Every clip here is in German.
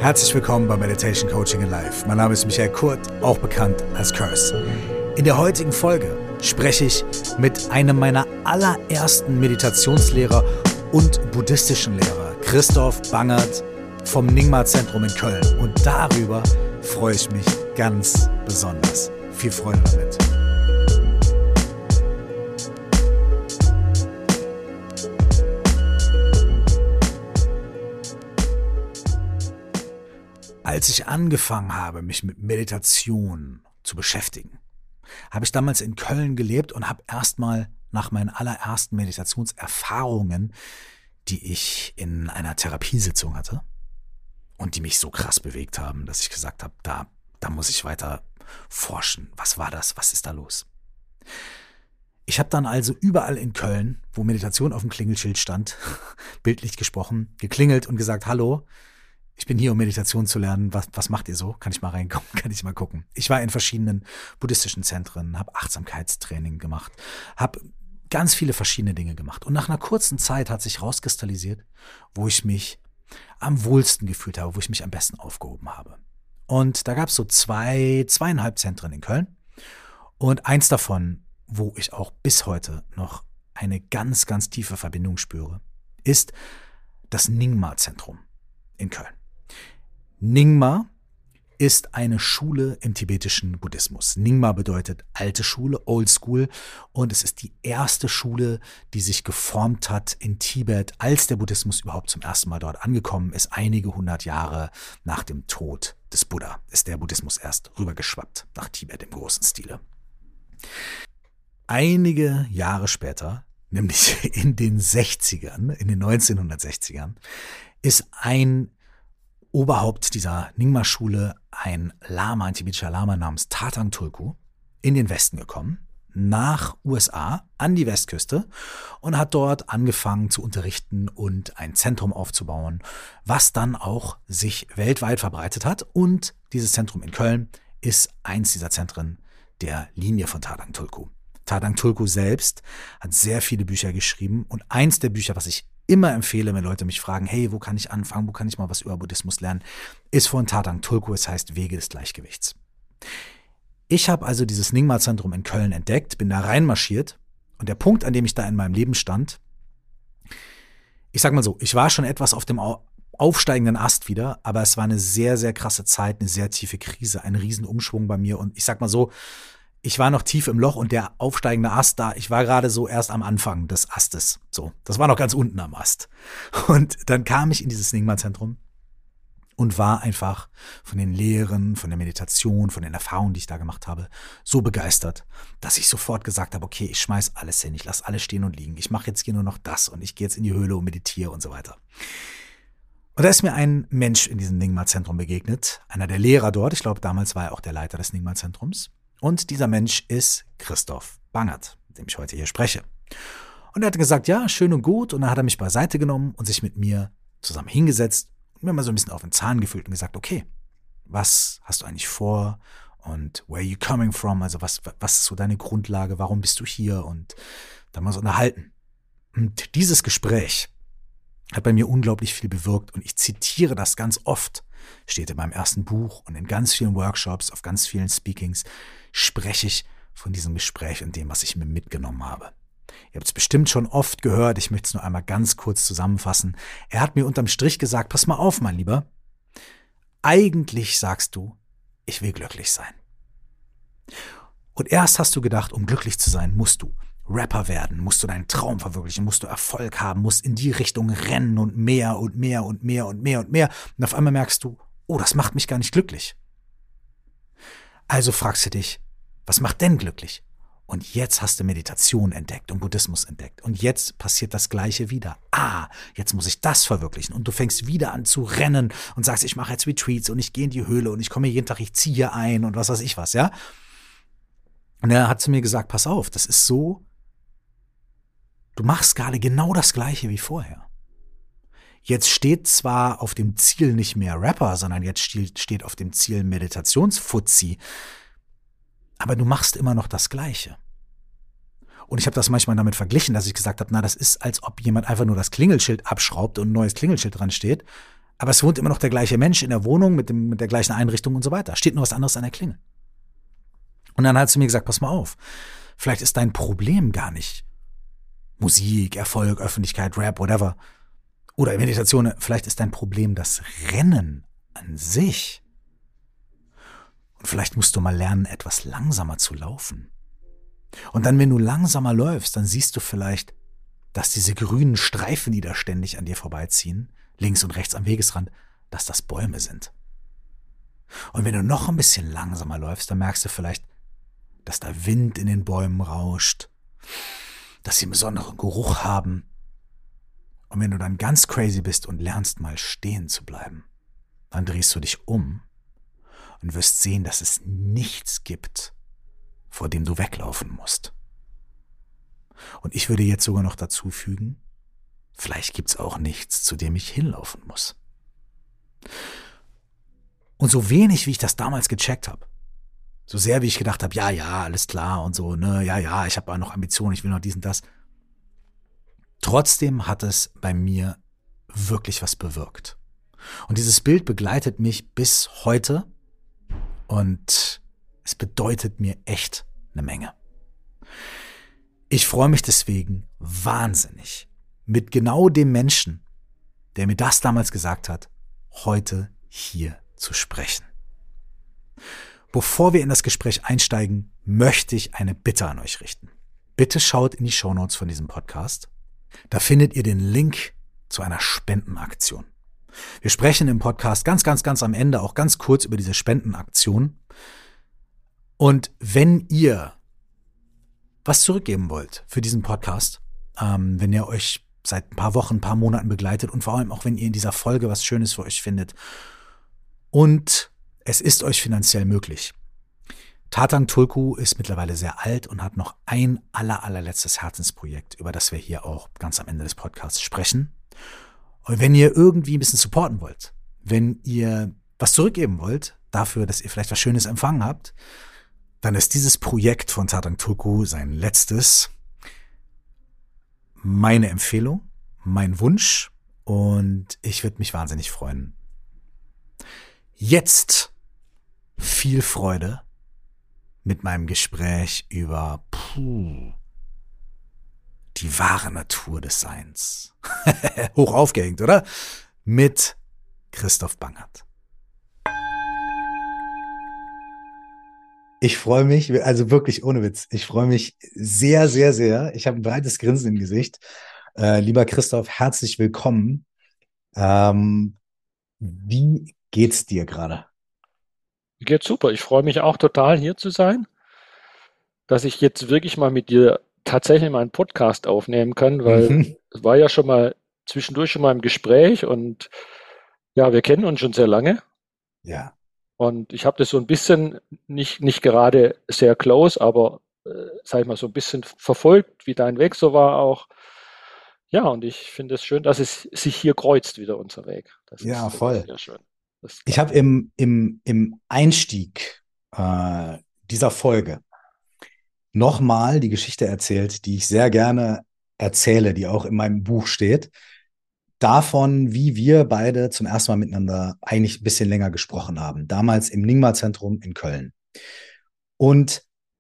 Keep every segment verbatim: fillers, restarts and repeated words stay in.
Herzlich willkommen bei Meditation Coaching in Life. Mein Name ist Michael Kurt, auch bekannt als Curse. In der heutigen Folge spreche ich mit einem meiner allerersten Meditationslehrer und buddhistischen Lehrer, Christoph Bangert vom Nyingma-Zentrum in Köln. Und darüber freue ich mich ganz besonders. Viel Freude damit. Als ich angefangen habe, mich mit Meditation zu beschäftigen, habe ich damals in Köln gelebt und habe erstmal nach meinen allerersten Meditationserfahrungen, die ich in einer Therapiesitzung hatte und die mich so krass bewegt haben, dass ich gesagt habe, da, da muss ich weiter forschen. Was war das? Was ist da los? Ich habe dann also überall in Köln, wo Meditation auf dem Klingelschild stand, bildlich gesprochen, geklingelt und gesagt, hallo, ich bin hier, um Meditation zu lernen. Was, was macht ihr so? Kann ich mal reinkommen? Kann ich mal gucken? Ich war in verschiedenen buddhistischen Zentren, habe Achtsamkeitstraining gemacht, habe ganz viele verschiedene Dinge gemacht. Und nach einer kurzen Zeit hat sich rauskristallisiert, wo ich mich am wohlsten gefühlt habe, wo ich mich am besten aufgehoben habe. Und da gab es so zwei, zweieinhalb Zentren in Köln. Und eins davon, wo ich auch bis heute noch eine ganz, ganz tiefe Verbindung spüre, ist das Nyingma-Zentrum in Köln. Nyingma ist eine Schule im tibetischen Buddhismus. Nyingma bedeutet alte Schule, Old School, und es ist die erste Schule, die sich geformt hat in Tibet, als der Buddhismus überhaupt zum ersten Mal dort angekommen ist. Einige hundert Jahre nach dem Tod des Buddha ist der Buddhismus erst rübergeschwappt nach Tibet im großen Stile. Einige Jahre später, nämlich in den sechzigern, in den neunzehnhundertsechzigern, ist ein Oberhaupt dieser Nyingma-Schule, ein Lama, ein tibetischer Lama namens Thadang Tulku, in den Westen gekommen, nach U S A, an die Westküste, und hat dort angefangen zu unterrichten und ein Zentrum aufzubauen, was dann auch sich weltweit verbreitet hat. Und dieses Zentrum in Köln ist eins dieser Zentren der Linie von Thadang Tulku. Thadang Tulku selbst hat sehr viele Bücher geschrieben, und eins der Bücher, was ich immer empfehle, wenn Leute mich fragen, hey, wo kann ich anfangen, wo kann ich mal was über Buddhismus lernen, ist von Thadang Tulku, es heißt Wege des Gleichgewichts. Ich habe also dieses Nyingma-Zentrum in Köln entdeckt, bin da reinmarschiert, und der Punkt, an dem ich da in meinem Leben stand, ich sag mal so, ich war schon etwas auf dem aufsteigenden Ast wieder, aber es war eine sehr, sehr krasse Zeit, eine sehr tiefe Krise, ein Riesenumschwung bei mir, und ich sag mal so, ich war noch tief im Loch und der aufsteigende Ast da, ich war gerade so erst am Anfang des Astes. So, das war noch ganz unten am Ast. Und dann kam ich in dieses Nyingma-Zentrum und war einfach von den Lehren, von der Meditation, von den Erfahrungen, die ich da gemacht habe, so begeistert, dass ich sofort gesagt habe, okay, ich schmeiß alles hin, ich lasse alles stehen und liegen, ich mache jetzt hier nur noch das und ich gehe jetzt in die Höhle und meditiere und so weiter. Und da ist mir ein Mensch in diesem Nyingma-Zentrum begegnet, einer der Lehrer dort, ich glaube, damals war er auch der Leiter des Nyingma-Zentrums. Und dieser Mensch ist Christoph Bangert, mit dem ich heute hier spreche. Und er hat gesagt, ja, schön und gut. Und dann hat er mich beiseite genommen und sich mit mir zusammen hingesetzt und mir mal so ein bisschen auf den Zahn gefühlt und gesagt, okay, was hast du eigentlich vor? Und where are you coming from? Also was, was ist so deine Grundlage? Warum bist du hier? Und dann mal so unterhalten. Und dieses Gespräch hat bei mir unglaublich viel bewirkt. Und ich zitiere das ganz oft. Steht in meinem ersten Buch und in ganz vielen Workshops, auf ganz vielen Speakings, spreche ich von diesem Gespräch und dem, was ich mir mitgenommen habe. Ihr habt es bestimmt schon oft gehört, ich möchte es nur einmal ganz kurz zusammenfassen. Er hat mir unterm Strich gesagt, pass mal auf, mein Lieber, eigentlich sagst du, ich will glücklich sein. Und erst hast du gedacht, um glücklich zu sein, musst du Rapper werden, musst du deinen Traum verwirklichen, musst du Erfolg haben, musst in die Richtung rennen und mehr und mehr und mehr und mehr und mehr. Und auf einmal merkst du, oh, das macht mich gar nicht glücklich. Also fragst du dich, was macht denn glücklich? Und jetzt hast du Meditation entdeckt und Buddhismus entdeckt. Und jetzt passiert das Gleiche wieder. Ah, jetzt muss ich das verwirklichen. Und du fängst wieder an zu rennen und sagst, ich mache jetzt Retreats und ich gehe in die Höhle und ich komme jeden Tag, ich ziehe hier ein und was weiß ich was, ja? Und er hat zu mir gesagt, pass auf, das ist so, du machst gerade genau das Gleiche wie vorher. Jetzt steht zwar auf dem Ziel nicht mehr Rapper, sondern jetzt steht auf dem Ziel Meditationsfuzzi, aber du machst immer noch das Gleiche. Und ich habe das manchmal damit verglichen, dass ich gesagt habe, na, das ist, als ob jemand einfach nur das Klingelschild abschraubt und ein neues Klingelschild dran steht, Aber es wohnt immer noch der gleiche Mensch in der Wohnung mit, dem, mit der gleichen Einrichtung und so weiter. Steht nur was anderes an der Klingel. Und dann hat sie mir gesagt, pass mal auf, vielleicht ist dein Problem gar nicht Musik, Erfolg, Öffentlichkeit, Rap, whatever. Oder Meditation, vielleicht ist dein Problem das Rennen an sich. Und vielleicht musst du mal lernen, etwas langsamer zu laufen. Und dann, wenn du langsamer läufst, dann siehst du vielleicht, dass diese grünen Streifen, die da ständig an dir vorbeiziehen, links und rechts am Wegesrand, dass das Bäume sind. Und wenn du noch ein bisschen langsamer läufst, dann merkst du vielleicht, dass da Wind in den Bäumen rauscht, dass sie einen besonderen Geruch haben. Und wenn du dann ganz crazy bist und lernst mal stehen zu bleiben, dann drehst du dich um und wirst sehen, dass es nichts gibt, vor dem du weglaufen musst. Und ich würde jetzt sogar noch dazu fügen, vielleicht gibt's auch nichts, zu dem ich hinlaufen muss. Und so wenig, wie ich das damals gecheckt habe, so sehr, wie ich gedacht habe, ja, ja, alles klar und so, ne, ja, ja, ich habe auch noch Ambitionen, ich will noch dies und das. Trotzdem hat es bei mir wirklich was bewirkt. Und dieses Bild begleitet mich bis heute und es bedeutet mir echt eine Menge. Ich freue mich deswegen wahnsinnig, mit genau dem Menschen, der mir das damals gesagt hat, heute hier zu sprechen. Bevor wir in das Gespräch einsteigen, möchte ich eine Bitte an euch richten. Bitte schaut in die Shownotes von diesem Podcast. Da findet ihr den Link zu einer Spendenaktion. Wir sprechen im Podcast ganz, ganz, ganz am Ende auch ganz kurz über diese Spendenaktion. Und wenn ihr was zurückgeben wollt für diesen Podcast, ähm, wenn ihr euch seit ein paar Wochen, ein paar Monaten begleitet und vor allem auch, wenn ihr in dieser Folge was Schönes für euch findet und es ist euch finanziell möglich. Tatang Tulku ist mittlerweile sehr alt und hat noch ein aller, allerletztes Herzensprojekt, über das wir hier auch ganz am Ende des Podcasts sprechen. Und wenn ihr irgendwie ein bisschen supporten wollt, wenn ihr was zurückgeben wollt, dafür, dass ihr vielleicht was Schönes empfangen habt, dann ist dieses Projekt von Tatang Tulku sein letztes. Meine Empfehlung, mein Wunsch und ich würde mich wahnsinnig freuen. Jetzt viel Freude mit meinem Gespräch über puh, die wahre Natur des Seins. Hoch aufgehängt, oder? Mit Christoph Bangert. Ich freue mich, also wirklich ohne Witz, ich freue mich sehr, sehr, sehr. Ich habe ein breites Grinsen im Gesicht. Äh, lieber Christoph, herzlich willkommen. Ähm, wie geht's dir gerade? Mir geht's super. Ich freue mich auch total, hier zu sein, dass ich jetzt wirklich mal mit dir tatsächlich mal einen Podcast aufnehmen kann, weil Mhm. es war ja schon mal zwischendurch schon mal im Gespräch und ja, wir kennen uns schon sehr lange Ja. und ich habe das so ein bisschen nicht, nicht gerade sehr close, aber äh, sag ich mal so ein bisschen verfolgt, wie dein Weg so war auch. Ja, und ich finde es schön, dass es sich hier kreuzt wieder unser Weg. Das Ja, ist, das ist voll. sehr schön. Das Ich klappt. habe im, im, im Einstieg äh, dieser Folge nochmal die Geschichte erzählt, die ich sehr gerne erzähle, die auch in meinem Buch steht, davon, wie wir beide zum ersten Mal miteinander eigentlich ein bisschen länger gesprochen haben. Damals im Nyingma-Zentrum in Köln. Und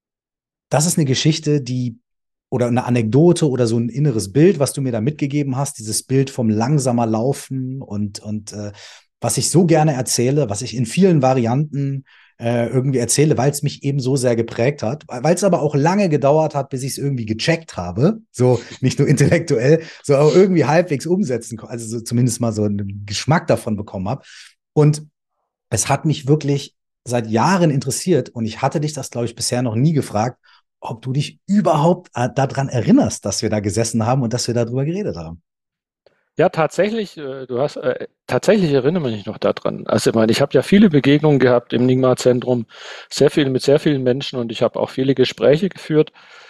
das ist eine Geschichte, die oder eine Anekdote oder so ein inneres Bild, was du mir da mitgegeben hast, dieses Bild vom langsamer Laufen und, und äh, was ich so gerne erzähle, was ich in vielen Varianten äh, irgendwie erzähle, weil es mich eben so sehr geprägt hat, weil es aber auch lange gedauert hat, bis ich es irgendwie gecheckt habe, so nicht nur intellektuell, so auch irgendwie halbwegs umsetzen, also so zumindest mal so einen Geschmack davon bekommen habe. Und es hat mich wirklich seit Jahren interessiert und ich hatte dich das, glaube ich, bisher noch nie gefragt, ob du dich überhaupt äh, daran erinnerst, dass wir da gesessen haben und dass wir darüber geredet haben. Ja, tatsächlich, äh, du hast, äh, tatsächlich erinnere mich noch daran. Also ich meine, ich habe ja viele Begegnungen gehabt im Nyingma-Zentrum, sehr viel mit sehr vielen Menschen und ich habe auch viele Gespräche geführt.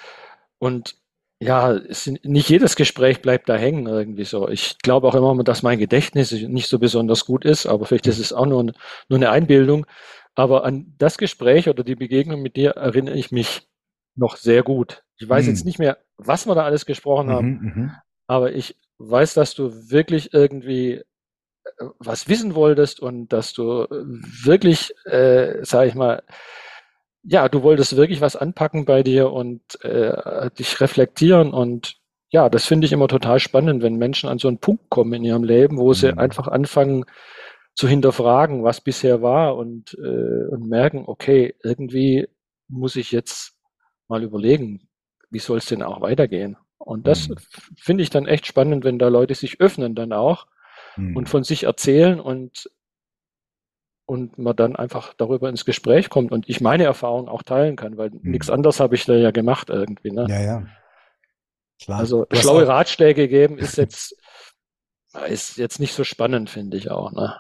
Und ja, es, sind- nicht jedes Gespräch bleibt da hängen irgendwie so. Ich glaube auch immer, dass mein Gedächtnis nicht so besonders gut ist, aber vielleicht ist es auch nur, ein- nur eine Einbildung. Aber an das Gespräch oder die Begegnung mit dir erinnere ich mich noch sehr gut. Ich weiß jetzt Hm. nicht mehr, was wir da alles gesprochen haben, Mhm, mhm. aber ich weiß, dass du wirklich irgendwie was wissen wolltest und dass du wirklich, äh, sage ich mal, ja, du wolltest wirklich was anpacken bei dir und äh, dich reflektieren und ja, das finde ich immer total spannend, wenn Menschen an so einen Punkt kommen in ihrem Leben, wo sie Mhm. einfach anfangen zu hinterfragen, was bisher war und, äh, und merken, okay, irgendwie muss ich jetzt mal überlegen, wie soll es denn auch weitergehen? Und das Mhm. finde ich dann echt spannend, wenn da Leute sich öffnen dann auch und Mhm. von sich erzählen und und man dann einfach darüber ins Gespräch kommt und ich meine Erfahrungen auch teilen kann, weil nichts Mhm. anderes habe ich da ja gemacht irgendwie, ne? Ja, ja, klar. Also Du hast schlaue auch, Ratschläge geben ist jetzt ist jetzt nicht so spannend, finde ich auch, ne?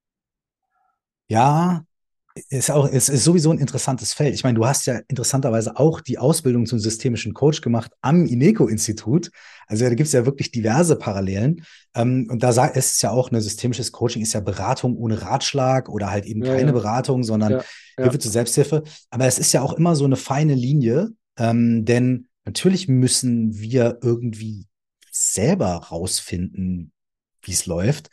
ja, ist auch, es ist sowieso ein interessantes Feld. Ich meine, du hast ja interessanterweise auch die Ausbildung zum systemischen Coach gemacht am INECO-Institut. Also da gibt es ja wirklich diverse Parallelen. Ähm, und da sagt, es ist ja auch, ein systemisches Coaching ist ja Beratung ohne Ratschlag oder halt eben Ja, keine ja, Beratung, sondern ja, ja, Hilfe zur Selbsthilfe. Aber es ist ja auch immer so eine feine Linie, ähm, denn natürlich müssen wir irgendwie selber rausfinden, wie es läuft.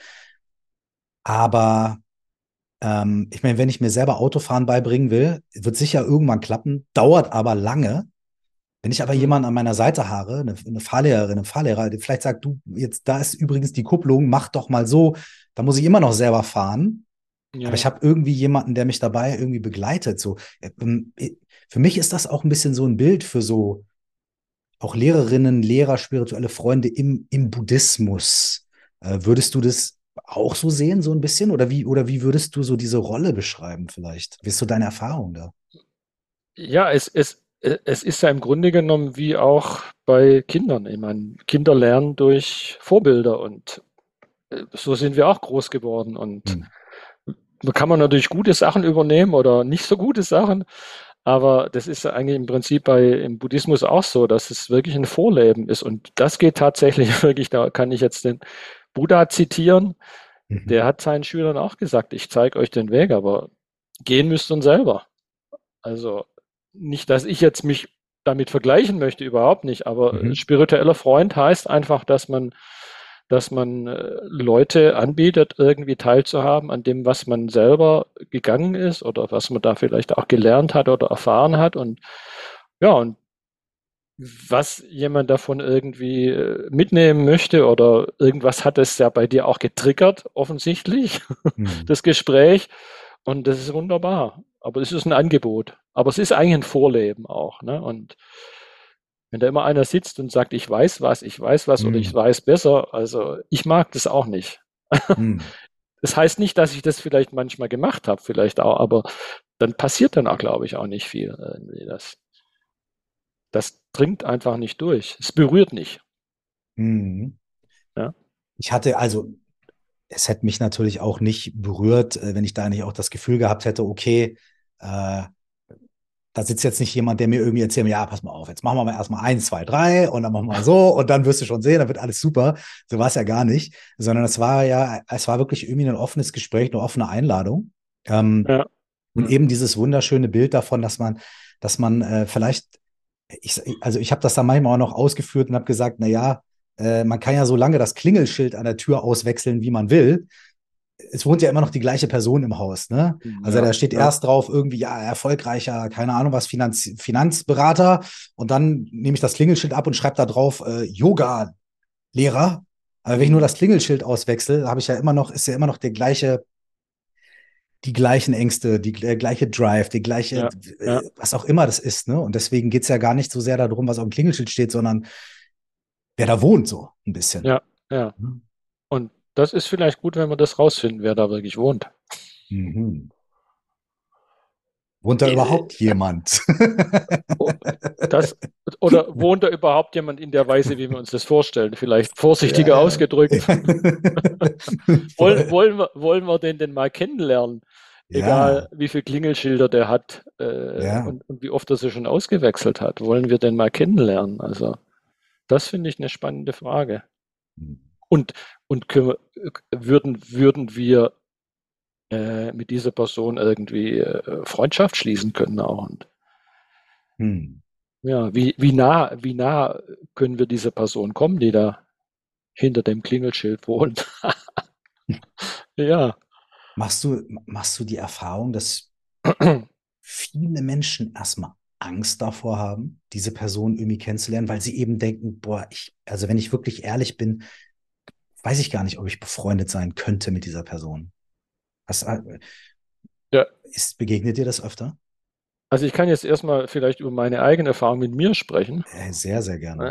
Aber ähm, ich meine, wenn ich mir selber Autofahren beibringen will, wird sicher irgendwann klappen, dauert aber lange. Wenn ich aber mhm, jemanden an meiner Seite habe, eine, eine Fahrlehrerin, einen Fahrlehrer, der vielleicht sagt, du, jetzt, da ist übrigens die Kupplung, mach doch mal so, da muss ich immer noch selber fahren. Aber ich ja, habe irgendwie jemanden, der mich dabei irgendwie begleitet. So, ähm, für mich ist das auch ein bisschen so ein Bild für so auch Lehrerinnen, Lehrer, spirituelle Freunde im, im Buddhismus. Äh, würdest du das auch so sehen, so ein bisschen? Oder wie, oder wie würdest du so diese Rolle beschreiben vielleicht? Wie ist so deine Erfahrung da? ja, es, es, äh, es ist ja im Grunde genommen wie auch bei Kindern. Ich meine, Kinder lernen durch Vorbilder und äh, so sind wir auch groß geworden. Und Hm. da kann man natürlich gute Sachen übernehmen oder nicht so gute Sachen, aber das ist ja eigentlich im Prinzip bei im Buddhismus auch so, dass es wirklich ein Vorleben ist. Und das geht tatsächlich wirklich, da kann ich jetzt den Buddha zitieren, Mhm. der hat seinen Schülern auch gesagt, ich zeige euch den Weg, aber gehen müsst ihr selber. Also nicht, dass ich jetzt mich damit vergleichen möchte, überhaupt nicht, aber Mhm. spiritueller Freund heißt einfach, dass man, dass man äh, Leute anbietet, irgendwie teilzuhaben an dem, was man selber gegangen ist oder was man da vielleicht auch gelernt hat oder erfahren hat und ja, und was jemand davon irgendwie äh, mitnehmen möchte oder irgendwas hat es ja bei dir auch getriggert, offensichtlich, Mhm. das Gespräch. Und das ist wunderbar. Aber es ist ein Angebot. Aber es ist eigentlich ein Vorleben auch. Ne? Und wenn da immer einer sitzt und sagt, ich weiß was, ich weiß was oder ich Mhm. weiß besser, also ich mag das auch nicht. Mhm. Das heißt nicht, dass ich das vielleicht manchmal gemacht habe, vielleicht auch, aber dann passiert dann auch, glaube ich, auch nicht viel. Irgendwie. Das, das dringt einfach nicht durch. Es berührt nicht. Mhm. Ja, Ich hatte also, es hätte mich natürlich auch nicht berührt, äh, wenn ich da nicht auch das Gefühl gehabt hätte, okay, äh, da sitzt jetzt nicht jemand, der mir irgendwie erzählt, ja, pass mal auf, jetzt machen wir mal erstmal eins, zwei, drei und dann machen wir so und dann wirst du schon sehen, dann wird alles super. So war es ja gar nicht, sondern es war ja, es war wirklich irgendwie ein offenes Gespräch, eine offene Einladung. Ähm, ja, und eben dieses wunderschöne Bild davon, dass man, dass man äh, vielleicht, ich, also ich habe das dann manchmal auch noch ausgeführt und habe gesagt, na ja, äh, man kann ja so lange das Klingelschild an der Tür auswechseln, wie man will. Es wohnt ja immer noch die gleiche Person im Haus, ne? Also ja, da steht ja. erst drauf irgendwie, ja, erfolgreicher, keine Ahnung was, Finanz Finanzberater. Und dann nehme ich das Klingelschild ab und schreibe da drauf, äh, Yoga-Lehrer. Aber wenn ich nur Mhm. das Klingelschild auswechsle, habe ich ja immer noch, ist ja immer noch der gleiche, die gleichen Ängste, die der gleiche Drive, die gleiche, Ja, ja, äh, was auch immer das ist, ne? Und deswegen geht es ja gar nicht so sehr darum, was auf dem Klingelschild steht, sondern wer da wohnt, so ein bisschen. ja, ja. Mhm. Und das ist vielleicht gut, wenn wir das rausfinden, wer da wirklich wohnt. Mhm. Wohnt da Äh, überhaupt jemand? oh, Das, oder wohnt da überhaupt jemand in der Weise, wie wir uns das vorstellen? Vielleicht Ja, vorsichtiger ja. ausgedrückt. Wollen, Voll. wollen wir, wollen wir den denn mal kennenlernen? Egal, Ja, wie viele Klingelschilder der hat äh, ja. und, und wie oft er sie schon ausgewechselt hat. Wollen wir den mal kennenlernen? Also, das finde ich eine spannende Frage. Und, und können wir, würden, würden wir äh, mit dieser Person irgendwie äh, Freundschaft schließen können auch. Und Hm. ja, wie, wie nah, wie nah können wir dieser Person kommen, die da hinter dem Klingelschild wohnt? Ja. Machst du, machst du die Erfahrung, dass viele Menschen erstmal Angst davor haben, diese Person irgendwie kennenzulernen, weil sie eben denken, boah, ich, also wenn ich wirklich ehrlich bin, weiß ich gar nicht, ob ich befreundet sein könnte mit dieser Person. Was, äh, Ja, ist, begegnet dir das öfter? also ich kann jetzt erstmal vielleicht über meine eigene Erfahrung mit mir sprechen. Äh, sehr, sehr gerne.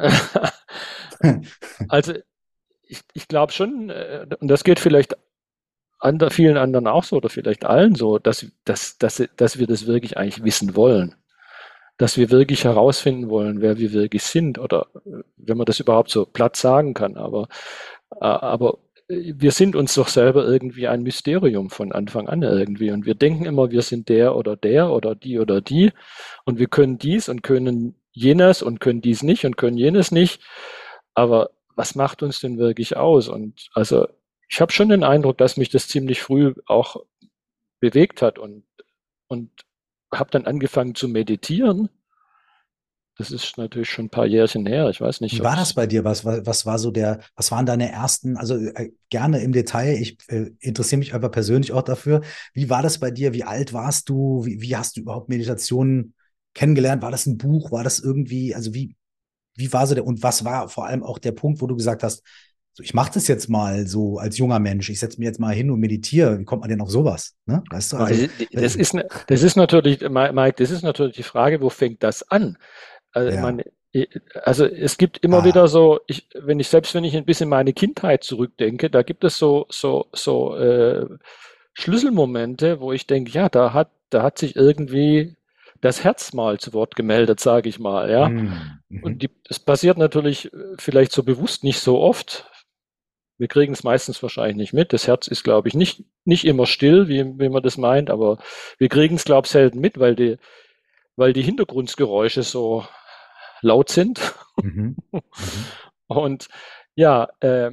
Also ich, ich glaube schon, äh, und das geht vielleicht ander, vielen anderen auch so oder vielleicht allen so, dass, dass, dass, dass wir das wirklich eigentlich wissen wollen. Dass wir wirklich herausfinden wollen, wer wir wirklich sind oder äh, wenn man das überhaupt so platt sagen kann. Aber, äh, aber äh, wir sind uns doch selber irgendwie ein Mysterium von Anfang an irgendwie. Und wir denken immer, wir sind der oder der oder die oder die. Und wir können dies und können jenes und können dies nicht und können jenes nicht. Aber was macht uns denn wirklich aus? Und also ich habe schon den Eindruck, dass mich das ziemlich früh auch bewegt hat und, und habe dann angefangen zu meditieren. Das ist natürlich schon ein paar Jährchen her. Ich weiß nicht, Wie ob war das es. bei dir? Was, was, was war so der, was waren deine ersten, also äh, gerne im Detail, ich äh, interessiere mich einfach persönlich auch dafür. Wie war das bei dir? Wie alt warst du? Wie, wie hast du überhaupt Meditation kennengelernt? War das ein Buch? War das irgendwie, also wie, wie war so der, und was war vor allem auch der Punkt, wo du gesagt hast, so, ich mache das jetzt mal so als junger Mensch, ich setze mich jetzt mal hin und meditiere. Wie kommt man denn auf sowas? Ne? Weißt du, also, äh, Das ist, ne- das ist natürlich, Mike, das ist natürlich die Frage, wo fängt das an? Also, ich ja. meine, also es gibt immer wieder Ah. so, ich, wenn ich, selbst wenn ich ein bisschen meine Kindheit zurückdenke, da gibt es so, so, so äh, Schlüsselmomente, wo ich denke, ja, da hat, da hat sich irgendwie das Herz mal zu Wort gemeldet, sage ich mal, ja. Hm, Und mhm, die, das passiert natürlich äh, vielleicht so bewusst nicht so oft. Wir kriegen es meistens wahrscheinlich nicht mit. Das Herz ist, glaube ich, nicht, nicht immer still, wie, wie man das meint, aber wir kriegen es, glaube ich, selten mit, weil die, weil die Hintergrundgeräusche so laut sind. mhm, mhm, Und ja, äh,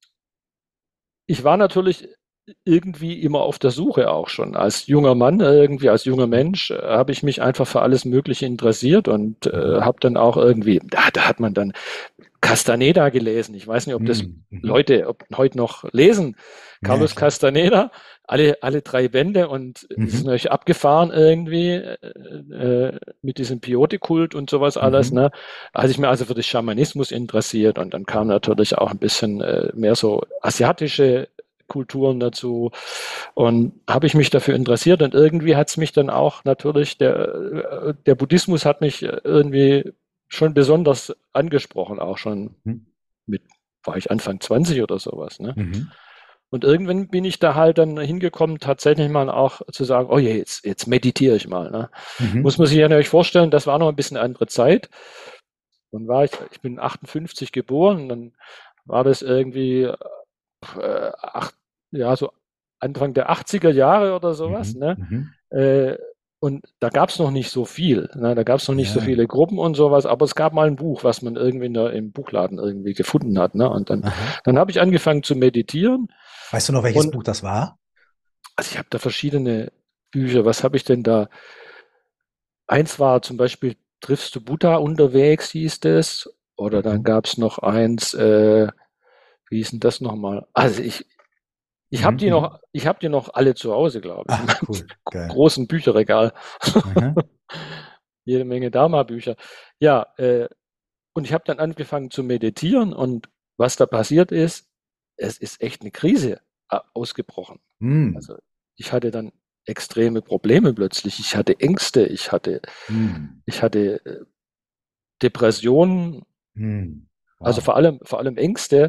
ich war natürlich irgendwie immer auf der Suche auch schon. Als junger Mann, irgendwie als junger Mensch, äh, habe ich mich einfach für alles Mögliche interessiert und mhm, äh, habe dann auch irgendwie, da, da hat man dann Castaneda gelesen. Ich weiß nicht, ob das mhm, mhm. Leute ob heute noch lesen. Ja, Carlos klar. Castaneda, alle, alle drei Bände und es ist Mhm, natürlich abgefahren irgendwie äh, äh, mit diesem Peyote-Kult und sowas alles. mhm. Ne? Als ich mir also für den Schamanismus interessiert und dann kam natürlich auch ein bisschen äh, mehr so asiatische Kulturen dazu und habe ich mich dafür interessiert und irgendwie hat es mich dann auch natürlich, der, äh, der Buddhismus hat mich irgendwie schon besonders angesprochen, auch schon Mhm. mit, war ich Anfang zwanzig oder sowas, ne? Mhm. Und irgendwann bin ich da halt dann hingekommen, tatsächlich mal auch zu sagen, oh je, jetzt, jetzt meditiere ich mal, ne? Muss Mhm. man sich ja natürlich vorstellen, das war noch ein bisschen eine andere Zeit. Dann war ich, ich bin achtundfünfzig geboren, dann war das irgendwie äh, acht, ja, so Anfang der achtziger Jahre oder sowas, Mhm. ne? Mhm. Äh, und da gab es noch nicht so viel. Ne? Da gab es noch nicht so Ja. viele Gruppen und sowas, aber es gab mal ein Buch, was man irgendwie in der, im Buchladen irgendwie gefunden hat. Ne? Und dann, Aha. dann habe ich angefangen zu meditieren Weißt du noch, welches und Buch das war? also ich habe da verschiedene Bücher. Was habe ich denn da? Eins war zum Beispiel Triffst du Buddha unterwegs, hieß das. Oder dann Mhm. gab es noch eins, äh, wie hieß denn das nochmal? Also ich, ich habe Mhm. die noch, Mhm. ich habe die noch alle zu Hause, glaube ich, in Ah, meinem cool. Geil. großen Bücherregal. Aha. Jede Menge Dharma-Bücher. Ja, äh, und ich habe dann angefangen zu meditieren und was da passiert ist, es ist echt eine Krise äh, ausgebrochen. Mhm. Also ich hatte dann extreme Probleme plötzlich. Ich hatte Ängste, ich hatte, Mhm. ich hatte äh, Depressionen, Mhm. also Wow. vor allem, vor allem Ängste.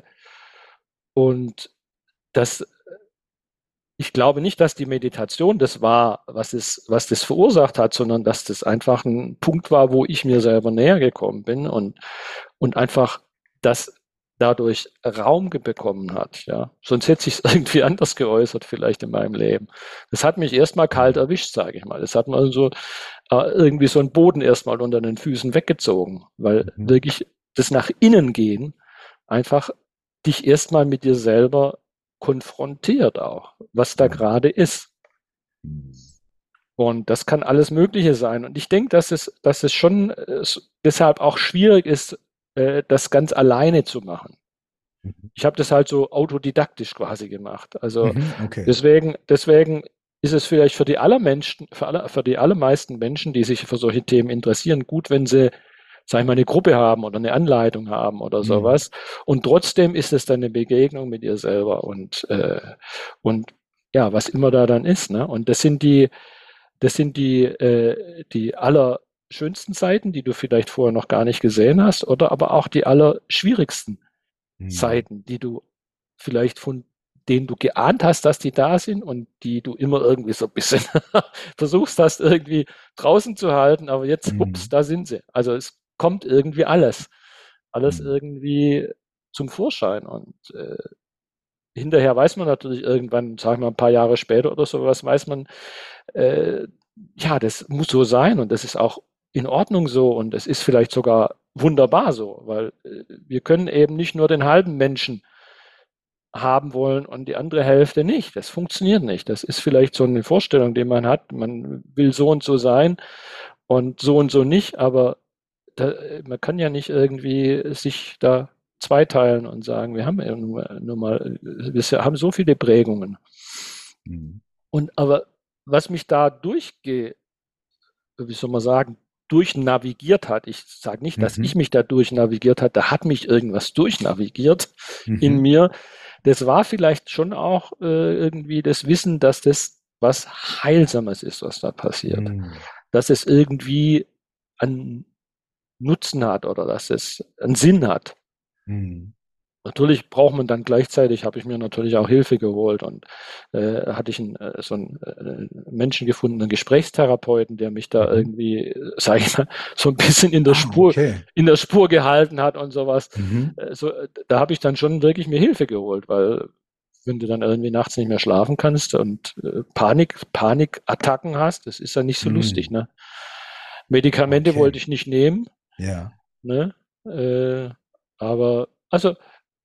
Und das, ich glaube nicht, dass die Meditation das war, was es, was das verursacht hat, sondern dass das einfach ein Punkt war, wo ich mir selber näher gekommen bin und, und einfach das dadurch Raum bekommen hat, ja. Sonst hätte sich irgendwie anders geäußert vielleicht in meinem Leben. Das hat mich erstmal kalt Mhm. erwischt, sage ich mal. Das hat mal so äh, irgendwie so einen Boden erstmal unter den Füßen weggezogen, weil Mhm. wirklich das nach innen gehen einfach dich erstmal mit dir selber konfrontiert auch, was da Mhm. gerade ist. Mhm. Und das kann alles Mögliche sein. Und ich denke, dass es, dass es schon äh, deshalb auch schwierig ist, äh, das ganz alleine zu machen. Mhm. Ich habe das halt so autodidaktisch quasi gemacht. Also Mhm. Okay. deswegen, deswegen ist es vielleicht für die allermenschen, für alle, für die allermeisten Menschen, die sich für solche Themen interessieren, gut, wenn sie, sag ich mal, eine Gruppe haben oder eine Anleitung haben oder Mhm. sowas. Und trotzdem ist es dann eine Begegnung mit ihr selber und, äh, und ja, was immer da dann ist, ne? Und das sind die, das sind die, äh, die allerschönsten Seiten, die du vielleicht vorher noch gar nicht gesehen hast, oder aber auch die allerschwierigsten Mhm. Seiten, die du vielleicht von denen du geahnt hast, dass die da sind und die du immer irgendwie so ein bisschen versuchst hast, irgendwie draußen zu halten, aber jetzt, hups, Mhm. da sind sie. Also es kommt irgendwie alles, alles Mhm. irgendwie zum Vorschein und äh, hinterher weiß man natürlich irgendwann, sagen wir ein paar Jahre später oder sowas, weiß man, äh, ja, das muss so sein und das ist auch in Ordnung so und es ist vielleicht sogar wunderbar so, weil äh, wir können eben nicht nur den halben Menschen haben wollen und die andere Hälfte nicht. Das funktioniert nicht. Das ist vielleicht so eine Vorstellung, die man hat. Man will so und so sein und so und so nicht, aber da, man kann ja nicht irgendwie sich da zweiteilen und sagen, wir haben ja nur, nur mal, wir haben so viele Prägungen. Mhm. Und aber was mich da durchge, wie soll man sagen, durchnavigiert hat, ich sage nicht, dass ich Mhm. mich da durchnavigiert hat, da hat mich irgendwas durchnavigiert in Mhm. mir. Das war vielleicht schon auch äh, irgendwie das Wissen, dass das was Heilsames ist, was da passiert. Mhm. Dass es irgendwie einen Nutzen hat oder dass es einen Sinn hat. Mhm. Natürlich braucht man dann gleichzeitig, habe ich mir natürlich auch Hilfe geholt und äh, hatte ich einen, äh, so einen äh, Menschen gefunden, einen Gesprächstherapeuten, der mich da Mhm. irgendwie, äh, sag ich mal, so ein bisschen in der Ah, Spur, okay. in der Spur gehalten hat und sowas. Mhm. Äh, so, äh, da habe ich dann schon wirklich mir Hilfe geholt, weil wenn du dann irgendwie nachts nicht mehr schlafen kannst und äh, Panik, Panikattacken hast, das ist ja nicht so lustig, Mhm. ne? Medikamente Okay. wollte ich nicht nehmen, Ja. ne? Äh, aber also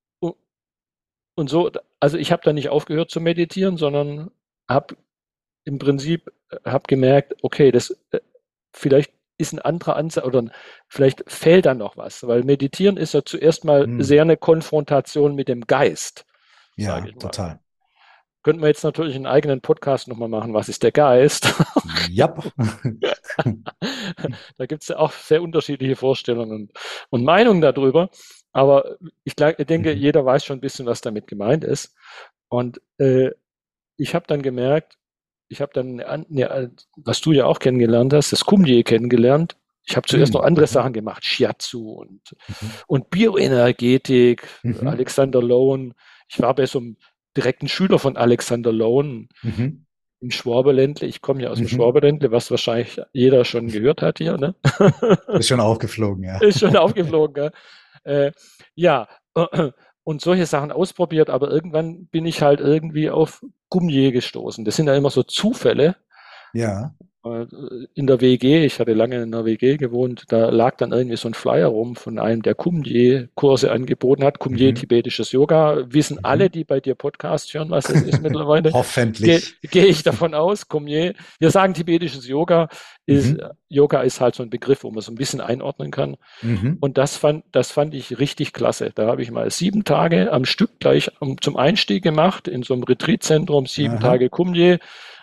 und so, also ich habe da nicht aufgehört zu meditieren, sondern habe im Prinzip habe gemerkt, okay, das äh, vielleicht ist ein anderer Ansatz oder vielleicht fehlt da noch was, weil Meditieren ist ja zuerst mal Mhm. sehr eine Konfrontation mit dem Geist, sage Ja, ich mal. total. Könnten wir jetzt natürlich einen eigenen Podcast nochmal machen, was ist der Geist? Jap. Da gibt es ja auch sehr unterschiedliche Vorstellungen und Meinungen darüber. Aber ich denke, Mhm. jeder weiß schon ein bisschen, was damit gemeint ist. Und äh, ich habe dann gemerkt, ich habe dann, eine, eine, was du ja auch kennengelernt hast, das Kumye kennengelernt. Ich habe zuerst noch Mhm. andere Mhm. Sachen gemacht, Shiatsu und, Mhm. und Bioenergetik, Mhm. Alexander Lowen. Ich war bei so einem direkten Schüler von Alexander Lowen Mhm. im Schwaberländle. Ich komme ja aus dem Mhm. Schwaberländle, was wahrscheinlich jeder schon gehört hat hier. Ne? Ist schon aufgeflogen, ja. Ist schon aufgeflogen. Gell? Äh, ja, und solche Sachen ausprobiert, aber irgendwann bin ich halt irgendwie auf Gummier gestoßen. Das sind ja immer so Zufälle. Ja. Äh, In der W G, ich hatte lange in der W G gewohnt, da lag dann irgendwie so ein Flyer rum von einem, der Kumye-Kurse angeboten hat. Kumye, Mhm. tibetisches Yoga. Wissen alle, Mhm. die bei dir Podcast hören, was das ist mittlerweile. Gehe Hoffentlich. geh ich davon aus, Kumye. Wir sagen tibetisches Yoga. Ist, Mhm. Yoga ist halt so ein Begriff, wo man so ein bisschen einordnen kann. Mhm. Und das fand, das fand ich richtig klasse. Da habe ich mal sieben Tage am Stück gleich zum Einstieg gemacht in so einem Retreatzentrum, sieben Aha. Tage Kumye.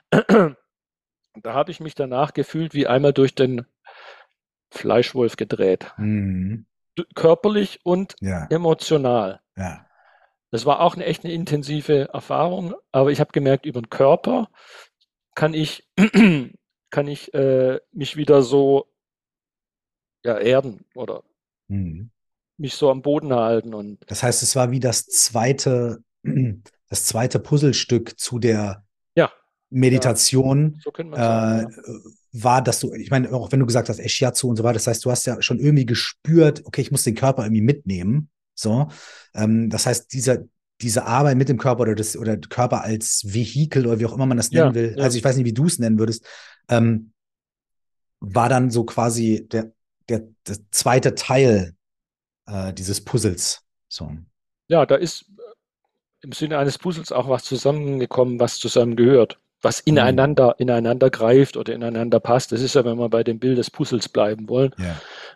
Da habe ich mich danach gefühlt wie einmal durch den Fleischwolf gedreht. Mhm. Körperlich und Ja. emotional. Ja. Das war auch eine echt eine intensive Erfahrung, aber ich habe gemerkt, über den Körper kann ich, kann ich äh, mich wieder so ja, erden oder Mhm. mich so am Boden halten und Das heißt, es war wie das zweite, das zweite Puzzlestück zu der ja, ja, Meditation, so könnte man sagen, äh, ja. war, dass du, ich meine, auch wenn du gesagt hast, ey, Shiatsu und so weiter, das heißt, du hast ja schon irgendwie gespürt, okay, ich muss den Körper irgendwie mitnehmen. So. Ähm, das heißt, dieser, diese Arbeit mit dem Körper oder das oder Körper als Vehikel oder wie auch immer man das nennen Ja, will, ja. also ich weiß nicht, wie du es nennen würdest, ähm, war dann so quasi der, der, der zweite Teil äh, dieses Puzzles. So. Ja, da ist im Sinne eines Puzzles auch was zusammengekommen, was zusammengehört, was Hm. ineinander, ineinander greift oder ineinander passt. Das ist ja, wenn wir bei dem Bild des Puzzles bleiben wollen. Ja.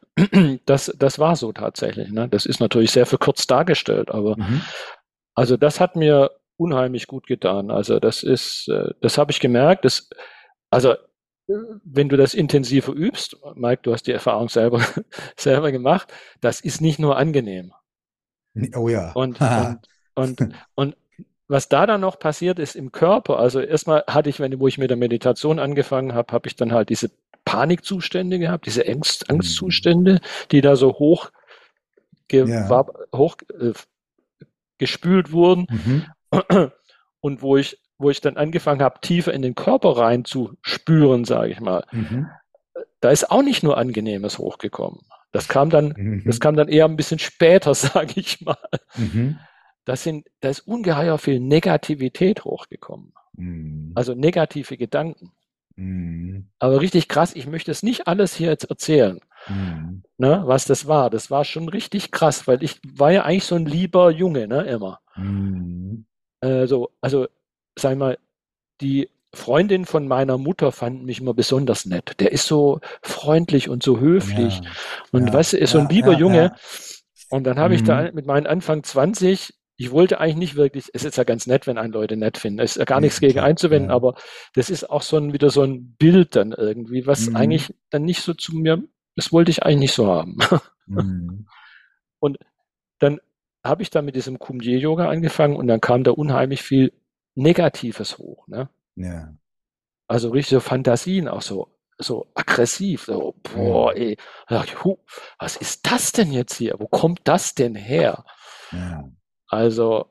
das, das war so tatsächlich. Ne? Das ist natürlich sehr verkürzt dargestellt, aber Mhm. also das hat mir unheimlich gut getan. Also das ist, äh, das habe ich gemerkt. Das, also äh, wenn du das intensiver übst, Mike, du hast die Erfahrung selber, selber gemacht, das ist nicht nur angenehm. Oh ja. Und, und, und, und was da dann noch passiert ist im Körper, also erstmal hatte ich, wenn, wo ich mit der Meditation angefangen habe, habe ich dann halt diese Panikzustände gehabt, diese Angst, Mhm. Angstzustände, die da so hoch, ge, Ja. war, hoch äh, gespült wurden. Mhm. Und wo ich, wo ich dann angefangen habe, tiefer in den Körper rein zu spüren, sage ich mal, Mhm. da ist auch nicht nur Angenehmes hochgekommen. Das kam dann, das Mhm. kam dann eher ein bisschen später, sage ich mal. Mhm. Das sind, da ist ungeheuer viel Negativität hochgekommen. Mhm. Also negative Gedanken. Mhm. Aber richtig krass, ich möchte es nicht alles hier jetzt erzählen, Mhm. ne, was das war. Das war schon richtig krass, weil ich war ja eigentlich so ein lieber Junge, ne, immer. Mhm. Äh, so, also, sag ich mal, die Freundin von meiner Mutter fand mich immer besonders nett. Der ist so freundlich und so höflich. Ja. Und Ja. weißt du, ist so ein Ja. lieber Ja. Junge. Ja. Und dann habe ich da Mhm. mit meinen Anfang zwanzig, ich wollte eigentlich nicht wirklich, es ist ja ganz nett, wenn einen Leute nett finden. Es ist ja gar Ja, nichts gegen klar. einzuwenden, Ja. aber das ist auch so ein, wieder so ein Bild dann irgendwie, was Mhm. eigentlich dann nicht so zu mir, das wollte ich eigentlich nicht so haben. Mhm. Und dann habe ich da mit diesem Kumye-Yoga angefangen und dann kam da unheimlich viel Negatives hoch, ne? Ja. Also richtig so Fantasien, auch so, so aggressiv, so, boah, Mhm. ey, da dachte ich, hu, was ist das denn jetzt hier? Wo kommt das denn her? Ja. Also,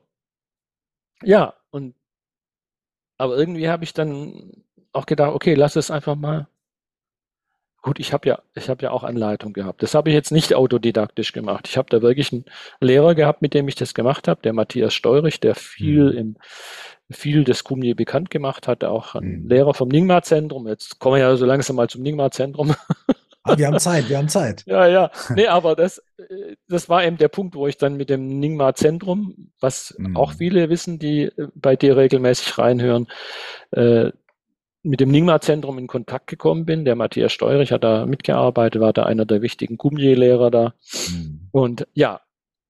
ja, und aber irgendwie habe ich dann auch gedacht, okay, lass es einfach mal. Gut, ich habe ja, ich habe ja auch Anleitung gehabt. Das habe ich jetzt nicht autodidaktisch gemacht. Ich habe da wirklich einen Lehrer gehabt, mit dem ich das gemacht habe, der Matthias Steurich, der viel Mhm. im viel des Kumye bekannt gemacht hat, auch ein Mhm. Lehrer vom Nyingma-Zentrum. Jetzt kommen wir ja so langsam mal zum Nyingma-Zentrum. Ah, wir haben Zeit, wir haben Zeit. Ja, ja. Nee, aber das, äh, das war eben der Punkt, wo ich dann mit dem Nyingma-Zentrum, was auch Mhm. viele wissen, die äh, bei dir regelmäßig reinhören, äh, mit dem Nyingma-Zentrum in Kontakt gekommen bin. Der Matthias Steurich hat da mitgearbeitet, war da einer der wichtigen Kumye-Lehrer da. Mhm. Und ja,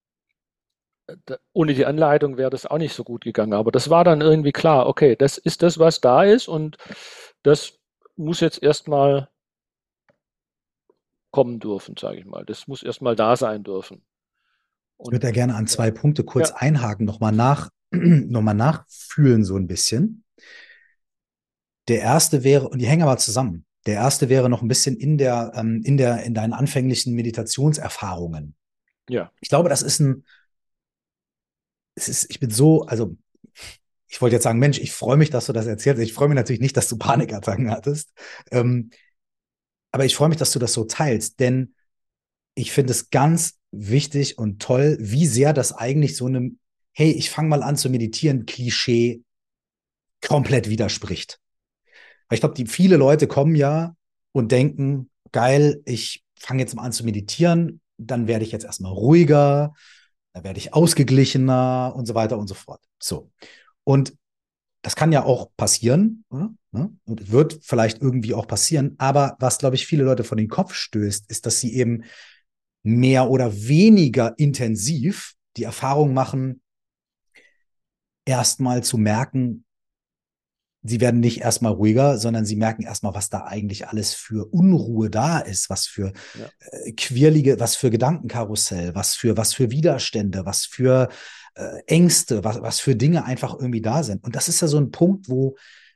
da, ohne die Anleitung wäre das auch nicht so gut gegangen. Aber das war dann irgendwie klar, okay, das ist das, was da ist und das muss jetzt erstmal kommen dürfen, sage ich mal. Das muss erstmal da sein dürfen. Ich würde Und da gerne an ja, zwei Punkte kurz ja, einhaken, nochmal nach, noch mal nachfühlen so ein bisschen. Der erste wäre, und die hängen aber zusammen. Der erste wäre noch ein bisschen in der, ähm, in der, in deinen anfänglichen Meditationserfahrungen. ja, Ich glaube, das ist ein, es ist, ich bin so, also ich wollte jetzt sagen, Mensch, ich freue mich, dass du das erzählst. Ich freue mich natürlich nicht, dass du Panikattacken hattest. Ähm, aber ich freue mich, dass du das so teilst, denn ich finde es ganz wichtig und toll, wie sehr das eigentlich so einem, hey, ich fange mal an zu meditieren, Klischee komplett widerspricht. Weil ich glaube, die viele Leute kommen ja und denken, geil, ich fange jetzt mal an zu meditieren, dann werde ich jetzt erstmal ruhiger, dann werde ich ausgeglichener und so weiter und so fort. So. Und das kann ja auch passieren, ne? Und wird vielleicht irgendwie auch passieren. Aber was, glaube ich, viele Leute vor den Kopf stößt, ist, dass sie eben mehr oder weniger intensiv die Erfahrung machen, erstmal zu merken, sie werden nicht erstmal ruhiger, sondern sie merken erstmal, was da eigentlich alles für Unruhe da ist, was für ja, äh, quirlige, was für Gedankenkarussell, was für, was für Widerstände, was für äh, Ängste, was, was für Dinge einfach irgendwie da sind. Und das ist ja so ein Punkt, wo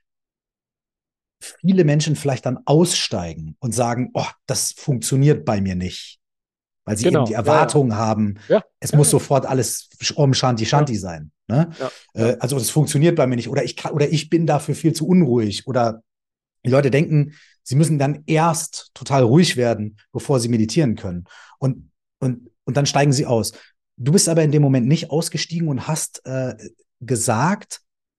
viele Menschen vielleicht dann aussteigen und sagen, oh, das funktioniert bei mir nicht, weil sie eben die genau, ja, ja, Erwartung haben, ja, es ja, muss ja, sofort alles Om Shanti ja, Shanti sein. Ne? ja, ja, Äh, also es funktioniert bei mir nicht oder ich kann, oder ich bin dafür viel zu unruhig oder die Leute denken, sie müssen dann erst total ruhig werden, bevor sie meditieren können. Und, und, und dann steigen sie aus. Du bist aber in dem Moment nicht ausgestiegen und hast äh, gesagt,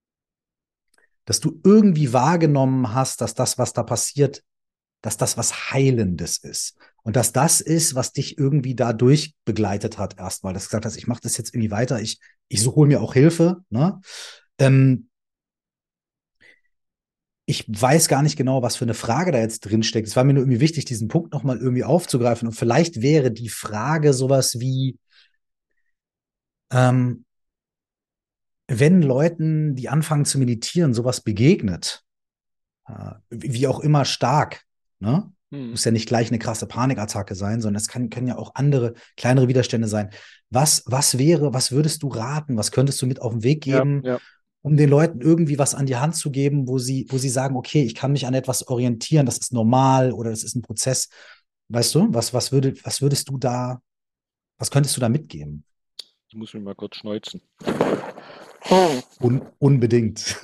dass du irgendwie wahrgenommen hast, dass das, was da passiert, dass das was Heilendes ist. Und dass das ist, was dich irgendwie dadurch begleitet hat erstmal. Dass du gesagt hast, ich mache das jetzt irgendwie weiter, ich, ich hole mir auch Hilfe. Ne? Ähm, ich weiß gar nicht genau, was für eine Frage da jetzt drin steckt. Es war mir nur irgendwie wichtig, diesen Punkt nochmal irgendwie aufzugreifen. Und vielleicht wäre die Frage sowas wie, ähm, wenn Leuten, die anfangen zu meditieren, sowas begegnet, äh, wie auch immer stark, ne? Hm. Muss ja nicht gleich eine krasse Panikattacke sein, sondern es kann, können ja auch andere, kleinere Widerstände sein. Was, was wäre, was würdest du raten? Was könntest du mit auf den Weg Ja, geben, ja. um den Leuten irgendwie was an die Hand zu geben, wo sie, wo sie sagen, okay, ich kann mich an etwas orientieren, das ist normal oder das ist ein Prozess. Weißt du, was, was würde, was würdest du da, was könntest du da mitgeben? Ich muss mich mal kurz schneuzen. Un, unbedingt.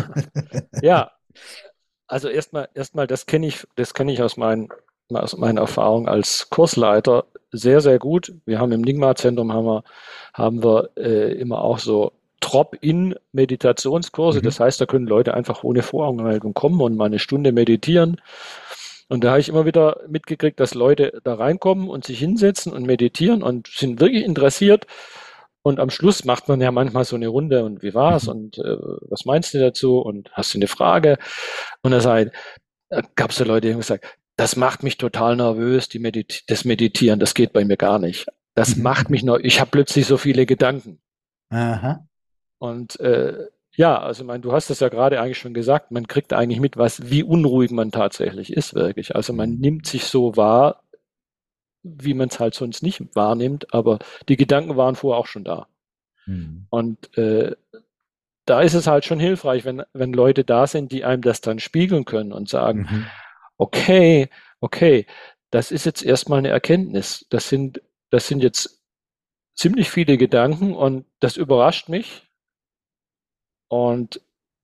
Ja, also erstmal, erstmal, das kenne ich, das kenne ich aus meinen, aus meiner Erfahrung als Kursleiter sehr, sehr gut. Wir haben im Nyingma-Zentrum haben wir, haben wir äh, immer auch so Drop-in-Meditationskurse. Das Mhm. heißt, da können Leute einfach ohne Voranmeldung kommen und mal eine Stunde meditieren. Und da habe ich immer wieder mitgekriegt, dass Leute da reinkommen und sich hinsetzen und meditieren und sind wirklich interessiert. Und am Schluss macht man ja manchmal so eine Runde und wie war's Mhm. und äh, was meinst du dazu und hast du eine Frage? Und da sei, da gab es so Leute, die haben gesagt, das macht mich total nervös, die Medit das Meditieren, das geht bei mir gar nicht. Das Mhm. macht mich Mhm. nur, ich habe plötzlich so viele Gedanken. Aha. Und äh, ja, also mein, du hast es ja gerade eigentlich schon gesagt, man kriegt eigentlich mit, was, wie unruhig man tatsächlich ist, wirklich. Also man Mhm. nimmt sich so wahr, wie man es halt sonst nicht wahrnimmt, aber die Gedanken waren vorher auch schon da. Mhm. Und äh, da ist es halt schon hilfreich, wenn, wenn Leute da sind, die einem das dann spiegeln können und sagen, Mhm. okay, okay, das ist jetzt erstmal eine Erkenntnis. Das sind, das sind jetzt ziemlich viele Gedanken und das überrascht mich. Und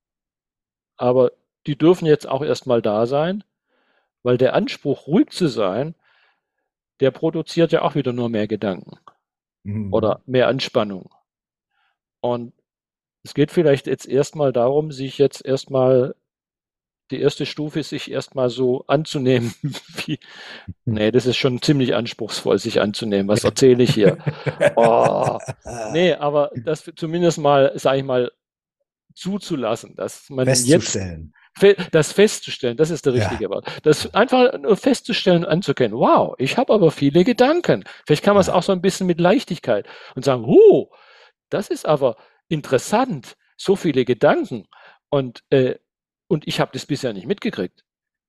aber die dürfen jetzt auch erstmal da sein, weil der Anspruch, ruhig zu sein, der produziert ja auch wieder nur mehr Gedanken Mhm. oder mehr Anspannung. Und es geht vielleicht jetzt erstmal darum, sich jetzt erstmal, die erste Stufe ist, sich erstmal so anzunehmen, wie, Mhm. nee, das ist schon ziemlich anspruchsvoll, sich anzunehmen. Was erzähle ich hier? Oh, nee, aber das zumindest mal, sage ich mal, zuzulassen, dass man jetzt Festzustellen. das festzustellen, das ist der Ja. richtige Wort. Das einfach nur festzustellen und anzukennen. Wow, ich habe aber viele Gedanken. Vielleicht kann man es Ja. auch so ein bisschen mit Leichtigkeit und sagen, oh, das ist aber interessant, so viele Gedanken. Und, äh, und ich habe das bisher nicht mitgekriegt.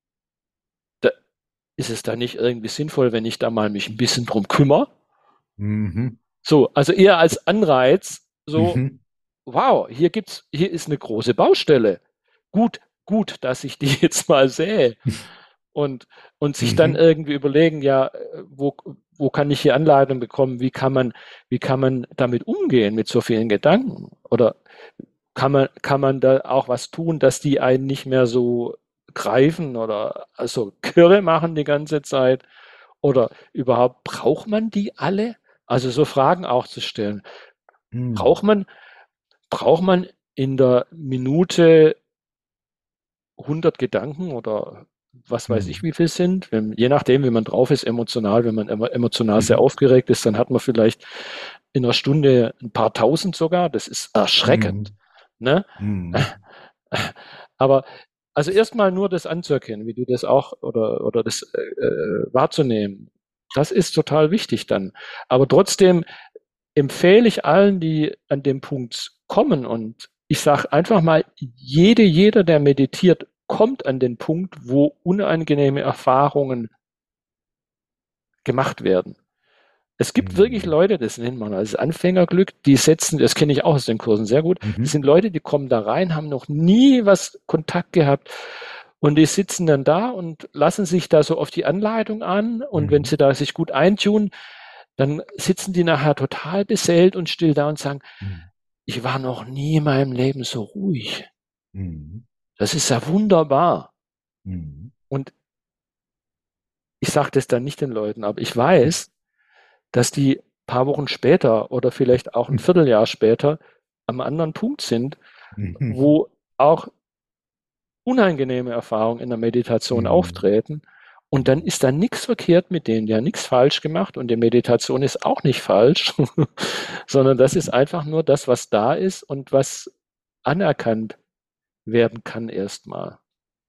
Da ist es da nicht irgendwie sinnvoll, wenn ich da mal mich ein bisschen drum kümmere? Mhm. So, also eher als Anreiz, so, Mhm. wow, hier gibt's, hier ist eine große Baustelle. Gut, gut, dass ich die jetzt mal sehe. Und, und sich dann Mhm. irgendwie überlegen, ja, äh, wo, wo kann ich hier Anleitung bekommen? Wie kann man, wie kann man damit umgehen mit so vielen Gedanken? Oder kann man, kann man da auch was tun, dass die einen nicht mehr so greifen oder also kirre machen die ganze Zeit? Oder überhaupt braucht man die alle? Also so Fragen auch zu stellen. Mhm. Braucht man, braucht man in der Minute hundert Gedanken oder was weiß ich, Mhm. wie viel sind. Wenn, je nachdem, wie man drauf ist, emotional, wenn man emo- emotional sehr Mhm. aufgeregt ist, dann hat man vielleicht in einer Stunde ein paar tausend sogar. Das ist erschreckend. Mhm. Ne? Mhm. Aber also erstmal nur das anzuerkennen, wie du das auch oder, oder das äh, äh, wahrzunehmen. Das ist total wichtig dann. Aber trotzdem empfehle ich allen, die an dem Punkt kommen und ich sage einfach mal, jede, jeder, der meditiert, kommt an den Punkt, wo unangenehme Erfahrungen gemacht werden. Es gibt wirklich Mhm. Leute, das nennt man als Anfängerglück, die setzen, das kenne ich auch aus den Kursen sehr gut, das Mhm. sind Leute, die kommen da rein, haben noch nie was Kontakt gehabt und die sitzen dann da und lassen sich da so auf die Anleitung an und wenn Mhm. sie da sich gut eintun, dann sitzen die nachher total beseelt und still da und sagen, Mhm. ich war noch nie in meinem Leben so ruhig. Mhm. Das ist ja wunderbar. Mhm. Und ich sage das dann nicht den Leuten, aber ich weiß, dass die paar Wochen später oder vielleicht auch ein Vierteljahr später am anderen Punkt sind, Mhm. wo auch unangenehme Erfahrungen in der Meditation Mhm. auftreten. Und dann ist da nichts verkehrt mit denen, die haben nichts falsch gemacht und die Meditation ist auch nicht falsch, sondern das ist einfach nur das, was da ist und was anerkannt werden kann erstmal.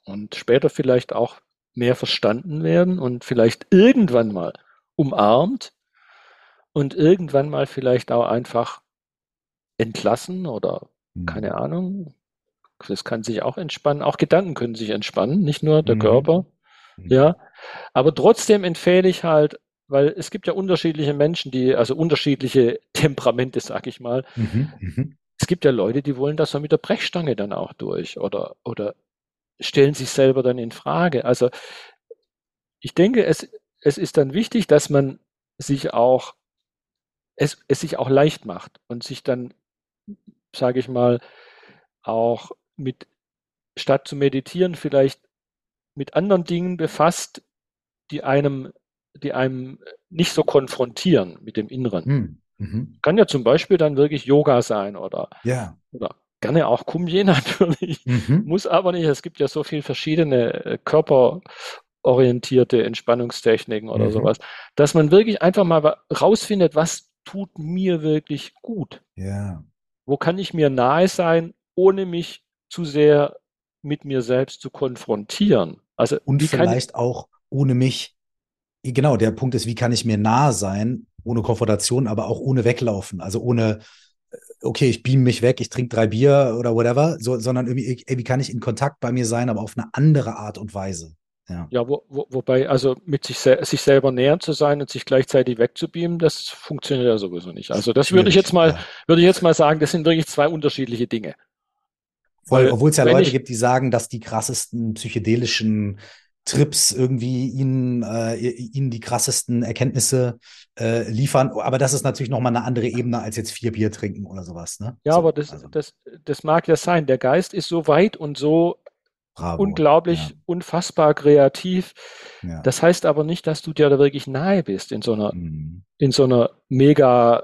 und später vielleicht auch mehr verstanden werden und vielleicht irgendwann mal umarmt und irgendwann mal vielleicht auch einfach entlassen oder keine Mhm. Ahnung. Das kann sich auch entspannen. Auch Gedanken können sich entspannen, nicht nur der Mhm. Körper. Mhm. Ja, aber trotzdem empfehle ich halt, weil es gibt ja unterschiedliche Menschen, die, also unterschiedliche Temperamente, sag ich mal. Mhm. Mhm. Es gibt ja Leute, die wollen das so mit der Brechstange dann auch durch oder, oder stellen sich selber dann in Frage. Also ich denke, es, es ist dann wichtig, dass man sich auch, es, es sich auch leicht macht und sich dann, sage ich mal, auch mit, statt zu meditieren, vielleicht mit anderen Dingen befasst, die einem, die einem nicht so konfrontieren mit dem Inneren. Mhm. Mhm. Kann ja zum Beispiel dann wirklich Yoga sein oder, Ja. oder gerne auch Kumye natürlich, Mhm. muss aber nicht. Es gibt ja so viele verschiedene äh, körperorientierte Entspannungstechniken oder Mhm. sowas, dass man wirklich einfach mal wa- rausfindet, was tut mir wirklich gut? Ja. Wo kann ich mir nahe sein, ohne mich zu sehr mit mir selbst zu konfrontieren? Also Und wie kann ich, vielleicht auch ohne mich, genau, der Punkt ist, wie kann ich mir nahe sein, ohne Konfrontation, aber auch ohne weglaufen. Also ohne, okay, ich beam mich weg, ich trinke drei Bier oder whatever, so, sondern irgendwie, ey, wie kann ich in Kontakt bei mir sein, aber auf eine andere Art und Weise. Ja, ja, wo, wo, wobei, also mit sich, se sich selber näher zu sein und sich gleichzeitig wegzubeamen, das funktioniert ja sowieso nicht. Also das würde ich jetzt schwierig, mal, ja. würde ich jetzt mal sagen, das sind wirklich zwei unterschiedliche Dinge. Voll, Weil obwohl es ja wenn Leute ich, gibt, die sagen, dass die krassesten psychedelischen Trips irgendwie ihnen, äh, ihnen die krassesten Erkenntnisse äh, liefern. Aber das ist natürlich nochmal eine andere Ebene als jetzt vier Bier trinken oder sowas, ne? ja, aber So, das, also das, das mag ja sein. Der Geist ist so weit und so bravo. Ja, unglaublich, unfassbar kreativ. ja. Das heißt aber nicht, dass du dir da wirklich nahe bist in so einer, Mhm. in so einer mega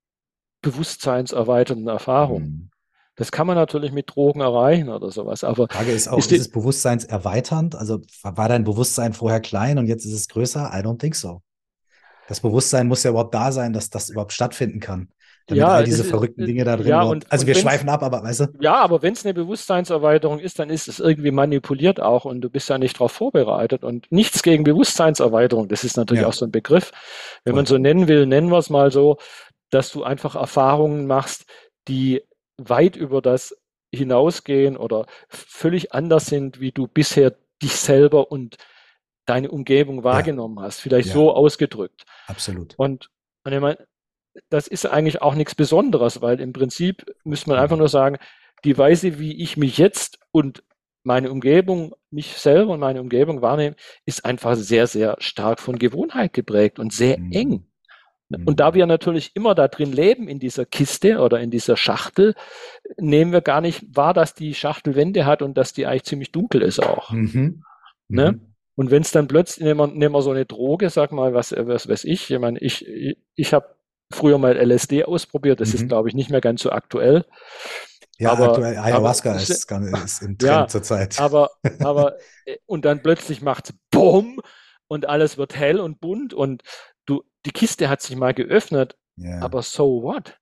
bewusstseinserweiternden Erfahrung. Mhm. Das kann man natürlich mit Drogen erreichen oder sowas, aber Frage ist auch, ist ist die, es bewusstseinserweiternd? Also war dein Bewusstsein vorher klein und jetzt ist es größer? I don't think so. Das Bewusstsein muss ja überhaupt da sein, dass das überhaupt stattfinden kann, damit all ja, das diese ist, verrückten äh, Dinge da drin ja, überhaupt. und, Also und wir wenn es, schweifen ab, aber weißt du? ja, aber wenn es eine Bewusstseinserweiterung ist, dann ist es irgendwie manipuliert auch und du bist ja nicht darauf vorbereitet und nichts gegen Bewusstseinserweiterung. Das ist natürlich auch Ja, so ein Begriff. Wenn man voll. so nennen will, nennen wir es mal so, dass du einfach Erfahrungen machst, die weit über das hinausgehen oder völlig anders sind, wie du bisher dich selber und deine Umgebung Ja, wahrgenommen hast. Vielleicht ja, so ausgedrückt. absolut. Und, und ich meine, das ist eigentlich auch nichts Besonderes, weil im Prinzip müsste man einfach Mhm. nur sagen, die Weise, wie ich mich jetzt und meine Umgebung, mich selber und meine Umgebung wahrnehme, ist einfach sehr, sehr stark von Gewohnheit geprägt und sehr eng. Mhm. Und da Mhm. wir natürlich immer da drin leben, in dieser Kiste oder in dieser Schachtel, nehmen wir gar nicht wahr, dass die Schachtel Wände hat und dass die eigentlich ziemlich dunkel ist auch. Mhm. Ne? Mhm. Und wenn es dann plötzlich, nehmen wir, nehmen wir so eine Droge, sag mal, was, was weiß ich, ich meine, ich, ich, ich habe früher mal L S D ausprobiert, das ist, Mhm. glaube ich, nicht mehr ganz so aktuell, Ja, aber, aktuell aber, Ayahuasca es- ist, ganz- ist im ja, Trend zurzeit. aber, aber, äh, und dann plötzlich macht's Bumm und alles wird hell und bunt und du, die Kiste hat sich mal geöffnet, Ja. aber so what?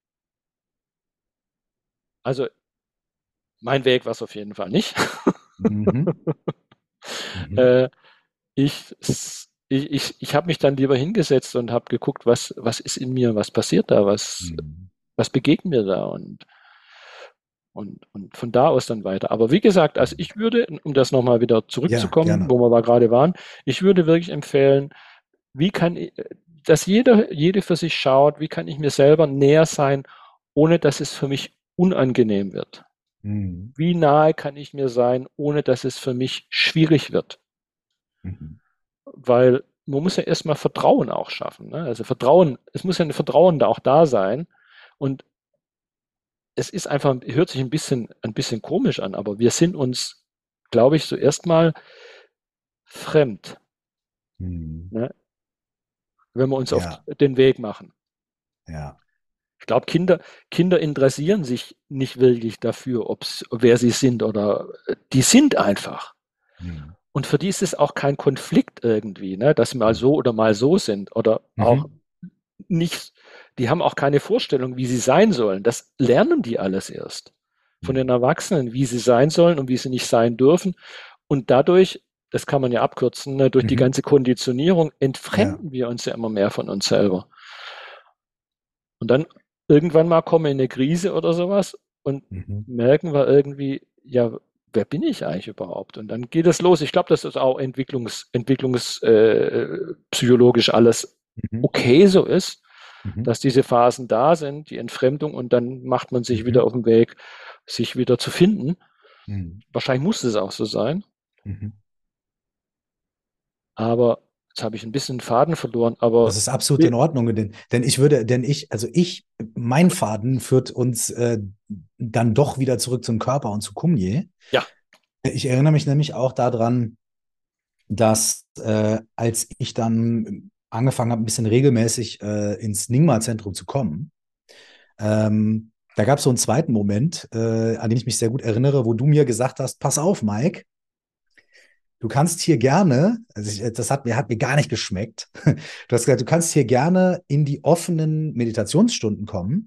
Also, mein Weg war es auf jeden Fall nicht. Mhm. Mhm. äh, ich, ich, ich, ich habe mich dann lieber hingesetzt und habe geguckt, was, was ist in mir, was passiert da, was, Mhm. was begegnet mir da und, und, und von da aus dann weiter. Aber wie gesagt, also Mhm. ich würde, um das nochmal wieder Ja, zurückzukommen, gerne. wo wir da gerade waren, ich würde wirklich empfehlen, wie kann ich, dass jeder, jede für sich schaut, wie kann ich mir selber näher sein, ohne dass es für mich unangenehm wird. Mhm. Wie nahe kann ich mir sein, ohne dass es für mich schwierig wird? Mhm. Weil man muss ja erstmal Vertrauen auch schaffen. Ne? Also Vertrauen, es muss ja ein Vertrauen da auch da sein. Und es ist einfach, hört sich ein bisschen, ein bisschen komisch an, aber wir sind uns, glaube ich, so erstmal fremd, Mhm. ne? Wenn wir uns auf Ja, den Weg machen. ja. Ich glaube, Kinder, Kinder interessieren sich nicht wirklich dafür, ob's, wer sie sind oder die sind einfach. Mhm. Und für die ist es auch kein Konflikt irgendwie, ne, dass sie mal Mhm. so oder mal so sind oder auch Mhm. nicht, die haben auch keine Vorstellung, wie sie sein sollen. Das lernen die alles erst von den Mhm. Erwachsenen, wie sie sein sollen und wie sie nicht sein dürfen. Und dadurch, das kann man ja abkürzen, ne, durch die Mhm. ganze Konditionierung Ja. entfremden wir uns ja immer mehr von uns selber. Und dann irgendwann mal kommen wir in eine Krise oder sowas und Mhm. merken wir irgendwie, ja, wer bin ich eigentlich überhaupt? Und dann geht es los. Ich glaube, das ist auch entwicklungs, entwicklungs, äh, psychologisch alles Mhm. okay so ist, Mhm. dass diese Phasen da sind, die Entfremdung, und dann macht man sich wieder Mhm. auf den Weg, sich wieder zu finden. Mhm. Wahrscheinlich muss es auch so sein, Mhm. aber jetzt habe ich ein bisschen den Faden verloren, Das aber ist absolut in Ordnung, denn, denn ich würde, denn ich, also ich, mein Faden führt uns äh, dann doch wieder zurück zum Körper und zu Kumye. ja, Ich erinnere mich nämlich auch daran, dass äh, als ich dann angefangen habe, ein bisschen regelmäßig äh, ins Nyingma-Zentrum zu kommen, ähm, da gab es so einen zweiten Moment, äh, an den ich mich sehr gut erinnere, wo du mir gesagt hast, pass auf, Mike, du kannst hier gerne, also ich, das hat mir, hat mir gar nicht geschmeckt. Du hast gesagt, du kannst hier gerne in die offenen Meditationsstunden kommen,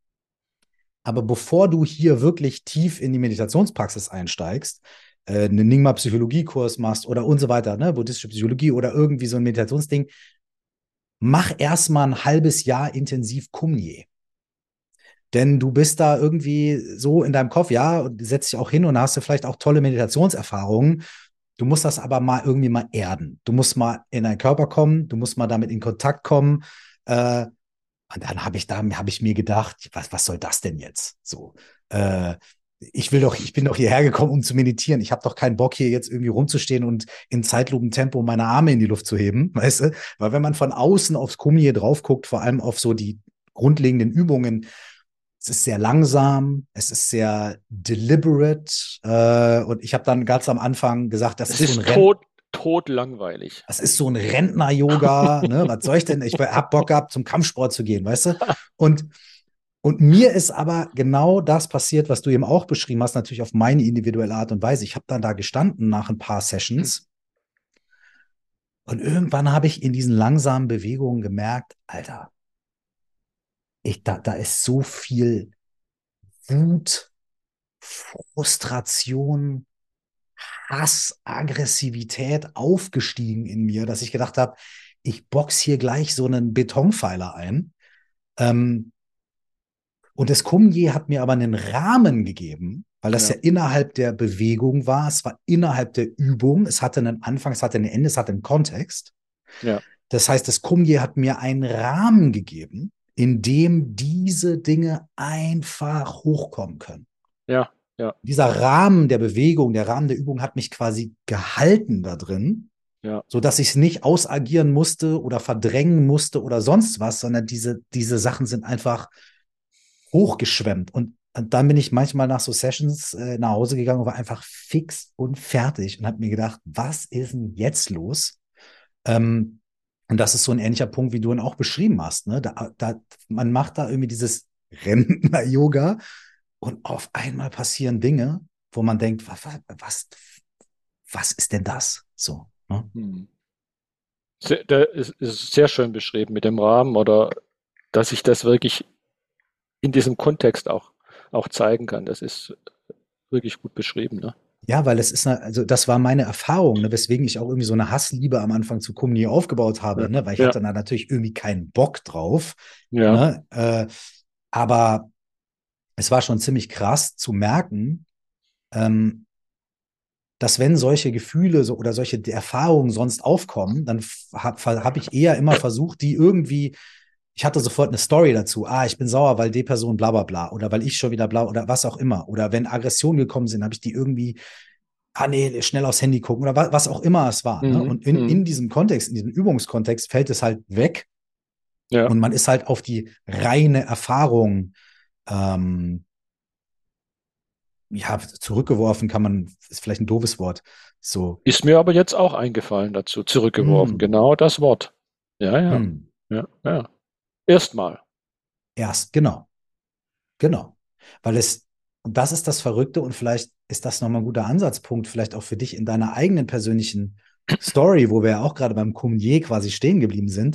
aber bevor du hier wirklich tief in die Meditationspraxis einsteigst, äh, einen Nyingma-Psychologie-Kurs machst oder und so weiter, ne, buddhistische Psychologie oder irgendwie so ein Meditationsding, mach erstmal ein halbes Jahr intensiv Kumye. Denn du bist da irgendwie so in deinem Kopf, ja, und setzt dich auch hin und hast du vielleicht auch tolle Meditationserfahrungen. Du musst das aber mal irgendwie mal erden. Du musst mal in deinen Körper kommen, du musst mal damit in Kontakt kommen. Äh, und dann habe ich da, habe ich mir gedacht, was, was soll das denn jetzt? So, äh, ich will doch, ich bin doch hierher gekommen, um zu meditieren. Ich habe doch keinen Bock, hier jetzt irgendwie rumzustehen und in Zeitlupentempo meine Arme in die Luft zu heben, weißt du? Weil wenn man von außen aufs Kumye drauf guckt, vor allem auf so die grundlegenden Übungen, es ist sehr langsam, es ist sehr deliberate. Äh, und ich habe dann ganz am Anfang gesagt, das es ist so ein ist Renn, tot, tot langweilig. das ist so ein Rentner-Yoga. Ne? Was soll ich denn? Ich hab Bock gehabt, zum Kampfsport zu gehen, weißt du? Und, und mir ist aber genau das passiert, was du eben auch beschrieben hast, natürlich auf meine individuelle Art und Weise. Ich habe dann da gestanden nach ein paar Sessions und irgendwann habe ich in diesen langsamen Bewegungen gemerkt, Alter, ich, da, da ist so viel Wut, Frustration, Hass, Aggressivität aufgestiegen in mir, dass ich gedacht habe, ich box hier gleich so einen Betonpfeiler ein. Ähm, und das Kumye hat mir aber einen Rahmen gegeben, weil das Ja, ja innerhalb der Bewegung war, es war innerhalb der Übung, es hatte einen Anfang, es hatte ein Ende, es hatte einen Kontext. ja, Das heißt, das Kumye hat mir einen Rahmen gegeben, in dem diese Dinge einfach hochkommen können. ja, ja, Dieser Rahmen der Bewegung, der Rahmen der Übung hat mich quasi gehalten da drin, ja, so dass ich es nicht ausagieren musste oder verdrängen musste oder sonst was, sondern diese, diese Sachen sind einfach hochgeschwemmt. Und, und dann bin ich manchmal nach so Sessions äh, nach Hause gegangen und war einfach fix und fertig und habe mir gedacht, was ist denn jetzt los? Ähm, und das ist so ein ähnlicher Punkt, wie du ihn auch beschrieben hast. Ne? Da, da, man macht da irgendwie dieses Rentner-Yoga und auf einmal passieren Dinge, wo man denkt, was, was, was ist denn das? So. Ne? hm. Sehr, da ist, ist sehr schön beschrieben mit dem Rahmen, oder dass ich das wirklich in diesem Kontext auch, auch zeigen kann. Das ist wirklich gut beschrieben, ne? Ja, weil es ist, eine, also das war meine Erfahrung, ne, weswegen ich auch irgendwie so eine Hassliebe am Anfang zu Kumni aufgebaut habe, Ja, ne, weil ich ja, hatte da natürlich irgendwie keinen Bock drauf, ja, ne, äh, aber es war schon ziemlich krass zu merken, ähm, dass wenn solche Gefühle so, oder solche Erfahrungen sonst aufkommen, dann habe hab ich eher immer versucht, die irgendwie, ich hatte sofort eine Story dazu. Ah, ich bin sauer, weil die Person bla bla bla oder weil ich schon wieder bla oder was auch immer. Oder wenn Aggressionen gekommen sind, habe ich die irgendwie, ah nee, schnell aufs Handy gucken oder was, was auch immer es war. Ne? mhm, Und in, mhm, in diesem Kontext, in diesem Übungskontext fällt es halt weg ja. und man ist halt auf die reine Erfahrung ähm, ja, zurückgeworfen kann man, ist vielleicht ein doofes Wort. So, Ist mir aber jetzt auch eingefallen dazu, zurückgeworfen. hm, Genau das Wort. Ja, ja, hm, ja, ja. Erstmal. erst, genau, genau. Weil es, und das ist das Verrückte und vielleicht ist das nochmal ein guter Ansatzpunkt, vielleicht auch für dich in deiner eigenen persönlichen Story, wo wir ja auch gerade beim Kumye quasi stehen geblieben sind.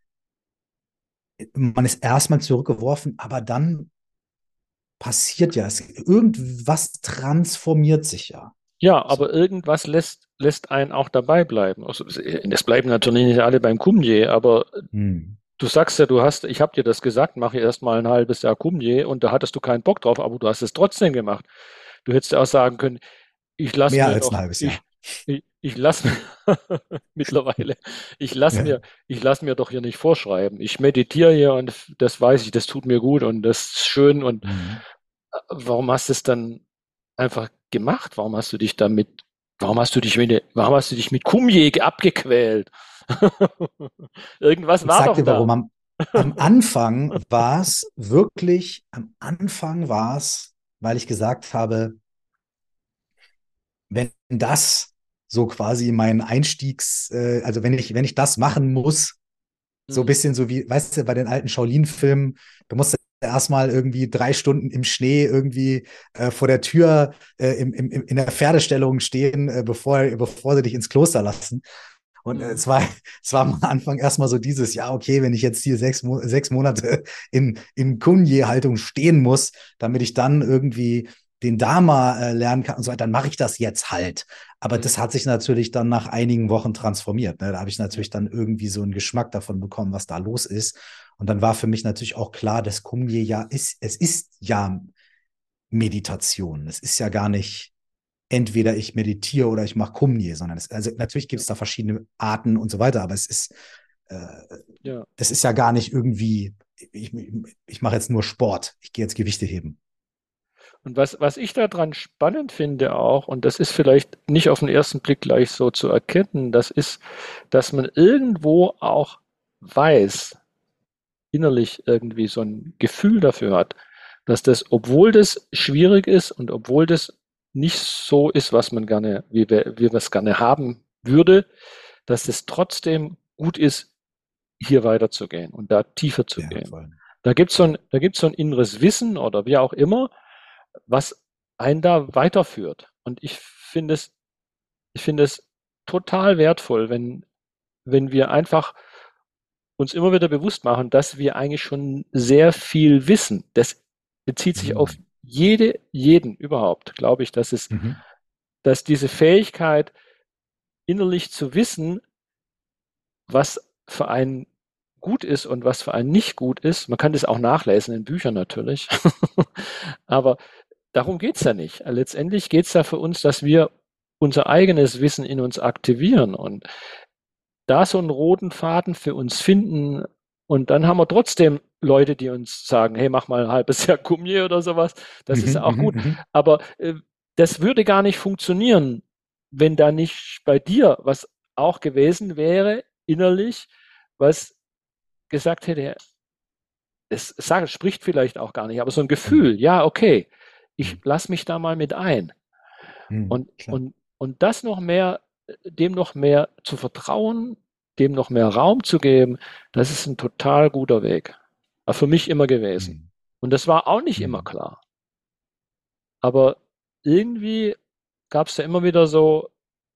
Man ist erstmal zurückgeworfen, aber dann passiert ja, es, irgendwas transformiert sich ja. Ja, So. aber irgendwas lässt, lässt einen auch dabei bleiben. Also, es bleiben natürlich nicht alle beim Kumje, aber Hm. du sagst ja, du hast, ich habe dir das gesagt, mache erst mal ein halbes Jahr Kumje und da hattest du keinen Bock drauf, aber du hast es trotzdem gemacht. Du hättest ja auch sagen können, ich lasse Mehr mir als ein doch, halbes ich, Jahr. ich, ich lasse mir mittlerweile, ich lasse Ja. mir, ich lasse mir doch hier nicht vorschreiben. Ich meditiere hier und das weiß ich, das tut mir gut und das ist schön und Hm. äh, warum hast du es dann einfach gemacht? Warum hast du dich damit, warum hast du dich mit, warum hast du dich mit Kumje abgequält? Irgendwas Ich war sag doch dir warum. da. Am, am Anfang war es wirklich, am Anfang war es, weil ich gesagt habe, wenn das so quasi mein Einstiegs, äh, also wenn ich, wenn ich das machen muss, so ein Hm, bisschen so wie, weißt du, bei den alten Shaolin-Filmen, da musst du erstmal irgendwie drei Stunden im Schnee irgendwie äh, vor der Tür äh, im, im, in der Pferdestellung stehen, äh, bevor, bevor sie dich ins Kloster lassen. Und äh, hm, es war, es war am Anfang erstmal so dieses, ja, okay, wenn ich jetzt hier sechs, Mo sechs Monate in, in Kunje-Haltung stehen muss, damit ich dann irgendwie den Dharma äh, lernen kann und so weiter, dann mache ich das jetzt halt. Aber hm, das hat sich natürlich dann nach einigen Wochen transformiert. Ne? Da habe ich ja, natürlich dann irgendwie so einen Geschmack davon bekommen, was da los ist. Und dann war für mich natürlich auch klar, dass Kumye ja ist, es ist ja Meditation. Es ist ja gar nicht entweder ich meditiere oder ich mache Kumye, sondern es, also natürlich gibt ja, es da verschiedene Arten und so weiter, aber es ist, äh, ja. das ist ja gar nicht irgendwie, ich, ich mache jetzt nur Sport, ich gehe jetzt Gewichte heben. Und was, was ich daran spannend finde auch, und das ist vielleicht nicht auf den ersten Blick gleich so zu erkennen, das ist, dass man irgendwo auch weiß, innerlich irgendwie so ein Gefühl dafür hat, dass das, obwohl das schwierig ist und obwohl das nicht so ist, was man gerne, wie wir, wie wir es gerne haben würde, dass es trotzdem gut ist, hier weiterzugehen und da tiefer zu Ja, gehen. voll. Da gibt es so Ja. ein, da gibt's so ein inneres Wissen oder wie auch immer, was einen da weiterführt. Und ich finde es, ich finde es total wertvoll, wenn, wenn wir einfach uns immer wieder bewusst machen, dass wir eigentlich schon sehr viel wissen. Das bezieht sich auf Mhm. jede, jeden überhaupt, glaube ich, dass es, Mhm. dass diese Fähigkeit, innerlich zu wissen, was für einen gut ist und was für einen nicht gut ist. Man kann das auch nachlesen in Büchern natürlich. Aber darum geht's ja nicht. Letztendlich geht's ja für uns, dass wir unser eigenes Wissen in uns aktivieren und da so einen roten Faden für uns finden. Und dann haben wir trotzdem Leute, die uns sagen, hey, mach mal ein halbes Jahr Gummi oder sowas. Das ist Mhm. auch Mhm. gut. Mhm. Aber äh, das würde gar nicht funktionieren, wenn da nicht bei dir was auch gewesen wäre, innerlich, was gesagt hätte, es sagt, spricht vielleicht auch gar nicht, aber so ein Mhm. Gefühl, ja, okay, ich Mhm. lass mich da mal mit ein. Mhm. Und, Klar. und, und das noch mehr, dem noch mehr zu vertrauen, dem noch mehr Raum zu geben, das ist ein total guter Weg. War für mich immer gewesen. Mhm. Und das war auch nicht immer Mhm. klar. Aber irgendwie gab es da immer wieder so,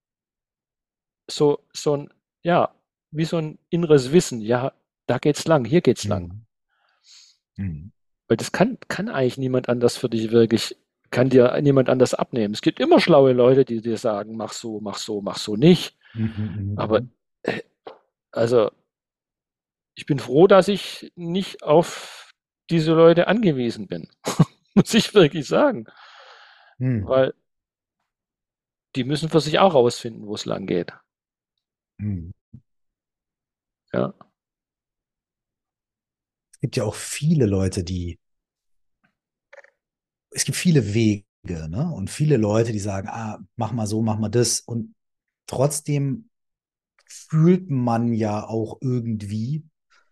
so, so ein, ja, wie so ein inneres Wissen, ja, da geht's lang, hier geht's lang. Mhm. Mhm. Weil das kann, kann eigentlich niemand anders für dich wirklich, kann dir niemand anders abnehmen. Es gibt immer schlaue Leute, die dir sagen, mach so, mach so, mach so nicht. Mhm. Mhm. Aber Mhm. äh, also ich bin froh, dass ich nicht auf diese Leute angewiesen bin. Muss ich wirklich sagen. Mhm. Weil die müssen für sich auch rausfinden, wo es lang geht. Mhm. Ja. Es gibt ja auch viele Leute, die, es gibt viele Wege, ne? Und viele Leute, die sagen, ah, mach mal so, mach mal das. Und trotzdem fühlt man ja auch irgendwie,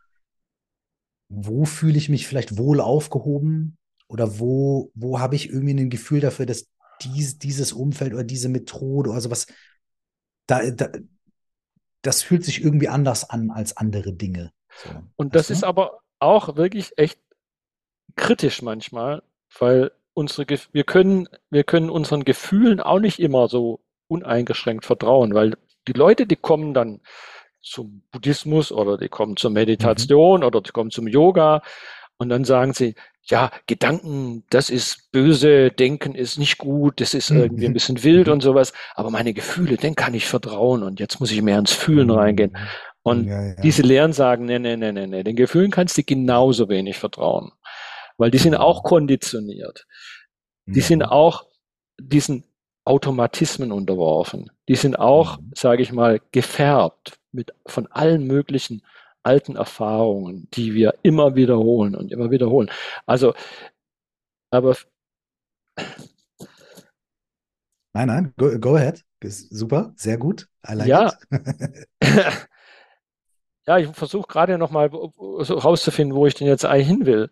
wo fühle ich mich vielleicht wohl aufgehoben oder wo, wo habe ich irgendwie ein Gefühl dafür, dass dies, dieses Umfeld oder diese Methode oder sowas, da, da, das fühlt sich irgendwie anders an als andere Dinge. So, Und das weißt ist du? aber auch wirklich echt kritisch manchmal, weil unsere, Gef- wir können, wir können unseren Gefühlen auch nicht immer so uneingeschränkt vertrauen, weil die Leute, die kommen dann zum Buddhismus oder die kommen zur Mhm. Meditation oder die kommen zum Yoga und dann sagen sie, ja, Gedanken, das ist böse, Denken ist nicht gut, das ist irgendwie ein Mhm. bisschen wild und Mhm. sowas, aber meine Gefühle, denen kann ich vertrauen und jetzt muss ich mehr ins Fühlen reingehen. Mhm. Und Ja, diese ja. Lehren sagen, nee, nee, nee, nee, nee, den Gefühlen kannst du genauso wenig vertrauen, weil die sind auch Mhm. konditioniert. Die sind Mhm. auch diesen Automatismen unterworfen. Die sind auch, Mhm. sage ich mal, gefärbt mit von allen möglichen alten Erfahrungen, die wir immer wiederholen und immer wiederholen. Also, aber Nein, nein, go, go ahead. Ist super, sehr gut. I like ja, it. ja, ich versuche gerade noch mal so rauszufinden, wo ich denn jetzt eigentlich hin will.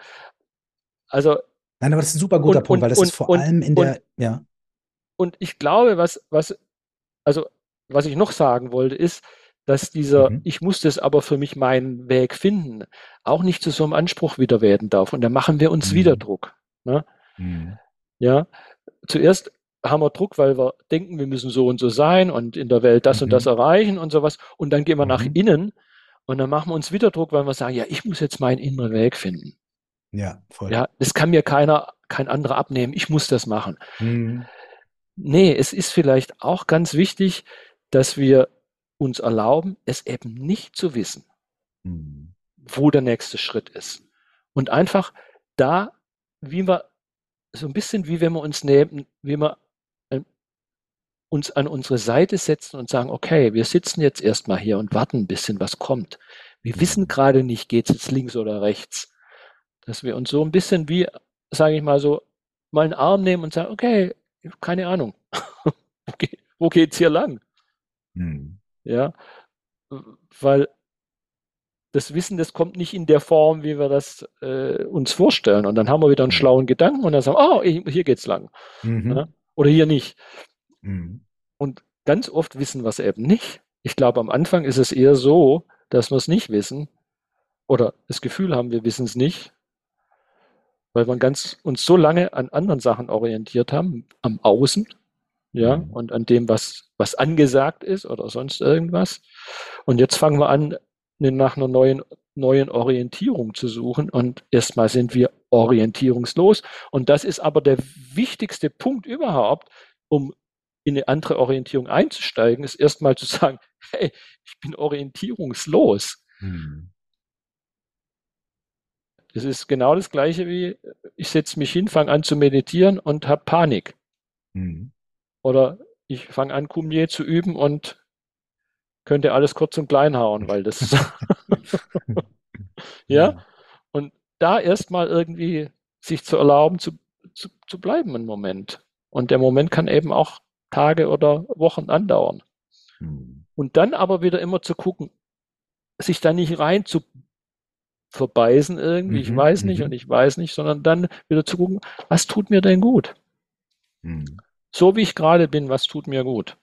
Also Nein, aber das ist ein super guter und Punkt, weil und das ist und vor und allem in und der, ja. und ich glaube, was was also was ich noch sagen wollte, ist, dass dieser Mhm. ich muss das aber für mich meinen Weg finden, auch nicht zu so einem Anspruch wieder werden darf. Und da machen wir uns wieder Mhm. Druck. Ne? Mhm. Ja, zuerst haben wir Druck, weil wir denken, wir müssen so und so sein und in der Welt das und das Mhm. erreichen und sowas. Und dann gehen wir nach Mhm. innen und dann machen wir uns wieder Druck, weil wir sagen, ja, ich muss jetzt meinen inneren Weg finden. Ja, voll. Ja, das kann mir keiner, kein anderer abnehmen. Ich muss das machen. Mhm. Nee, es ist vielleicht auch ganz wichtig, dass wir uns erlauben, es eben nicht zu wissen, Mhm. wo der nächste Schritt ist. Und einfach da, wie wir, so ein bisschen wie wenn wir uns neben, wie wir äh, uns an unsere Seite setzen und sagen, okay, wir sitzen jetzt erstmal hier und warten ein bisschen, was kommt. Wir wissen Mhm. gerade nicht, geht es jetzt links oder rechts. Dass wir uns so ein bisschen wie, sage ich mal so, mal einen Arm nehmen und sagen, okay, keine Ahnung, wo, geht, wo geht's hier lang? Mhm. Ja, weil das Wissen, das kommt nicht in der Form, wie wir das äh, uns vorstellen. Und dann haben wir wieder einen Mhm. schlauen Gedanken und dann sagen, oh, hier geht's lang. Ja? Mhm. Oder hier nicht. Mhm. Und ganz oft wissen wir es eben nicht. Ich glaube, am Anfang ist es eher so, dass wir es nicht wissen oder das Gefühl haben, wir wissen es nicht, weil wir ganz, uns so lange an anderen Sachen orientiert haben, am Außen, ja, Mhm. und an dem, was, was angesagt ist oder sonst irgendwas. Und jetzt fangen wir an, ne, nach einer neuen, neuen Orientierung zu suchen. Und erstmal sind wir orientierungslos. Und das ist aber der wichtigste Punkt überhaupt, um in eine andere Orientierung einzusteigen, ist erstmal zu sagen, hey, ich bin orientierungslos. Mhm. Das ist genau das Gleiche wie, ich setze mich hin, fange an zu meditieren und habe Panik. Mhm. Oder ich fange an, Kumye zu üben und könnte alles kurz und klein hauen, weil das, ja, Ja. und da erstmal irgendwie sich zu erlauben, zu, zu, zu bleiben einen Moment. Und der Moment kann eben auch Tage oder Wochen andauern. Mhm. Und dann aber wieder immer zu gucken, sich da nicht rein zu verbeißen irgendwie, ich Mhm. weiß nicht und Mhm. ich weiß nicht, sondern dann wieder zu gucken, was tut mir denn gut? Mhm. So wie ich gerade bin, was tut mir gut?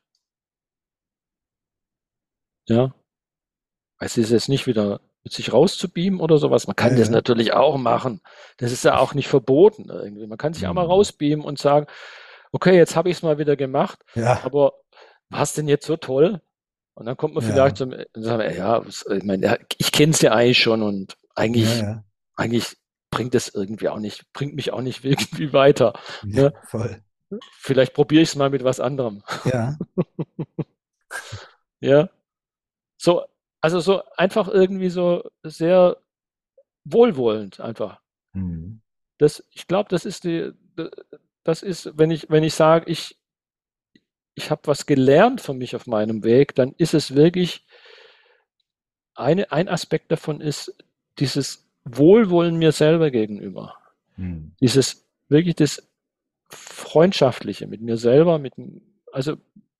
Ja, es ist jetzt nicht wieder mit sich rauszubeamen oder sowas. Man Ja, kann das ja. natürlich auch machen. Das ist ja auch nicht verboten irgendwie. Man kann sich auch mal Mhm. rausbeamen und sagen, okay, jetzt habe ich es mal wieder gemacht, Ja, aber war es denn jetzt so toll? Und dann kommt man vielleicht ja, zum, sagen, ja, was- ich meine, ja, ich kenne es ja eigentlich schon und ja, eigentlich, ja, eigentlich bringt es irgendwie auch nicht, bringt mich auch nicht irgendwie weiter. ja, Ne? voll. Vielleicht probiere ich es mal mit was anderem. Ja. Ja, so, also so einfach irgendwie so sehr wohlwollend einfach. Mhm. Das, ich glaube, das ist die, das ist, wenn ich, wenn ich sage, ich, ich habe was gelernt für mich auf meinem Weg, dann ist es wirklich, eine, ein Aspekt davon ist dieses Wohlwollen mir selber gegenüber. Mhm. Dieses wirklich das Freundschaftliche mit mir selber, mit, also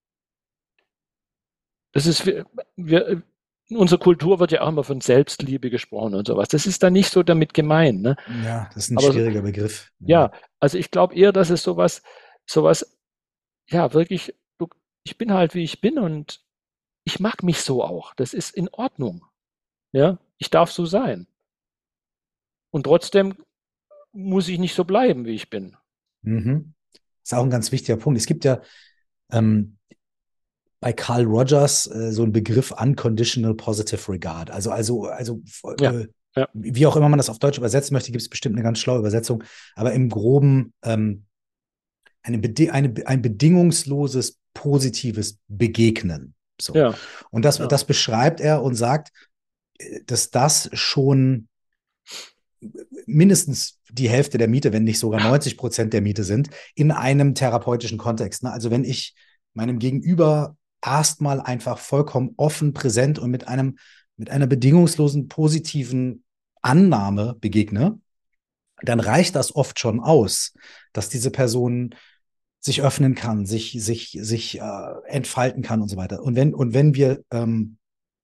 das ist, wir, wir, in unserer Kultur wird ja auch immer von Selbstliebe gesprochen und sowas. Das ist da nicht so damit gemeint, ne? Ja, das ist ein Aber schwieriger Begriff. ja, Ja. also ich glaube eher, dass es sowas, sowas, ja, wirklich, du, ich bin halt wie ich bin und ich mag mich so auch. Das ist in Ordnung. Ja, ich darf so sein. Und trotzdem muss ich nicht so bleiben, wie ich bin. Mhm. Das ist auch ein ganz wichtiger Punkt. Es gibt ja ähm, bei Carl Rogers äh, so einen Begriff Unconditional Positive Regard. Also, also, also Ja, äh, Ja, Wie auch immer man das auf Deutsch übersetzen möchte, gibt es bestimmt eine ganz schlaue Übersetzung. Aber im Groben ähm, eine, Bedi eine, ein bedingungsloses, positives Begegnen. So. ja, Und das, ja, das beschreibt er und sagt, äh, dass das schon mindestens die Hälfte der Miete, wenn nicht sogar neunzig Prozent der Miete sind, in einem therapeutischen Kontext. Ne? Also wenn ich meinem Gegenüber erstmal einfach vollkommen offen, präsent und mit einem, mit einer bedingungslosen, positiven Annahme begegne, dann reicht das oft schon aus, dass diese Person sich öffnen kann, sich, sich, sich äh, entfalten kann und so weiter. Und wenn, und wenn wir, ähm,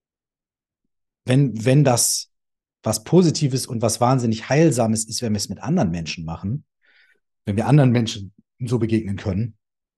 wenn, wenn das was Positives und was wahnsinnig Heilsames ist, wenn wir es mit anderen Menschen machen, wenn wir anderen Menschen so begegnen können,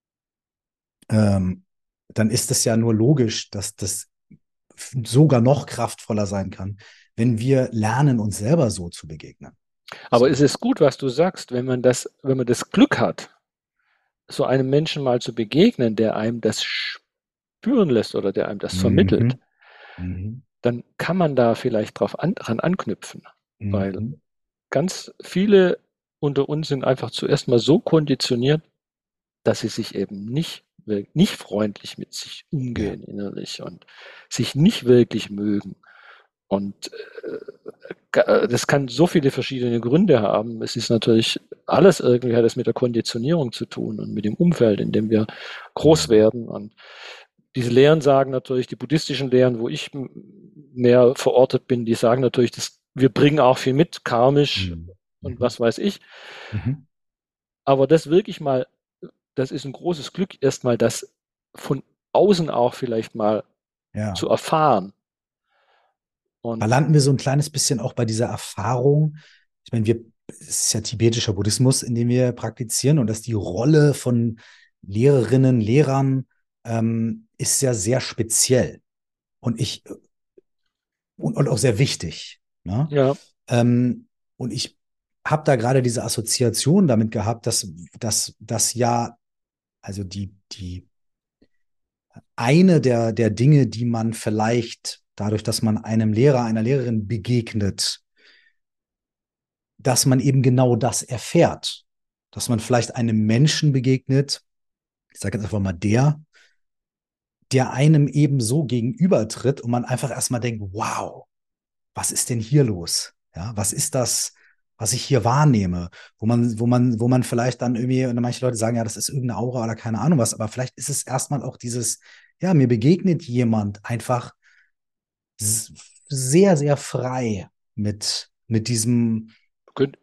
ähm, dann ist es ja nur logisch, dass das sogar noch kraftvoller sein kann, wenn wir lernen, uns selber so zu begegnen. aber es So. ist gut, was du sagst, wenn man das, wenn man das Glück hat, so einem Menschen mal zu begegnen, der einem das spüren lässt oder der einem das vermittelt, Mhm. Mhm. dann kann man da vielleicht drauf an, dran anknüpfen, weil Mhm. ganz viele unter uns sind einfach zuerst mal so konditioniert, dass sie sich eben nicht, nicht freundlich mit sich Ja. umgehen innerlich und sich nicht wirklich mögen. Und äh, das kann so viele verschiedene Gründe haben. Es ist natürlich alles irgendwie hat es mit der Konditionierung zu tun und mit dem Umfeld, in dem wir groß Mhm. werden. Und diese Lehren sagen natürlich, die buddhistischen Lehren, wo ich mehr verortet bin, die sagen natürlich, dass wir bringen auch viel mit, karmisch Mhm. und Mhm. was weiß ich. Mhm. Aber das wirklich mal, das ist ein großes Glück, erstmal das von außen auch vielleicht mal Ja. zu erfahren. Da Und landen wir so ein kleines bisschen auch bei dieser Erfahrung. Ich meine, wir, es ist ja tibetischer Buddhismus, in dem wir praktizieren, und dass die Rolle von Lehrerinnen, Lehrern ähm, ist ja sehr speziell und ich und, und auch sehr wichtig. Ne? ja, Ähm, und ich habe da gerade diese Assoziation damit gehabt, dass, dass, dass ja, also die, die eine der, der Dinge, die man vielleicht dadurch, dass man einem Lehrer, einer Lehrerin begegnet, dass man eben genau das erfährt. Dass man vielleicht einem Menschen begegnet, ich sage jetzt einfach mal der, der einem eben so gegenübertritt und man einfach erstmal denkt, wow, was ist denn hier los? Ja, was ist das, was ich hier wahrnehme? Wo man, wo man, wo man vielleicht dann irgendwie, und manche Leute sagen, ja, das ist irgendeine Aura oder keine Ahnung was, aber vielleicht ist es erstmal auch dieses, ja, mir begegnet jemand einfach sehr, sehr frei mit, mit diesem könnt,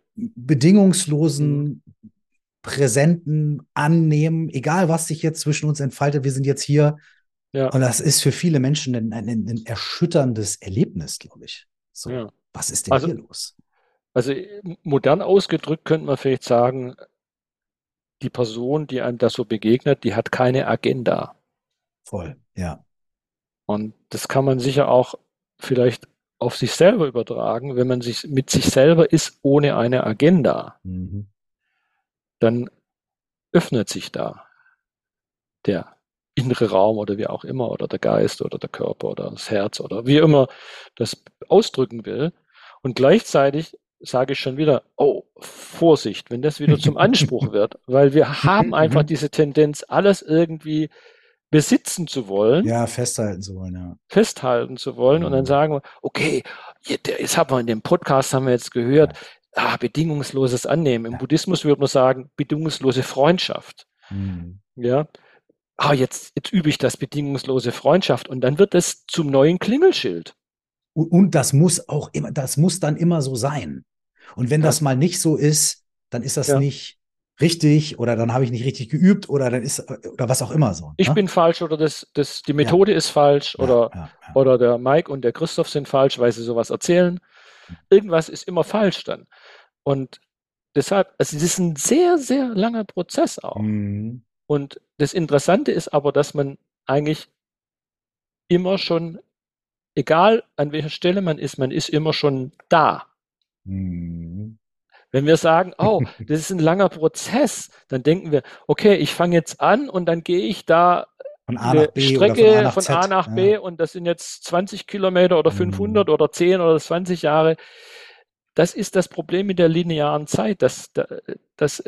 hm, bedingungslosen, präsenten Annehmen, egal was sich jetzt zwischen uns entfaltet, wir sind jetzt hier. ja, Und das ist für viele Menschen ein, ein, ein erschütterndes Erlebnis, glaube ich. So, ja. was ist denn Also, hier los? also modern ausgedrückt könnte man vielleicht sagen, die Person, die einem das so begegnet, die hat keine Agenda. Voll, ja. Und das kann man sicher auch vielleicht auf sich selber übertragen, wenn man sich mit sich selber ist ohne eine Agenda, Mhm. dann öffnet sich da der innere Raum oder wie auch immer oder der Geist oder der Körper oder das Herz oder wie immer das ausdrücken will. Und gleichzeitig sage ich schon wieder, oh, Vorsicht, wenn das wieder zum Anspruch wird, weil wir haben einfach Mhm. diese Tendenz, alles irgendwie besitzen zu wollen, Ja, festhalten zu wollen, ja. festhalten zu wollen und dann Mhm. sagen wir, okay, jetzt haben wir in dem Podcast, haben wir jetzt gehört, Ja, ah, bedingungsloses Annehmen. Im ja. Buddhismus würde man sagen, bedingungslose Freundschaft. Mhm. Ja, ah, jetzt, jetzt übe ich das bedingungslose Freundschaft und dann wird es zum neuen Klingelschild. Und, und das muss auch immer, das muss dann immer so sein. Und wenn das Das, mal nicht so ist, dann ist das ja, nicht richtig oder dann habe ich nicht richtig geübt oder dann ist oder was auch immer so. ich Ne? bin falsch oder das, das, die Ja, Methode ist falsch ja, oder, ja, ja. oder der Mike und der Christoph sind falsch, weil sie sowas erzählen. Irgendwas ist immer falsch dann. Und deshalb, also es ist ein sehr, sehr langer Prozess auch. Mhm. Und das Interessante ist aber, dass man eigentlich immer schon, egal an welcher Stelle man ist, man ist immer schon da. Mhm. Wenn wir sagen, oh, das ist ein langer Prozess, dann denken wir, okay, ich fange jetzt an und dann gehe ich da Von A nach eine B oder von A Strecke nach von A Z. nach B Ja. und das sind jetzt zwanzig Kilometer oder Mhm. fünfhundert oder zehn oder zwanzig Jahre. Das ist das Problem mit der linearen Zeit. Das, das,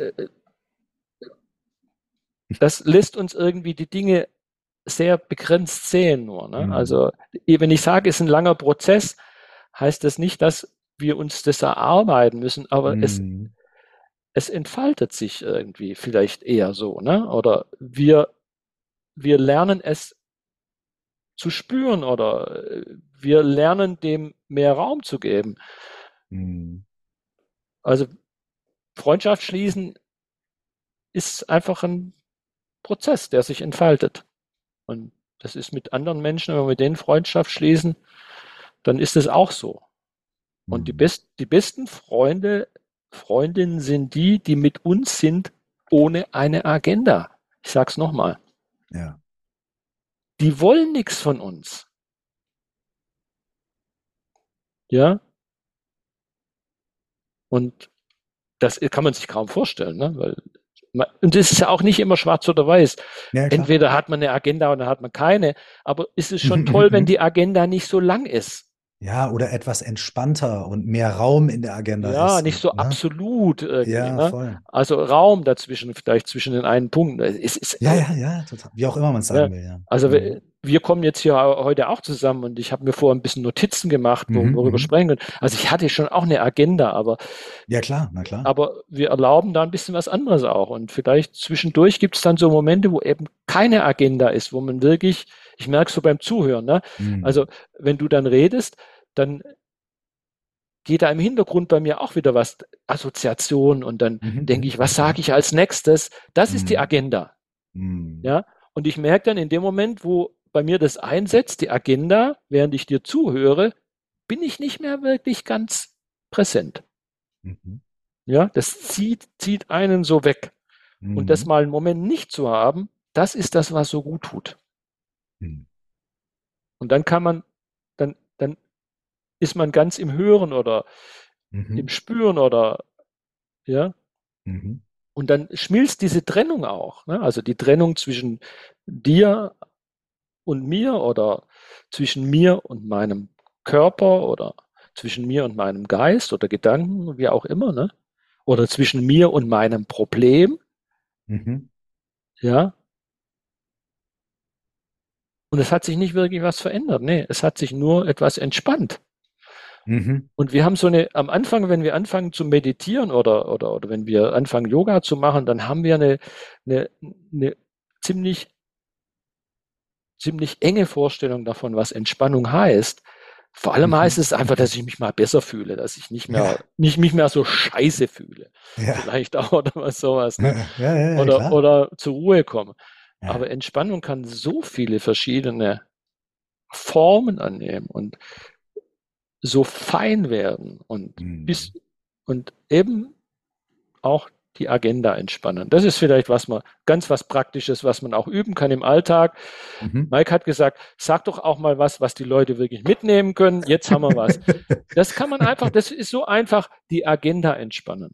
das lässt uns irgendwie die Dinge sehr begrenzt sehen nur. Ne? Mhm. Also wenn ich sage, es ist ein langer Prozess, heißt das nicht, dass wir uns das erarbeiten müssen, aber es, Mhm. es entfaltet sich irgendwie vielleicht eher so. Ne? Oder wir, wir lernen es zu spüren oder wir lernen dem mehr Raum zu geben. Mhm. Also Freundschaft schließen ist einfach ein Prozess, der sich entfaltet. Und das ist mit anderen Menschen, wenn wir mit denen Freundschaft schließen, dann ist es auch so. Und die, Mhm. best, die besten Freunde, Freundinnen sind die, die mit uns sind, ohne eine Agenda. Ich sag's nochmal. Ja. Die wollen nichts von uns. Ja. Und das kann man sich kaum vorstellen, ne? Weil, und das ist ja auch nicht immer schwarz oder weiß. Ja, klar. Entweder hat man eine Agenda oder hat man keine. Aber ist es schon toll, wenn die Agenda nicht so lang ist? Ja, oder etwas entspannter und mehr Raum in der Agenda Ja, ist. nicht Und, so ne? absolut irgendwie, Ja, ne? voll. Also Raum dazwischen, vielleicht zwischen den einen Punkten. Es ist, Ja, äh, ja, ja, total. Wie auch immer man es ja, sagen will, ja. also Mhm. wir, wir kommen jetzt hier heute auch zusammen und ich habe mir vorher ein bisschen Notizen gemacht, Mhm, worüber mhm. sprechen können. Also ich hatte schon auch eine Agenda, aber, Ja, klar, na klar. aber wir erlauben da ein bisschen was anderes auch. Und vielleicht zwischendurch gibt es dann so Momente, wo eben keine Agenda ist, wo man wirklich, ich merke so beim Zuhören, ne? Also Mhm. wenn du dann redest, dann geht da im Hintergrund bei mir auch wieder was, Assoziation und dann Mhm, denke mhm, ich, was mhm, sage mhm. ich als nächstes? Das ist die Mhm. Agenda. Mhm. Ja, und ich merke dann in dem Moment, wo bei mir das einsetzt, die Agenda, während ich dir zuhöre, bin ich nicht mehr wirklich ganz präsent. Mhm. Ja, das zieht, zieht einen so weg. Und das Mhm. mal einen Moment nicht zu haben, das ist das, was so gut tut. Mhm. Und dann kann man, dann, dann ist man ganz im Hören oder im Mhm. Spüren oder, ja, Mhm. und dann schmilzt diese Trennung auch. Ne? Also die Trennung zwischen dir und mir oder zwischen mir und meinem Körper oder zwischen mir und meinem Geist oder Gedanken, wie auch immer, ne? Oder zwischen mir und meinem Problem, Mhm. ja. Und es hat sich nicht wirklich was verändert. Nee, es hat sich nur etwas entspannt. Mhm. Und wir haben so eine, am Anfang, wenn wir anfangen zu meditieren oder, oder, oder wenn wir anfangen, Yoga zu machen, dann haben wir eine, eine, eine ziemlich ziemlich enge Vorstellung davon, was Entspannung heißt. Vor allem heißt Mhm. es einfach, dass ich mich mal besser fühle, dass ich nicht mehr, Ja, nicht mich mehr so scheiße fühle. ja. Vielleicht auch oder was sowas, ne? Ja, ja, ja, Oder, klar. oder zur Ruhe komme. Aber Ja. Entspannung kann so viele verschiedene Formen annehmen und so fein werden und bis, Mhm. und eben auch die Agenda entspannen. Das ist vielleicht was man, ganz was Praktisches, was man auch üben kann im Alltag. Mhm. Mike hat gesagt, sag doch auch mal was, was die Leute wirklich mitnehmen können. Jetzt haben wir was. Das kann man einfach, das ist so einfach, die Agenda entspannen.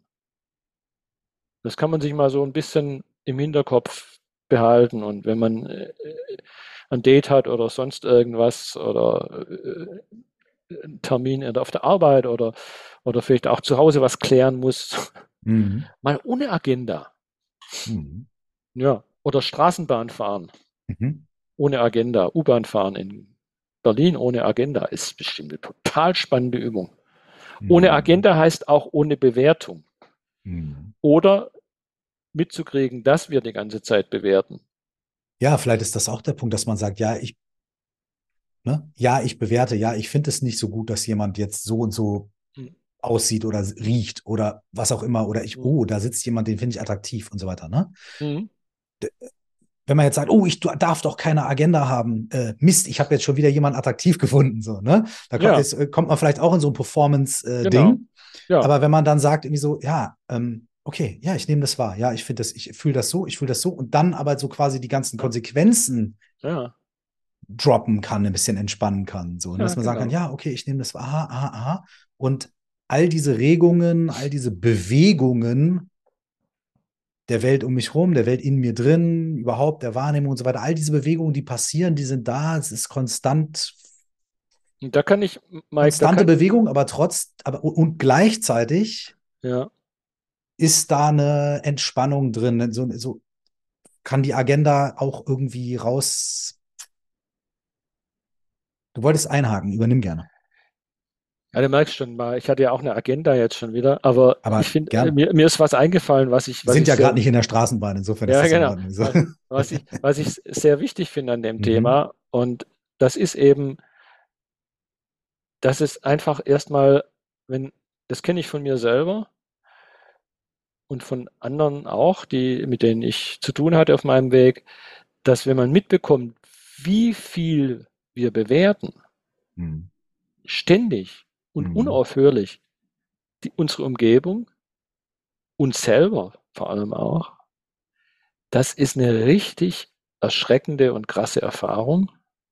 Das kann man sich mal so ein bisschen im Hinterkopf behalten. Und wenn man äh, ein Date hat oder sonst irgendwas oder äh, einen Termin auf der Arbeit oder, oder vielleicht auch zu Hause was klären muss, Mhm. mal ohne Agenda. Mhm. Ja. Oder Straßenbahn fahren Mhm. ohne Agenda. U-Bahn fahren in Berlin ohne Agenda ist bestimmt eine total spannende Übung. Ohne Mhm. Agenda heißt auch ohne Bewertung. Mhm. Oder mitzukriegen, dass wir die ganze Zeit bewerten. Ja, vielleicht ist das auch der Punkt, dass man sagt, ja, ich, ne, ja, ich bewerte, ja, ich finde es nicht so gut, dass jemand jetzt so und so Hm, aussieht oder riecht oder was auch immer. Oder ich, hm, oh, da sitzt jemand, den finde ich attraktiv und so weiter, ne? hm. Wenn man jetzt sagt, oh, ich darf doch keine Agenda haben, äh, Mist, ich habe jetzt schon wieder jemanden attraktiv gefunden, so, ne? Da kommt, Ja, ist, äh, kommt man vielleicht auch in so ein genau. Performance-Ding. Ja, Aber wenn man dann sagt, irgendwie so, ja, ähm, okay, ja, ich nehme das wahr, ja, ich finde das, ich fühle das so, ich fühle das so und dann aber so quasi die ganzen Konsequenzen ja, droppen kann, ein bisschen entspannen kann, so, ne? ja, Dass man sagen kann, genau. ja, okay, ich nehme das wahr, aha, aha, aha. Und all diese Regungen, all diese Bewegungen der Welt um mich rum, der Welt in mir drin, überhaupt der Wahrnehmung und so weiter. All diese Bewegungen, die passieren, die sind da. Es ist konstant, Und da kann ich, Mike, da konstante kann, Bewegung, aber trotz, aber und gleichzeitig ja, ist da eine Entspannung drin. So, so kann die Agenda auch irgendwie raus. Du wolltest einhaken, übernimm gerne. ja, du merkst schon mal, ich hatte ja auch eine Agenda jetzt schon wieder, aber ich Aber finde, äh, gern. mir, mir ist was eingefallen, was ich, Wir was sind ich ja sehr, gerade nicht in der Straßenbahn, insofern ist ja, das in genau, Ordnung. So. was, was ich, was ich sehr wichtig finde an dem Mhm. Thema, und das ist eben, dass es einfach erstmal, wenn, das kenne ich von mir selber und von anderen auch, die, mit denen ich zu tun hatte auf meinem Weg, dass wenn man mitbekommt, wie viel wir bewerten, Mhm. ständig und Mhm. unaufhörlich, die, unsere Umgebung, uns selber vor allem auch, das ist eine richtig erschreckende und krasse Erfahrung.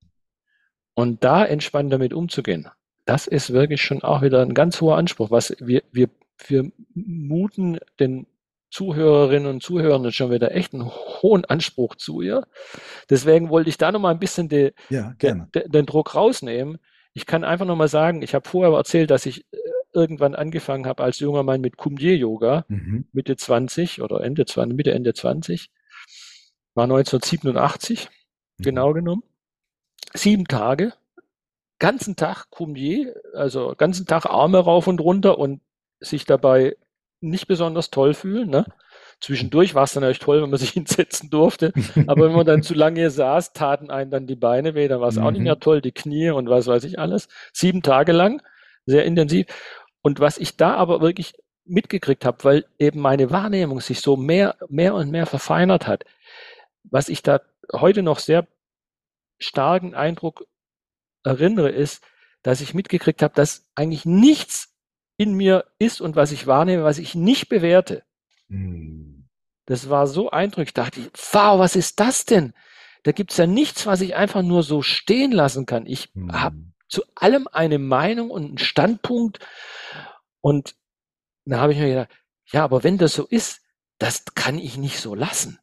Und da entspannt damit umzugehen, das ist wirklich schon auch wieder ein ganz hoher Anspruch. Was wir, wir, wir muten den Zuhörerinnen und Zuhörern schon wieder echt einen hohen Anspruch zu ihr. Deswegen wollte ich da nochmal ein bisschen de, Ja, de, gerne. de, den Druck rausnehmen. Ich kann einfach nochmal sagen, ich habe vorher erzählt, dass ich äh, irgendwann angefangen habe als junger Mann mit Kumye-Yoga, Mhm. Mitte zwanzig oder Ende zwanzig, Mitte, Ende zwanzig, war neunzehnhundertsiebenundachtzig, Mhm. genau genommen. Sieben Tage, ganzen Tag Kumye, also ganzen Tag Arme rauf und runter und sich dabei nicht besonders toll fühlen. Ne? Zwischendurch war es dann echt toll, wenn man sich hinsetzen durfte. Aber wenn man dann zu lange saß, taten einen dann die Beine weh, dann war es auch nicht mehr Mhm. toll, die Knie und was weiß ich alles. Sieben Tage lang, sehr intensiv. Und was ich da aber wirklich mitgekriegt habe, weil eben meine Wahrnehmung sich so mehr, mehr und mehr verfeinert hat, was ich da heute noch sehr starken Eindruck erinnere, ist, dass ich mitgekriegt habe, dass eigentlich nichts in mir ist und was ich wahrnehme, was ich nicht bewerte. Mhm. Das war so eindrücklich. Da dachte ich, wow, was ist das denn? Da gibt es ja nichts, was ich einfach nur so stehen lassen kann. Ich habe Mhm. zu allem eine Meinung und einen Standpunkt. Und da habe ich mir gedacht, ja, aber wenn das so ist, das kann ich nicht so lassen.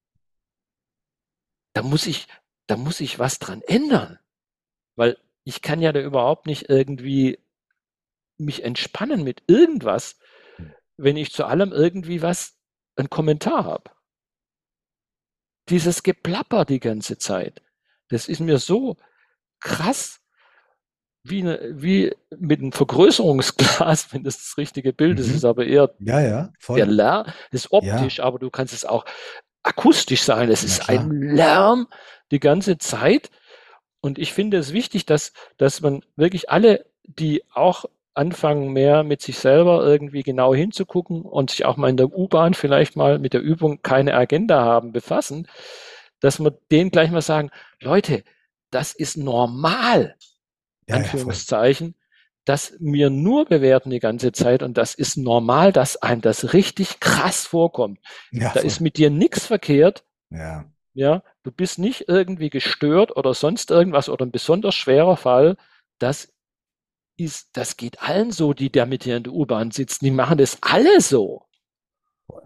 Da muss ich, da muss ich was dran ändern. Weil ich kann ja da überhaupt nicht irgendwie mich entspannen mit irgendwas, wenn ich zu allem irgendwie was, einen Kommentar habe. Dieses Geplapper die ganze Zeit, das ist mir so krass wie, eine, wie mit einem Vergrößerungsglas, wenn das das richtige Bild ist, ist Mhm. aber eher Ja, ja, der voll. Lärm, das ist Ja, optisch, aber du kannst es auch akustisch sein. Es na ist ein klar. Lärm die ganze Zeit. Und ich finde es wichtig, dass, dass man wirklich alle, die auch anfangen, mehr mit sich selber irgendwie genau hinzugucken und sich auch mal in der U-Bahn vielleicht mal mit der Übung keine Agenda haben, befassen, dass wir denen gleich mal sagen, Leute, das ist normal, Ja, ja, voll. Anführungszeichen, dass wir nur bewerten die ganze Zeit und das ist normal, dass einem das richtig krass vorkommt. Ja, Da ist voll. mit dir nichts verkehrt, Ja. ja, du bist nicht irgendwie gestört oder sonst irgendwas oder ein besonders schwerer Fall. Das ist, das geht allen so, die da mit dir in der U-Bahn sitzen. Die machen das alle so. Voll.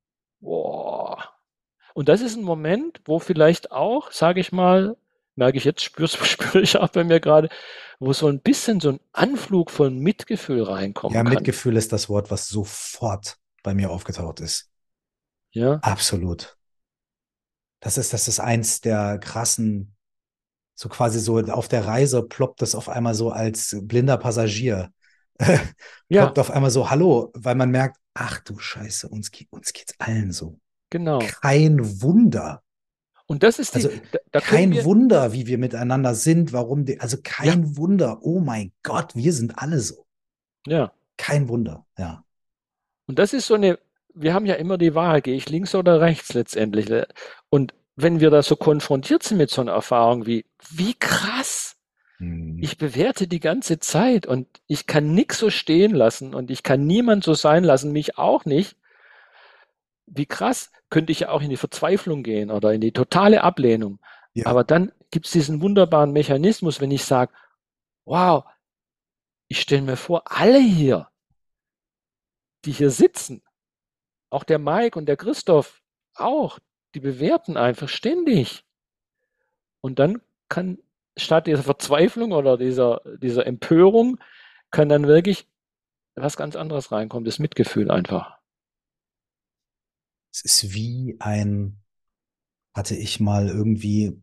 Boah. Und das ist ein Moment, wo vielleicht auch, sage ich mal, merke ich jetzt, spüre spür ich auch bei mir gerade, wo so ein bisschen so ein Anflug von Mitgefühl Ja, reinkommen kann. Mitgefühl ist das Wort, was sofort bei mir aufgetaucht ist. Ja, Absolut. Das ist, das ist eins der krassen, so quasi so auf der Reise ploppt es auf einmal so als blinder Passagier. ja, Ploppt auf einmal so, hallo, weil man merkt, ach du Scheiße, uns, ge- uns geht's allen so. genau. Kein Wunder. Und das ist die, Also da, da können kein wir, Wunder, wie wir miteinander sind, warum, die, also ja, kein Wunder. Oh mein Gott, wir sind alle so. ja. Kein Wunder, ja. Und das ist so eine, wir haben ja immer die Wahl, gehe ich links oder rechts letztendlich. Ne? Und wenn wir da so konfrontiert sind mit so einer Erfahrung wie, wie krass, Hm. ich bewerte die ganze Zeit und ich kann nix so stehen lassen und ich kann niemand so sein lassen, mich auch nicht. Wie krass, könnte ich ja auch in die Verzweiflung gehen oder in die totale Ablehnung. Ja, Aber dann gibt es diesen wunderbaren Mechanismus, wenn ich sage, wow, ich stelle mir vor, alle hier, die hier sitzen, auch der Mike und der Christoph, auch, die bewerten einfach ständig. Und dann kann statt dieser Verzweiflung oder dieser, dieser Empörung, kann dann wirklich was ganz anderes reinkommen, das Mitgefühl einfach. Es ist wie ein, hatte ich mal irgendwie,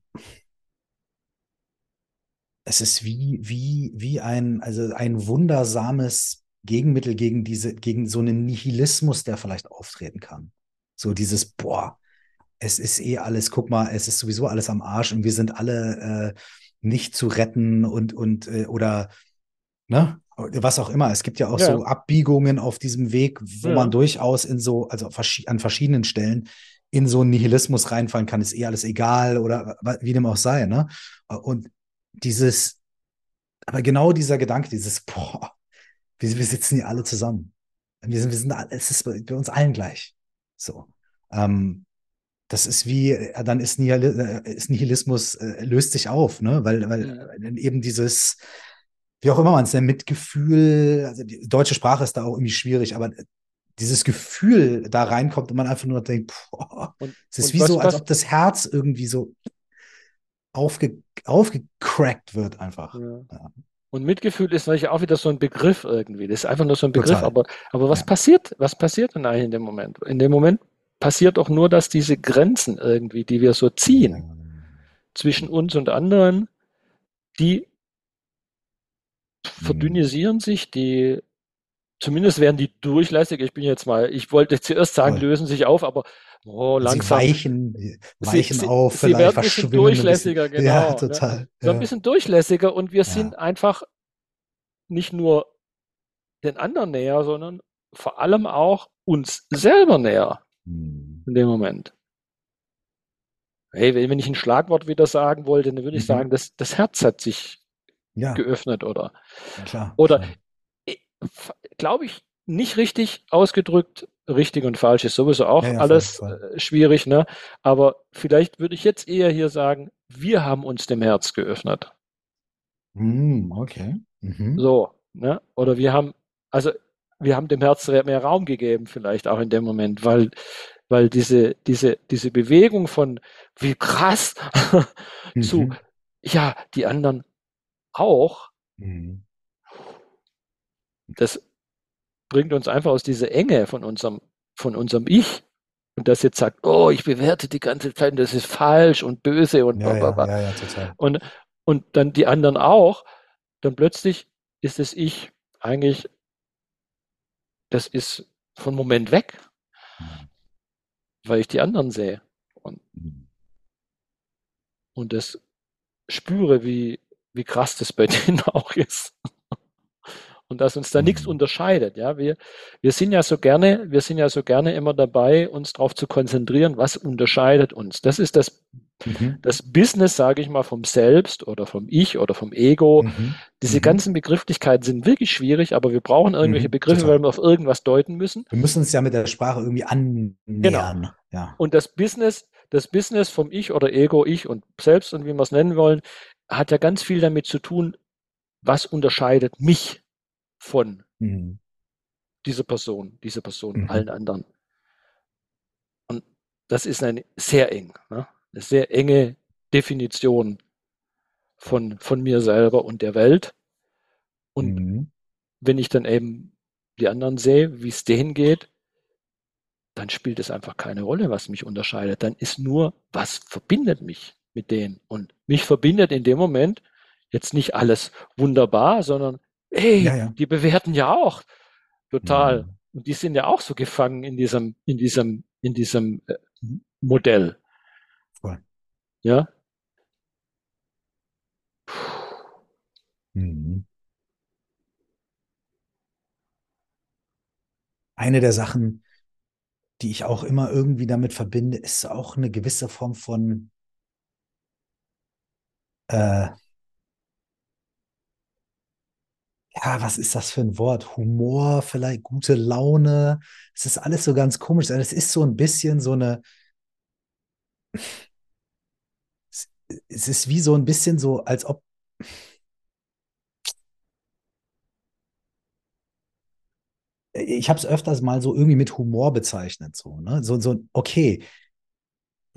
es ist wie, wie, wie ein, also ein wundersames Gegenmittel gegen diese, gegen so einen Nihilismus, der vielleicht auftreten kann. So dieses, boah, es ist eh alles, guck mal, es ist sowieso alles am Arsch und wir sind alle äh, nicht zu retten und, und äh, oder ne, was auch immer. Es gibt ja auch Ja, so Abbiegungen auf diesem Weg, wo man ja. durchaus in so, also verschi- an verschiedenen Stellen in so einen Nihilismus reinfallen kann, ist eh alles egal oder wa- wie dem auch sei, ne? Und dieses, aber genau dieser Gedanke, dieses, boah, wir, wir sitzen hier alle zusammen. Wir sind, wir sind, alle- es ist bei, bei uns allen gleich. So. Ähm, Das ist wie, äh, dann ist, Nihil äh, ist Nihilismus, äh, löst sich auf, ne? Weil, weil Mhm. äh, eben dieses, wie auch immer man es nennt, Mitgefühl, also die deutsche Sprache ist da auch irgendwie schwierig, aber dieses Gefühl da reinkommt und man einfach nur denkt, boah, Und, es ist und wie was so, als passt? ob das Herz irgendwie so aufge, aufgecrackt wird einfach. Ja. Ja, Und Mitgefühl ist natürlich auch wieder so ein Begriff irgendwie. Das ist einfach nur so ein Begriff, total. aber, aber was Ja. passiert? Was passiert denn eigentlich in dem Moment? In dem Moment passiert auch nur, dass diese Grenzen irgendwie, die wir so ziehen zwischen uns und anderen, die Mhm. verdünnisieren sich, die zumindest werden die durchlässiger. Ich bin jetzt mal, ich wollte zuerst sagen, Voll. lösen sich auf, aber oh, Sie langsam, weichen, sie, weichen sie, auf, sie vielleicht werden ein bisschen verschwimmen ein bisschen. durchlässiger, Ja, genau. Ne? total. So ein Ja, bisschen durchlässiger und wir sind ja. einfach nicht nur den anderen näher, sondern vor allem auch uns selber näher Mhm. in dem Moment. Hey, wenn ich ein Schlagwort wieder sagen wollte, dann würde ich Mhm. sagen, das, das Herz hat sich Ja, geöffnet oder, klar, oder klar. glaube ich, nicht richtig ausgedrückt. Richtig und falsch ist sowieso Ja, auch ja, voll, alles voll. äh, schwierig, ne? Aber vielleicht würde ich jetzt eher hier sagen, wir haben uns dem Herz geöffnet. Mhm, okay. Mhm. So, ne? Oder wir haben, also wir haben dem Herz mehr Raum gegeben, vielleicht auch in dem Moment, weil, weil diese, diese, diese Bewegung von wie krass zu, Mhm. ja, die anderen auch, Mhm. das bringt uns einfach aus dieser Enge von unserem, von unserem Ich. Und das jetzt sagt, oh, ich bewerte die ganze Zeit, das ist falsch und böse und Ja, bla, bla, ja, bla. ja, ja, total. Und, und dann die anderen auch, dann plötzlich ist es Ich eigentlich, das ist von Moment weg, Mhm. weil ich die anderen sehe und, Mhm. und das spüre, wie, wie krass das bei denen auch ist. Und dass uns da nichts Mhm. unterscheidet. Ja, wir, wir sind ja so gerne, wir sind ja so gerne immer dabei, uns darauf zu konzentrieren, was unterscheidet uns. Das ist das, Mhm. das Business, sage ich mal, vom Selbst oder vom Ich oder vom Ego. Mhm. Diese Mhm. ganzen Begrifflichkeiten sind wirklich schwierig, aber wir brauchen irgendwelche Mhm. Begriffe, weil Total. wir auf irgendwas deuten müssen. Wir müssen uns ja mit der Sprache irgendwie Genau. annähern. Ja. Und das Business, das Business vom Ich oder Ego, Ich und Selbst und wie wir es nennen wollen, hat ja ganz viel damit zu tun, was unterscheidet mich von Mhm. dieser Person, dieser Person, allen Mhm. anderen. Und das ist eine sehr eng, ne? Eine sehr enge Definition von, von mir selber und der Welt. Und Mhm. wenn ich dann eben die anderen sehe, wie es denen geht, dann spielt es einfach keine Rolle, was mich unterscheidet. Dann ist nur, was verbindet mich mit denen. Und mich verbindet in dem Moment jetzt nicht alles wunderbar, sondern Ja, hey, ja. die bewerten ja auch total. Mhm. Und die sind ja auch so gefangen in diesem, in diesem, in diesem äh, Modell. Voll. Ja, Mhm. Eine der Sachen, die ich auch immer irgendwie damit verbinde, ist auch eine gewisse Form von, äh, ja, was ist das für ein Wort? Humor, vielleicht gute Laune. Es ist alles so ganz komisch. Es ist so ein bisschen so eine, es es ist wie so ein bisschen so, als ob, ich habe es öfters mal so irgendwie mit Humor bezeichnet, so, ne? So, so, okay,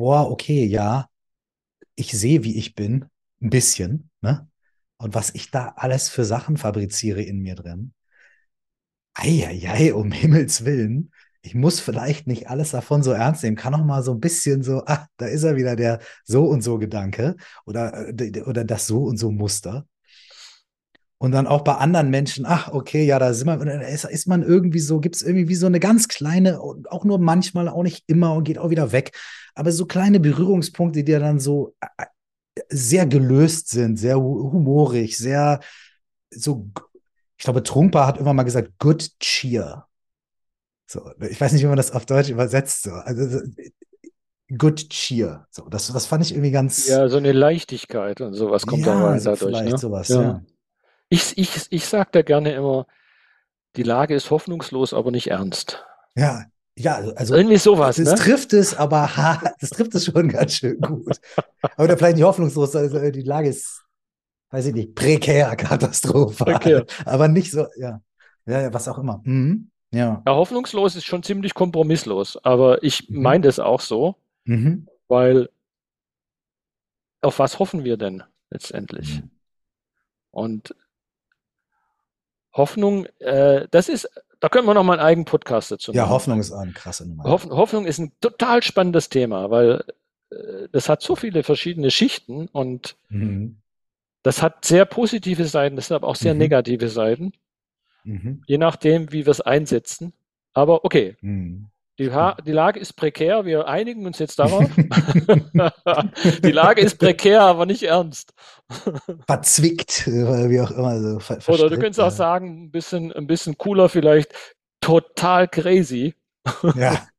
boah, okay, ja, ich sehe, wie ich bin, ein bisschen, ne? Und was ich da alles für Sachen fabriziere in mir drin. Eieiei, um Himmels Willen. Ich muss vielleicht nicht alles davon so ernst nehmen. Kann auch mal so ein bisschen so, ah, da ist er wieder, der so und so Gedanke oder, äh, d- oder das so und so Muster. Und dann auch bei anderen Menschen, ach, okay, ja, da sind wir, und dann ist, ist man irgendwie so, gibt es irgendwie wie so eine ganz kleine, auch nur manchmal, auch nicht immer und geht auch wieder weg. Aber so kleine Berührungspunkte, die ja dann so äh, sehr gelöst sind, sehr hu- humorig, sehr so, ich glaube, Trumper hat immer mal gesagt, good cheer. So, ich weiß nicht, wie man das auf Deutsch übersetzt. So. Also, so, good cheer. So, das, das fand ich irgendwie ganz, Ja, so eine Leichtigkeit und sowas kommt da ja, rein so dadurch, vielleicht ne? sowas, Ja. ja. Ich, ich, ich sage da gerne immer, die Lage ist hoffnungslos, aber nicht ernst. Ja, ja, also, also Irgendwie sowas, es ne? trifft es, aber ha, das trifft es schon ganz schön gut. Aber da vielleicht nicht hoffnungslos, also die Lage ist, weiß ich nicht, prekär, katastrophal, Prekär. aber nicht so, ja, ja, ja, was auch immer. Mhm. Ja. Ja, hoffnungslos ist schon ziemlich kompromisslos, aber ich Mhm. meine das auch so, Mhm. weil auf was hoffen wir denn letztendlich? Mhm. Und Hoffnung, äh, das ist, da können wir noch mal einen eigenen Podcast dazu Ja, machen. Hoffnung ist eine krasse Nummer, ja. Hoff, Hoffnung ist ein total spannendes Thema, weil äh, das hat so viele verschiedene Schichten und Mhm. das hat sehr positive Seiten, das hat aber auch sehr Mhm. negative Seiten, Mhm. je nachdem, wie wir es einsetzen. Aber okay, Mhm. die, ha die Lage ist prekär, wir einigen uns jetzt darauf. Die Lage ist prekär, aber nicht ernst. Verzwickt, äh, wie auch immer, so ver Oder du verstrickt. könntest auch Ja, sagen, ein bisschen, ein bisschen cooler vielleicht, total crazy, ja.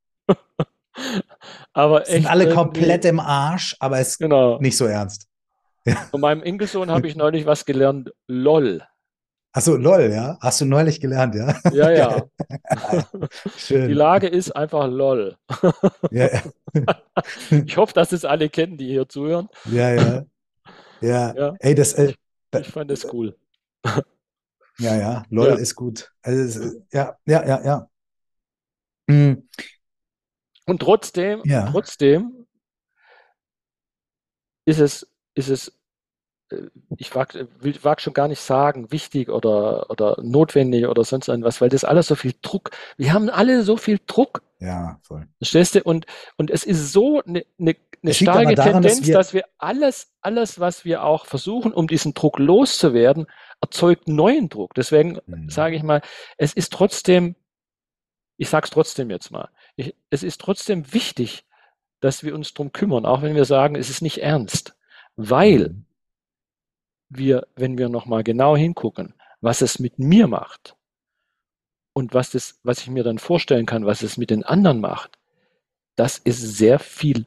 aber Sind echt alle irgendwie, komplett im Arsch, aber es ist genau. nicht so ernst. Ja. Von meinem Enkelsohn habe ich neulich was gelernt, LOL. Achso, lol, ja. Hast du neulich gelernt, ja? Ja, Geil. ja. Die Schön. Lage ist einfach LOL. Ja, ja. Ich hoffe, dass es alle kennen, die hier zuhören. Ja, ja. Ja. Ja, Ey, das, äh, ich, da- ich fand es cool. ja, ja, lol Ja. ist gut. Also, es, äh, ja, ja, ja, ja. Hm, Und trotzdem, und ja, trotzdem ist es, ist es, äh, ich wag, will, wag schon gar nicht sagen, wichtig oder, oder notwendig oder sonst irgendwas, weil das alles so viel Druck, wir haben alle so viel Druck. ja, voll. Verstehst du? Und, und es ist so eine, eine, eine Es liegt aber starke daran, dass Tendenz, wir, dass wir alles, alles, was wir auch versuchen, um diesen Druck loszuwerden, erzeugt neuen Druck. Deswegen hm, sage ich mal, es ist trotzdem, ich sage es trotzdem jetzt mal, ich, es ist trotzdem wichtig, dass wir uns drum kümmern, auch wenn wir sagen, es ist nicht ernst. Weil hm, wir, wenn wir nochmal genau hingucken, was es mit mir macht und was das, was ich mir dann vorstellen kann, was es mit den anderen macht, das ist sehr viel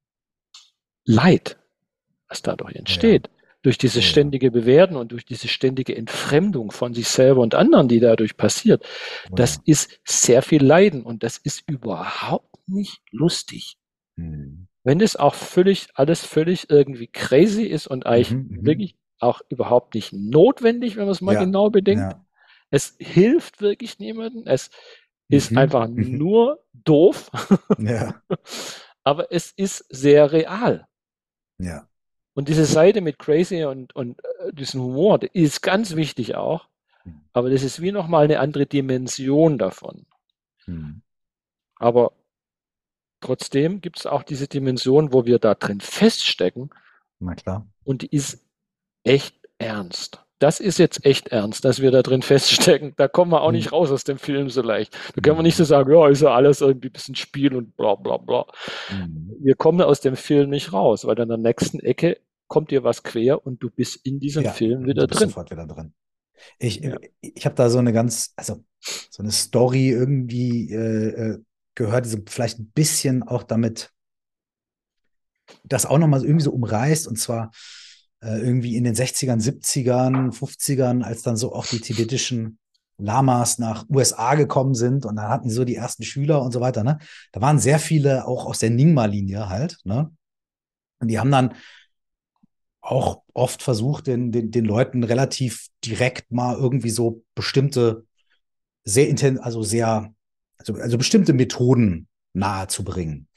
Leid, was dadurch ja, entsteht. Durch dieses oh ja, ständige Bewerten und durch diese ständige Entfremdung von sich selber und anderen, die dadurch passiert, oh das ja. ist sehr viel Leiden und das ist überhaupt nicht lustig. Hm. Wenn das auch völlig, alles völlig irgendwie crazy ist und eigentlich Mhm, mhm. wirklich auch überhaupt nicht notwendig, wenn man es mal Ja, genau bedenkt. ja. Es hilft wirklich niemandem. Es ist Mhm, einfach mhm. nur doof, Ja, aber es ist sehr real. ja. Und diese Seite mit Crazy und, und äh, diesem Humor, die ist ganz wichtig auch, aber das ist wie nochmal eine andere Dimension davon. Hm. Aber trotzdem gibt es auch diese Dimension, wo wir da drin feststecken Na klar. und die ist echt ernst. Das ist jetzt echt ernst, dass wir da drin feststecken. Da kommen wir auch Hm. nicht raus aus dem Film so leicht. Da können wir nicht so Hm. sagen, ja, ist ja alles irgendwie ein bisschen Spiel und bla bla bla. Hm. Wir kommen aus dem Film nicht raus, weil an der nächsten Ecke kommt dir was quer und du bist in diesem Ja, Film du wieder bist drin. sofort wieder drin. Ich, Ja. ich habe da so eine ganz, also so eine Story irgendwie äh, äh, gehört, die so vielleicht ein bisschen auch damit das auch nochmal irgendwie so umreißt. Und zwar äh, irgendwie in den sechzigern, siebzigern, fünfzigern, als dann so auch die tibetischen Lamas nach U S A gekommen sind und dann hatten die so die ersten Schüler und so weiter, ne? Da waren sehr viele auch aus der Nyingma-Linie halt, ne? Und die haben dann auch oft versucht, den, den, den Leuten relativ direkt mal irgendwie so bestimmte, sehr inten also sehr, also, also bestimmte Methoden nahezubringen.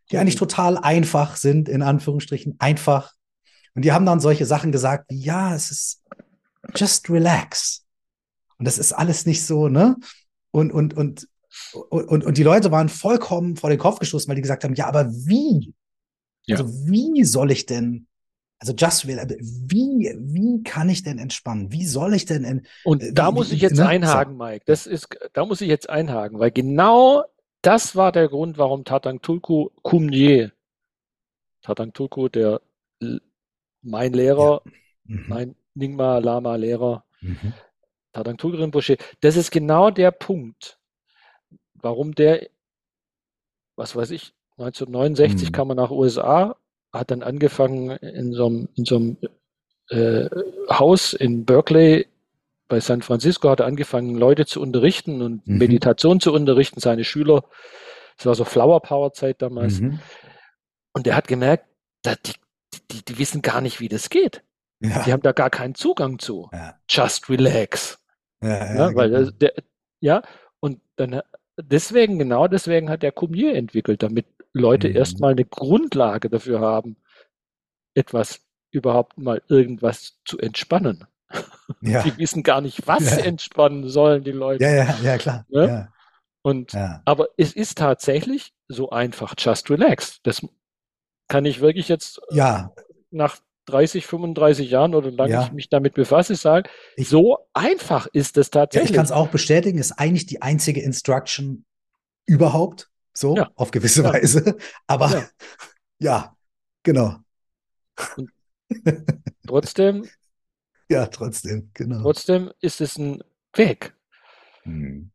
die eigentlich Mhm. total einfach sind, in Anführungsstrichen, einfach. Und die haben dann solche Sachen gesagt wie, ja, es ist just relax. Und das ist alles nicht so, ne? Und, und, und, und, und die Leute waren vollkommen vor den Kopf gestoßen, weil die gesagt haben, ja, aber wie? Ja. Also wie soll ich denn, also just relax, wie, wie kann ich denn entspannen? Wie soll ich denn, in, Und da wie, muss ich wie, jetzt ne? So, einhaken, Mike. ja. Das ist, da muss ich jetzt einhaken, weil genau das war der Grund, warum Tatang Tulku Kumye, Tatang Tulku, der mein Ja. Lehrer, Mhm. mein Nyingma Lama Lehrer, Mhm. Tatang Tulku Rinpoche, das ist genau der Punkt, warum der, was weiß ich, neunzehnhundertneunundsechzig Mhm. kam er nach U S A, hat dann angefangen in so einem, in so einem äh, Haus in Berkeley bei San Francisco, hat er angefangen, Leute zu unterrichten und Mhm. Meditation zu unterrichten, seine Schüler. Das war so Flower Power Zeit damals. Mhm. Und er hat gemerkt, dass die, die, die wissen gar nicht, wie das geht. Die Ja. haben da gar keinen Zugang zu. Ja. Just relax. Ja, ja, Ja, weil genau. das, der, ja, und dann deswegen, genau deswegen hat der Kumir entwickelt, damit Leute Mhm. erstmal eine Grundlage dafür haben, etwas überhaupt mal irgendwas zu entspannen. Die Ja. wissen gar nicht, was sie Ja. entspannen sollen, die Ja, Leute. ja, ja, klar. Ne? Ja. Und Ja. aber es ist tatsächlich so einfach, just relax. Das kann ich wirklich jetzt Ja. nach dreißig, fünfunddreißig Jahren oder lange ich Ja. mich damit befasse, sagen, Ich, so einfach ist es ja, ich kann tatsächlich. es auch bestätigen, ist eigentlich die einzige Instruction überhaupt, so, Ja, auf gewisse ja, Weise. Aber ja. ja, genau. Und trotzdem, Ja, trotzdem, genau. trotzdem ist es ein Weg, Hm.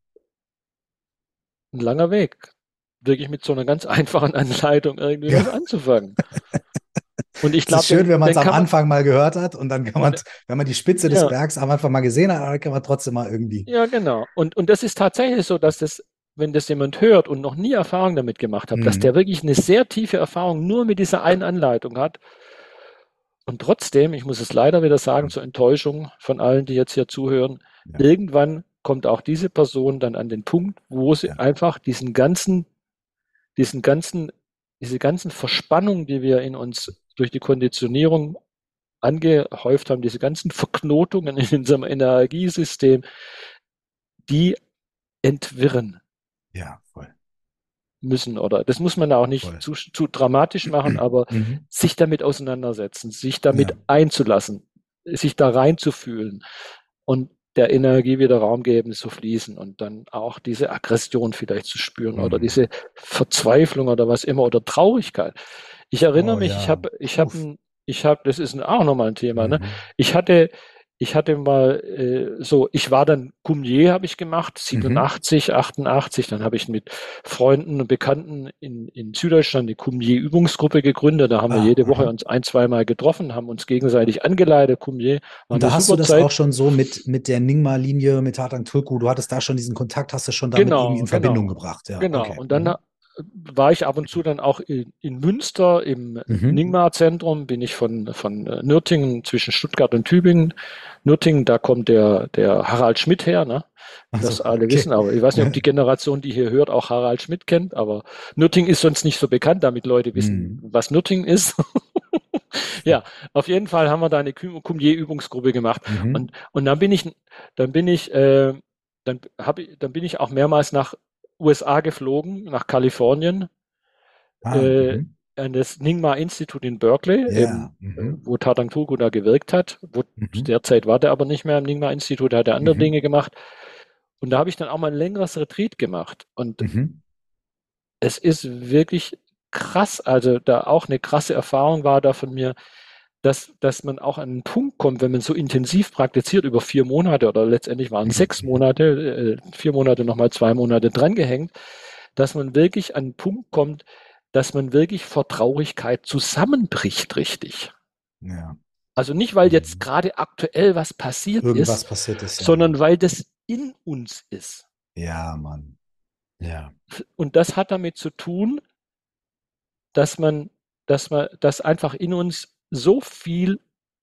ein langer Weg, wirklich mit so einer ganz einfachen Anleitung irgendwie Ja, was anzufangen. Und ich es ist glaube, schön, den, wenn man es den am kann man, Anfang mal gehört hat und dann kann man, und wenn man die Spitze des ja, Bergs am Anfang mal gesehen hat, dann kann man trotzdem mal irgendwie. ja, genau. Und, und das ist tatsächlich so, dass das, wenn das jemand hört und noch nie Erfahrung damit gemacht hat, dass Hm. der wirklich eine sehr tiefe Erfahrung nur mit dieser einen Anleitung hat. Und trotzdem, ich muss es leider wieder sagen, zur Enttäuschung von allen, die jetzt hier zuhören, Ja, irgendwann kommt auch diese Person dann an den Punkt, wo sie ja. einfach diesen ganzen, diesen ganzen, diese ganzen Verspannungen, die wir in uns durch die Konditionierung angehäuft haben, diese ganzen Verknotungen in unserem Energiesystem, die entwirren Ja, voll, müssen. Oder das muss man auch nicht voll. zu, zu dramatisch machen, aber Mhm. sich damit auseinandersetzen, sich damit Ja. einzulassen, sich da reinzufühlen und der Energie wieder Raum geben, zu fließen und dann auch diese Aggression vielleicht zu spüren oder Mhm. diese Verzweiflung oder was immer oder Traurigkeit. Ich erinnere Oh mich, ich ja. habe, ich habe, Uff. ein, ich habe, das ist ein, auch nochmal ein Thema, ne? Mhm. Ich hatte, ich hatte mal äh, so, ich war dann Cumlier habe ich gemacht, Mhm. siebenundachtzig, achtundachtzig, dann habe ich mit Freunden und Bekannten in, in Süddeutschland die Cumlier-Übungsgruppe gegründet. Da haben wir Ah, jede Woche aha. uns ein, zweimal getroffen, haben uns gegenseitig angeleitet. Cumlier war Und eine da hast du super das auch Zeit. schon so mit, mit der Nyingma-Linie, mit Tatang Tulku, du hattest da schon diesen Kontakt, hast du schon damit irgendwie Genau, in Verbindung genau, gebracht. Ja, genau. okay. Und dann äh, Mhm. war ich ab und zu dann auch in, in Münster im Mhm. Nyingma-Zentrum, bin ich von, von äh, Nürtingen zwischen Stuttgart und Tübingen. Nürtingen, da kommt der, der Harald Schmidt her, ne? Also, Das alle wissen, okay. aber ich weiß nicht, ob die Generation, die hier hört, auch Harald Schmidt kennt, aber Nürtingen ist sonst nicht so bekannt, damit Leute wissen, Mhm. was Nürtingen ist. Ja, auf jeden Fall haben wir da eine Cumlier-Übungsgruppe gemacht. Mhm. Und, und dann bin ich, dann bin ich, äh, dann habe ich, dann bin ich auch mehrmals nach U S A geflogen, nach Kalifornien, Ah, äh, mhm. an das Nyingma Institute in Berkeley, Ja. eben, äh, Mhm. wo Tatang Tulku da gewirkt hat. Wo, zu Mhm. der Zeit war der aber nicht mehr im Nyingma Institut, da hat er andere Mhm. Dinge gemacht. Und da habe ich dann auch mal ein längeres Retreat gemacht. Und Mhm. es ist wirklich krass, also da auch eine krasse Erfahrung war da von mir, dass, dass man auch an einen Punkt kommt, wenn man so intensiv praktiziert über vier Monate oder letztendlich waren es sechs Mhm. Monate, äh, vier Monate nochmal zwei Monate drangehängt, dass man wirklich an einen Punkt kommt, dass man wirklich vor Traurigkeit zusammenbricht, richtig. Ja. Also nicht, weil jetzt Mhm. gerade aktuell was passiert Irgendwas ist, passiert ist, ja. sondern weil das in uns ist. Ja, Mann. Ja. Und das hat damit zu tun, dass man, dass man, dass einfach in uns so viel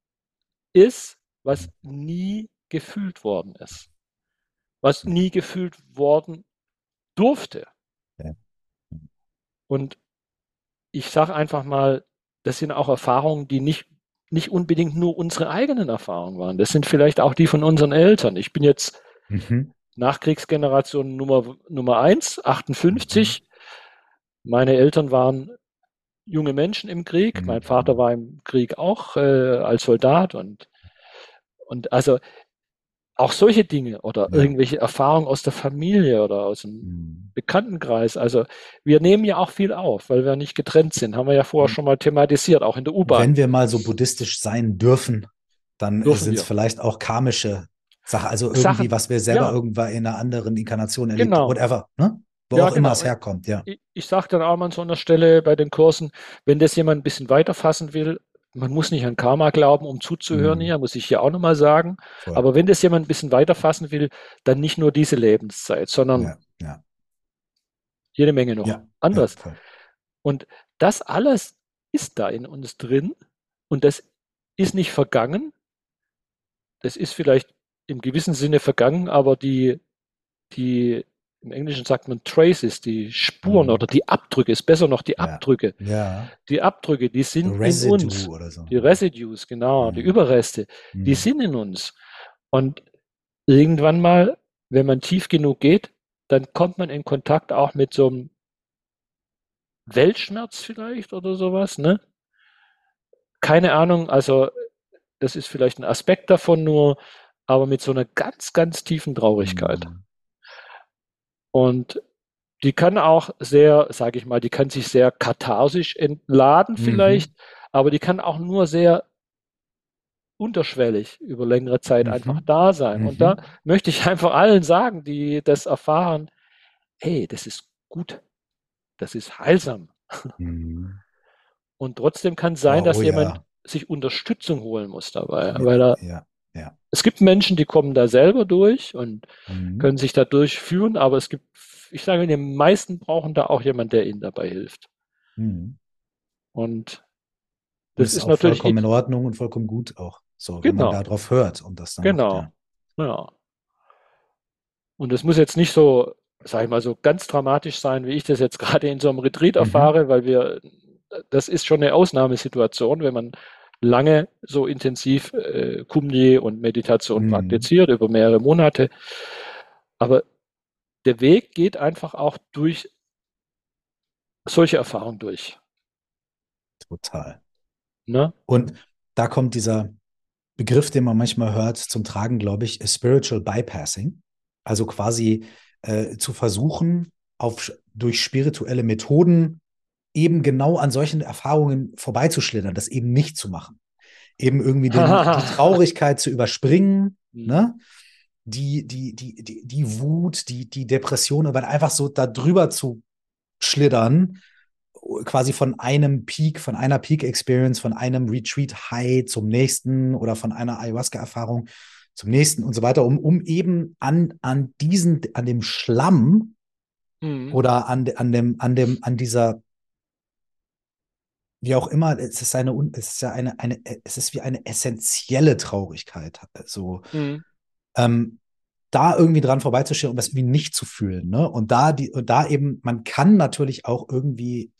ist, was nie gefühlt worden ist, was nie gefühlt worden durfte. Ja. Und ich sage einfach mal, das sind auch Erfahrungen, die nicht, nicht unbedingt nur unsere eigenen Erfahrungen waren. Das sind vielleicht auch die von unseren Eltern. Ich bin jetzt Mhm. Nachkriegsgeneration Nummer, Nummer eins, Mhm. achtundfünfzig. Meine Eltern waren junge Menschen im Krieg. Mein Vater Mhm. war im Krieg auch äh, als Soldat und, und also auch solche Dinge oder Ja. irgendwelche Erfahrungen aus der Familie oder aus dem Mhm. Bekanntenkreis. Also wir nehmen ja auch viel auf, weil wir nicht getrennt sind. Haben wir ja vorher Und schon mal thematisiert, auch in der U-Bahn. wenn wir mal so buddhistisch sein dürfen, dann Dürfen sind es wir. vielleicht auch karmische Sachen, also irgendwie, Sachen, was wir selber ja, irgendwann in einer anderen Inkarnation erlebt haben, genau. whatever, ne? Wo Ja, auch immer genau. es herkommt, ja. Ich, ich sage dann auch mal an so einer Stelle bei den Kursen, wenn das jemand ein bisschen weiter fassen will, man muss nicht an Karma glauben, um zuzuhören Mhm. hier, muss ich hier auch nochmal sagen. Voll. Aber wenn das jemand ein bisschen weiter fassen will, dann nicht nur diese Lebenszeit, sondern Ja, ja, jede Menge noch ja, ja, anders. voll. Und das alles ist da in uns drin und das ist nicht vergangen. Das ist vielleicht im gewissen Sinne vergangen, aber die, die, im Englischen sagt man Traces, die Spuren oder Mhm. die Abdrücke, ist besser noch die Ja, Abdrücke. ja. Die Abdrücke, die The sind in uns. Residue oder so. Die Residues, genau, die Mhm. Überreste, die Mhm. sind in uns. Und irgendwann mal, wenn man tief genug geht, dann kommt man in Kontakt auch mit so einem Weltschmerz vielleicht oder sowas, ne? Keine Ahnung, also das ist vielleicht ein Aspekt davon nur, aber mit so einer ganz, ganz tiefen Traurigkeit. Mhm. Und die kann auch sehr, sage ich mal, die kann sich sehr katharsisch entladen vielleicht, Mhm. aber die kann auch nur sehr unterschwellig über längere Zeit einfach Mhm. da sein. Und da Mhm. möchte ich einfach allen sagen, die das erfahren, hey, das ist gut, das ist heilsam. Mhm. Und trotzdem kann sein, Oh, oh dass jemand ja. sich Unterstützung holen muss dabei, Ja, weil er, ja, ja. es gibt Menschen, die kommen da selber durch und Mhm. können sich da durchführen, aber es gibt, ich sage, die meisten brauchen da auch jemand, der ihnen dabei hilft. Mhm. Und Und das es ist ist auch natürlich, vollkommen in Ordnung und vollkommen gut auch, so, wenn man genau, darauf hört und das dann macht, genau, ja. ja. Und es muss jetzt nicht so, sage ich mal, so ganz dramatisch sein, wie ich das jetzt gerade in so einem Retreat Mhm. erfahre, weil wir, das ist schon eine Ausnahmesituation, wenn man lange so intensiv äh, Kumye und Meditation Mhm. praktiziert, über mehrere Monate. Aber der Weg geht einfach auch durch solche Erfahrungen durch. Total. Ne? Und da kommt dieser Begriff, den man manchmal hört, zum Tragen, glaube ich, ist Spiritual Bypassing. Also quasi äh, zu versuchen, auf, durch spirituelle Methoden eben genau an solchen Erfahrungen vorbeizuschlittern, das eben nicht zu machen. Eben irgendwie den, die Traurigkeit zu überspringen, Hm, ne? Die, die, die, die, die Wut, die, die Depression, aber einfach so da drüber zu schlittern, quasi von einem Peak, von einer Peak-Experience, von einem Retreat-High zum nächsten oder von einer Ayahuasca-Erfahrung zum nächsten und so weiter, um, um eben an, an diesen, an dem Schlamm hm, oder an, an dem, an dem, an dieser, wie auch immer, es ist eine, es ist ja eine, eine, es ist wie eine essentielle Traurigkeit, so, hm. ähm, da irgendwie dran vorbeizustehen und das irgendwie nicht zu fühlen, ne? Und da die, und da eben, man kann natürlich auch irgendwie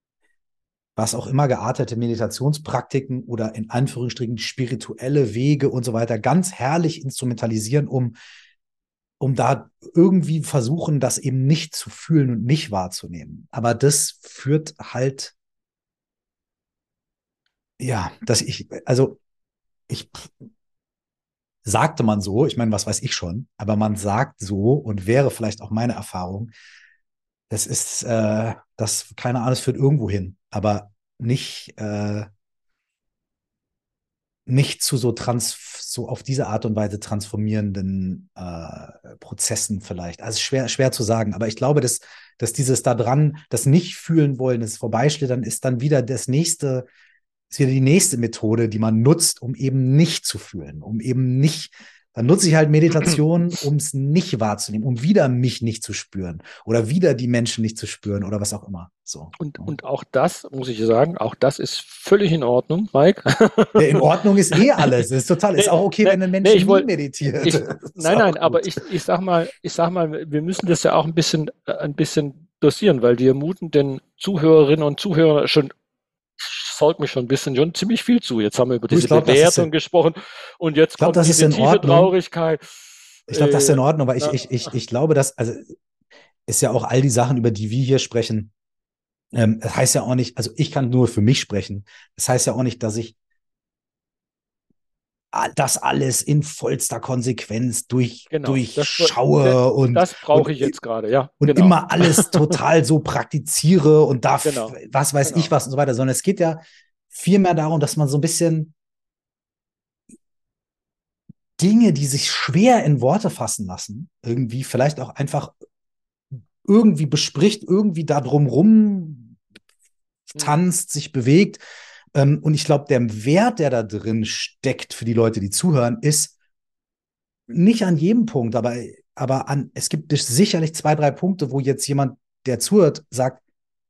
was auch immer geartete Meditationspraktiken oder in Anführungsstrichen spirituelle Wege und so weiter ganz herrlich instrumentalisieren, um, um da irgendwie versuchen, das eben nicht zu fühlen und nicht wahrzunehmen. Aber das führt halt, ja, dass ich, also ich sagte man so, ich meine, was weiß ich schon, aber man sagt so und wäre vielleicht auch meine Erfahrung, das ist, äh, das, keine Ahnung, es führt irgendwo hin, aber nicht, äh, nicht zu so trans so auf diese Art und Weise transformierenden äh, Prozessen vielleicht. Also schwer, schwer zu sagen, aber ich glaube, dass, dass dieses da dran, das nicht fühlen wollen, das Vorbeischlittern, ist dann wieder das nächste, ist wieder die nächste Methode, die man nutzt, um eben nicht zu fühlen, um eben nicht, dann nutze ich halt Meditation, um es nicht wahrzunehmen, um wieder mich nicht zu spüren oder wieder die Menschen nicht zu spüren oder was auch immer. So. Und, Ja. und auch das, muss ich sagen, auch das ist völlig in Ordnung, Mike. Ja, in Ordnung ist eh alles. Es ist total, ist Nee, auch okay, nee, wenn ein nee, Mensch ich nie wollte, meditiert. ich, Das ist nein, nein, auch aber gut. ich, ich sag mal, ich sag mal, wir müssen das ja auch ein bisschen, äh, ein bisschen dosieren, weil wir muten den Zuhörerinnen und Zuhörern schon, folgt mir schon ein bisschen, schon ziemlich viel zu. Jetzt haben wir über Du, ich diese glaube, das ist, Bewertung in- gesprochen und jetzt ich glaube, kommt das ist diese in tiefe Ordnung. Traurigkeit. Ich glaube, das ist Äh, in Ordnung, weil ich, na, ich, ich, ich glaube, dass, also ist ja auch all die Sachen, über die wir hier sprechen. Ähm, das heißt ja auch nicht, also ich kann nur für mich sprechen. Das heißt ja auch nicht, dass ich das alles in vollster Konsequenz durch, genau, das, durchschaue und, das und, brauche ich jetzt gerade, ja, und genau. immer alles total so praktiziere und darf, Genau, was weiß ich genau. was und so weiter, sondern es geht ja vielmehr darum, dass man so ein bisschen Dinge, die sich schwer in Worte fassen lassen, irgendwie vielleicht auch einfach irgendwie bespricht, irgendwie da drumrum Mhm. tanzt, sich bewegt. Ähm, und ich glaube, der Wert, der da drin steckt für die Leute, die zuhören, ist nicht an jedem Punkt, aber, aber an, es gibt sicherlich zwei, drei Punkte, wo jetzt jemand, der zuhört, sagt,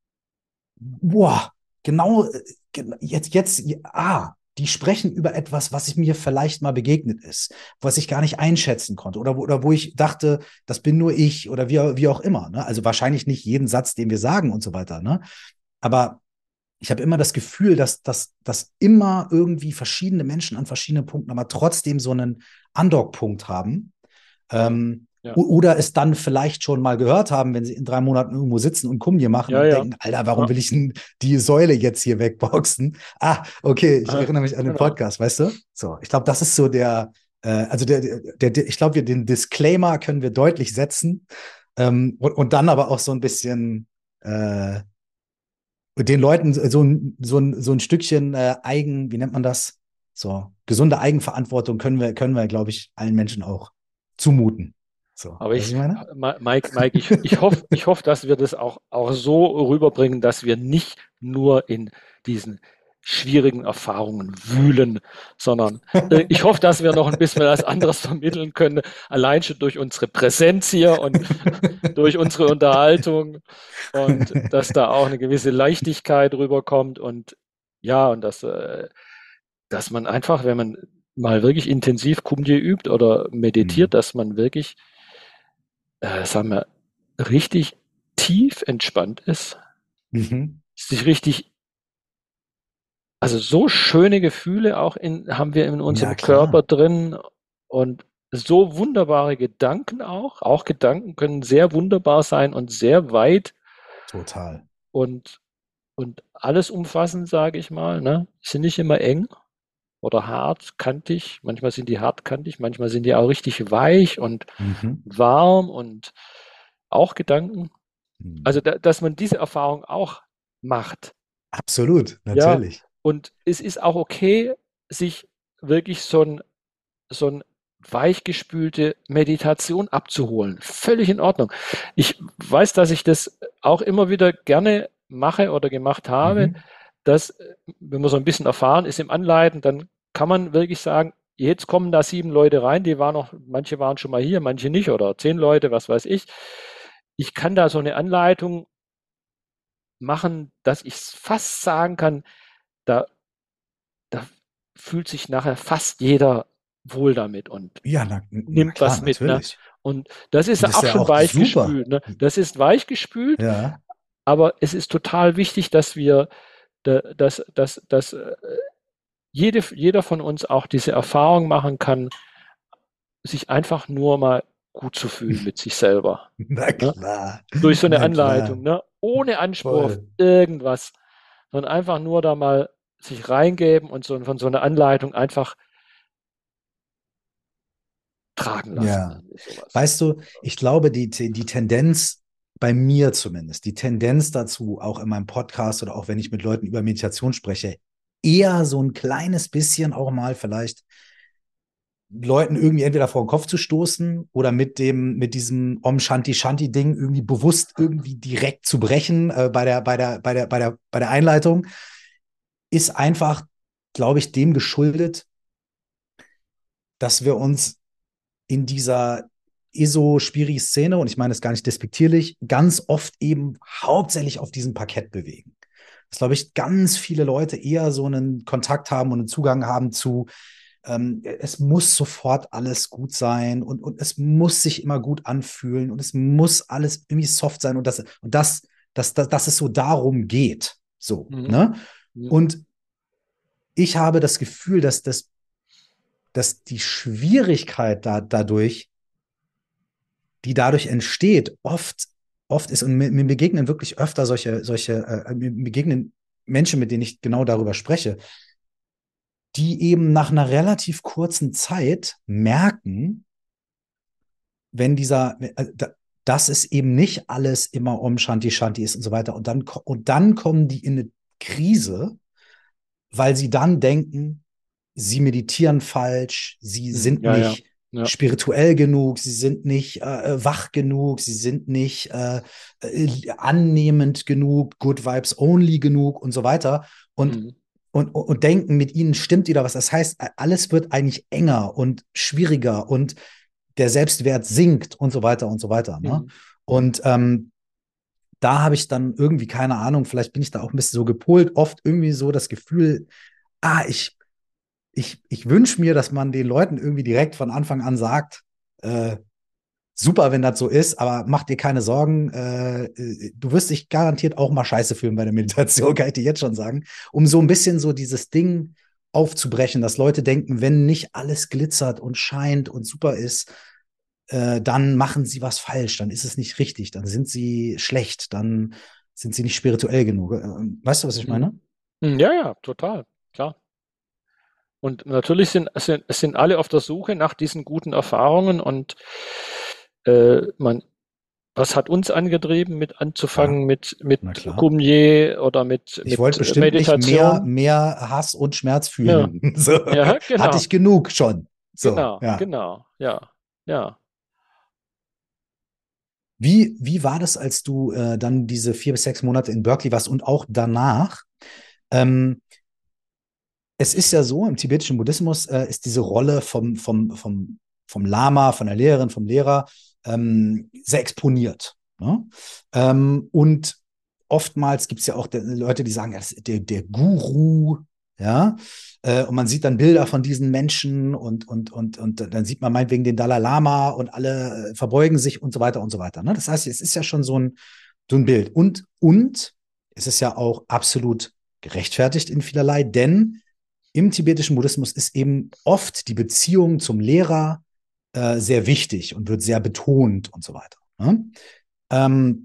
boah, genau, äh, jetzt, jetzt, ah, die sprechen über etwas, was ich mir vielleicht mal begegnet ist, was ich gar nicht einschätzen konnte oder wo, oder wo ich dachte, das bin nur ich oder wie, wie auch immer. Ne? Also wahrscheinlich nicht jeden Satz, den wir sagen und so weiter. Ne? Aber ich habe immer das Gefühl, dass, dass, dass immer irgendwie verschiedene Menschen an verschiedenen Punkten aber trotzdem so einen Andockpunkt haben. Ja, Ähm, ja, oder es dann vielleicht schon mal gehört haben, wenn sie in drei Monaten irgendwo sitzen und Kumje machen ja, und ja, denken, Alter, warum ja, will ich denn die Säule jetzt hier wegboxen? Ah, okay, ich äh, erinnere mich an den genau. Podcast, weißt du? So, ich glaube, das ist so der, äh, also der, der, der, ich glaube, wir den Disclaimer können wir deutlich setzen ähm, und, und dann aber auch so ein bisschen äh, den Leuten so ein, so ein, so ein Stückchen äh, Eigen, wie nennt man das? So, gesunde Eigenverantwortung können wir, können wir, glaube ich, allen Menschen auch zumuten. So, Aber weißt du, was ich, ich meine? Mike, Mike, ich, ich hoffe, ich hoffe, dass wir das auch, auch so rüberbringen, dass wir nicht nur in diesen schwierigen Erfahrungen wühlen, sondern äh, ich hoffe, dass wir noch ein bisschen was anderes vermitteln können, allein schon durch unsere Präsenz hier und durch unsere Unterhaltung und dass da auch eine gewisse Leichtigkeit rüberkommt und ja, und dass, äh, dass man einfach, wenn man mal wirklich intensiv Kumje übt oder Mhm. meditiert, dass man wirklich äh, sagen wir, richtig tief entspannt ist, Mhm. sich richtig, also so schöne Gefühle auch in, haben wir in Ja, unserem Körper klar. drin und so wunderbare Gedanken auch. Auch Gedanken können sehr wunderbar sein und sehr weit Total. und, und alles umfassend, sage ich mal. Ne? Sind nicht immer eng oder hart, kantig. Manchmal sind die hart kantig, manchmal sind die auch richtig weich und Mhm. warm und auch Gedanken. Also, Mhm. da, dass man diese Erfahrung auch macht. Absolut, Ja, natürlich. und es ist auch okay, sich wirklich so ein so 'n weichgespülte Meditation abzuholen. Völlig in Ordnung. Ich weiß, dass ich das auch immer wieder gerne mache oder gemacht habe, Mhm. dass, äh, wenn man so ein bisschen erfahren ist im Anleiten, dann kann man wirklich sagen: „Jetzt kommen da sieben Leute rein, die waren noch manche waren schon mal hier, manche nicht oder zehn Leute“, was weiß ich. Ich kann da so eine Anleitung machen, dass ich fast sagen kann, da da fühlt sich nachher fast jeder wohl damit und Ja, na, na nimmt klar, was mit, ne? natürlich. Und das ist Und ja das ist auch ja schon auch super. weichgespült, ne? Das ist weichgespült, Ja, aber es ist total wichtig, dass wir, da dass dass dass, äh, jede jeder von uns auch diese Erfahrung machen kann, sich einfach nur mal gut zu fühlen mit sich selber, na ne? klar. Durch so eine Na Anleitung, klar. ne? Ohne Anspruch auf Voll. irgendwas, sondern einfach nur da mal sich reingeben und so von so einer Anleitung einfach tragen lassen, Ja. irgendwie sowas. Weißt du, ich glaube, die, die Tendenz, bei mir zumindest, die Tendenz dazu, auch in meinem Podcast oder auch wenn ich mit Leuten über Meditation spreche, eher so ein kleines bisschen auch mal vielleicht Leuten irgendwie entweder vor den Kopf zu stoßen oder mit dem, mit diesem Om Shanti Shanti Ding irgendwie bewusst irgendwie direkt zu brechen äh, bei der, bei der, bei der, bei der, bei der Einleitung, ist einfach, glaube ich, dem geschuldet, dass wir uns in dieser ESO-Spiri-Szene, und ich meine es gar nicht despektierlich, ganz oft eben hauptsächlich auf diesem Parkett bewegen. Dass, glaube ich, ganz viele Leute eher so einen Kontakt haben und einen Zugang haben zu, ähm, es muss sofort alles gut sein und, und es muss sich immer gut anfühlen und es muss alles irgendwie soft sein und das, und das, dass, dass, dass es so darum geht. So, Mhm. ne? Mhm. Und ich habe das Gefühl, dass, das, dass die Schwierigkeit da, dadurch, die dadurch entsteht, oft, oft ist, und mir, mir begegnen wirklich öfter solche, solche, äh, mir begegnen Menschen, mit denen ich genau darüber spreche, die eben nach einer relativ kurzen Zeit merken, wenn dieser, äh, dass es eben nicht alles immer um Shanti Shanti ist und so weiter. Und dann, und dann kommen die in eine Krise, weil sie dann denken, sie meditieren falsch, sie Mhm. sind Ja, ja, nicht ja. spirituell genug, sie sind nicht äh, wach genug, sie sind nicht äh, äh, annehmend genug, good vibes only genug und so weiter. Und, Mhm. und, und denken, mit ihnen stimmt wieder was. Das heißt, alles wird eigentlich enger und schwieriger und der Selbstwert sinkt und so weiter und so weiter. Ne? Mhm. Mhm. Und ähm, da habe ich dann irgendwie, keine Ahnung, vielleicht bin ich da auch ein bisschen so gepolt, oft irgendwie so das Gefühl, ah, ich, ich, ich wünsche mir, dass man den Leuten irgendwie direkt von Anfang an sagt, äh, super, wenn das so ist, aber mach dir keine Sorgen, äh, äh, du wirst dich garantiert auch mal scheiße fühlen bei der Meditation, kann ich dir jetzt schon sagen, um so ein bisschen so dieses Ding aufzubrechen, dass Leute denken, wenn nicht alles glitzert und scheint und super ist, äh, dann machen sie was falsch, dann ist es nicht richtig, dann sind sie schlecht, dann sind sie nicht spirituell genug. Äh, Weißt du, was ich Mhm. meine? Mhm. Ja, ja, total, klar. Und natürlich sind, sind, sind alle auf der Suche nach diesen guten Erfahrungen und äh, man, was hat uns angetrieben, mit Ja, anzufangen mit, na mit klar. Kumye oder mit, Ich wollte mit bestimmt nicht mehr, Meditation? mehr Hass und Schmerz Ja, fühlen. So, ja, hatte genau, ich genug schon. So, genau, ja. genau, ja, ja. Wie, wie war das, als du äh, dann diese vier bis sechs Monate in Berkeley warst und auch danach? Ähm, Es ist ja so, im tibetischen Buddhismus äh, ist diese Rolle vom, vom, vom, vom Lama, von der Lehrerin, vom Lehrer ähm, sehr exponiert. Ne? Ähm, und oftmals gibt es ja auch de- Leute, die sagen, ja, das ist der, der Guru, ja. Äh, und man sieht dann Bilder von diesen Menschen und, und, und, und dann sieht man meinetwegen den Dalai Lama und alle äh, verbeugen sich und so weiter und so weiter. Ne? Das heißt, es ist ja schon so ein, so ein Bild. Und, und es ist ja auch absolut gerechtfertigt in vielerlei, denn im tibetischen Buddhismus ist eben oft die Beziehung zum Lehrer äh, sehr wichtig und wird sehr betont und so weiter. Ne? Ähm,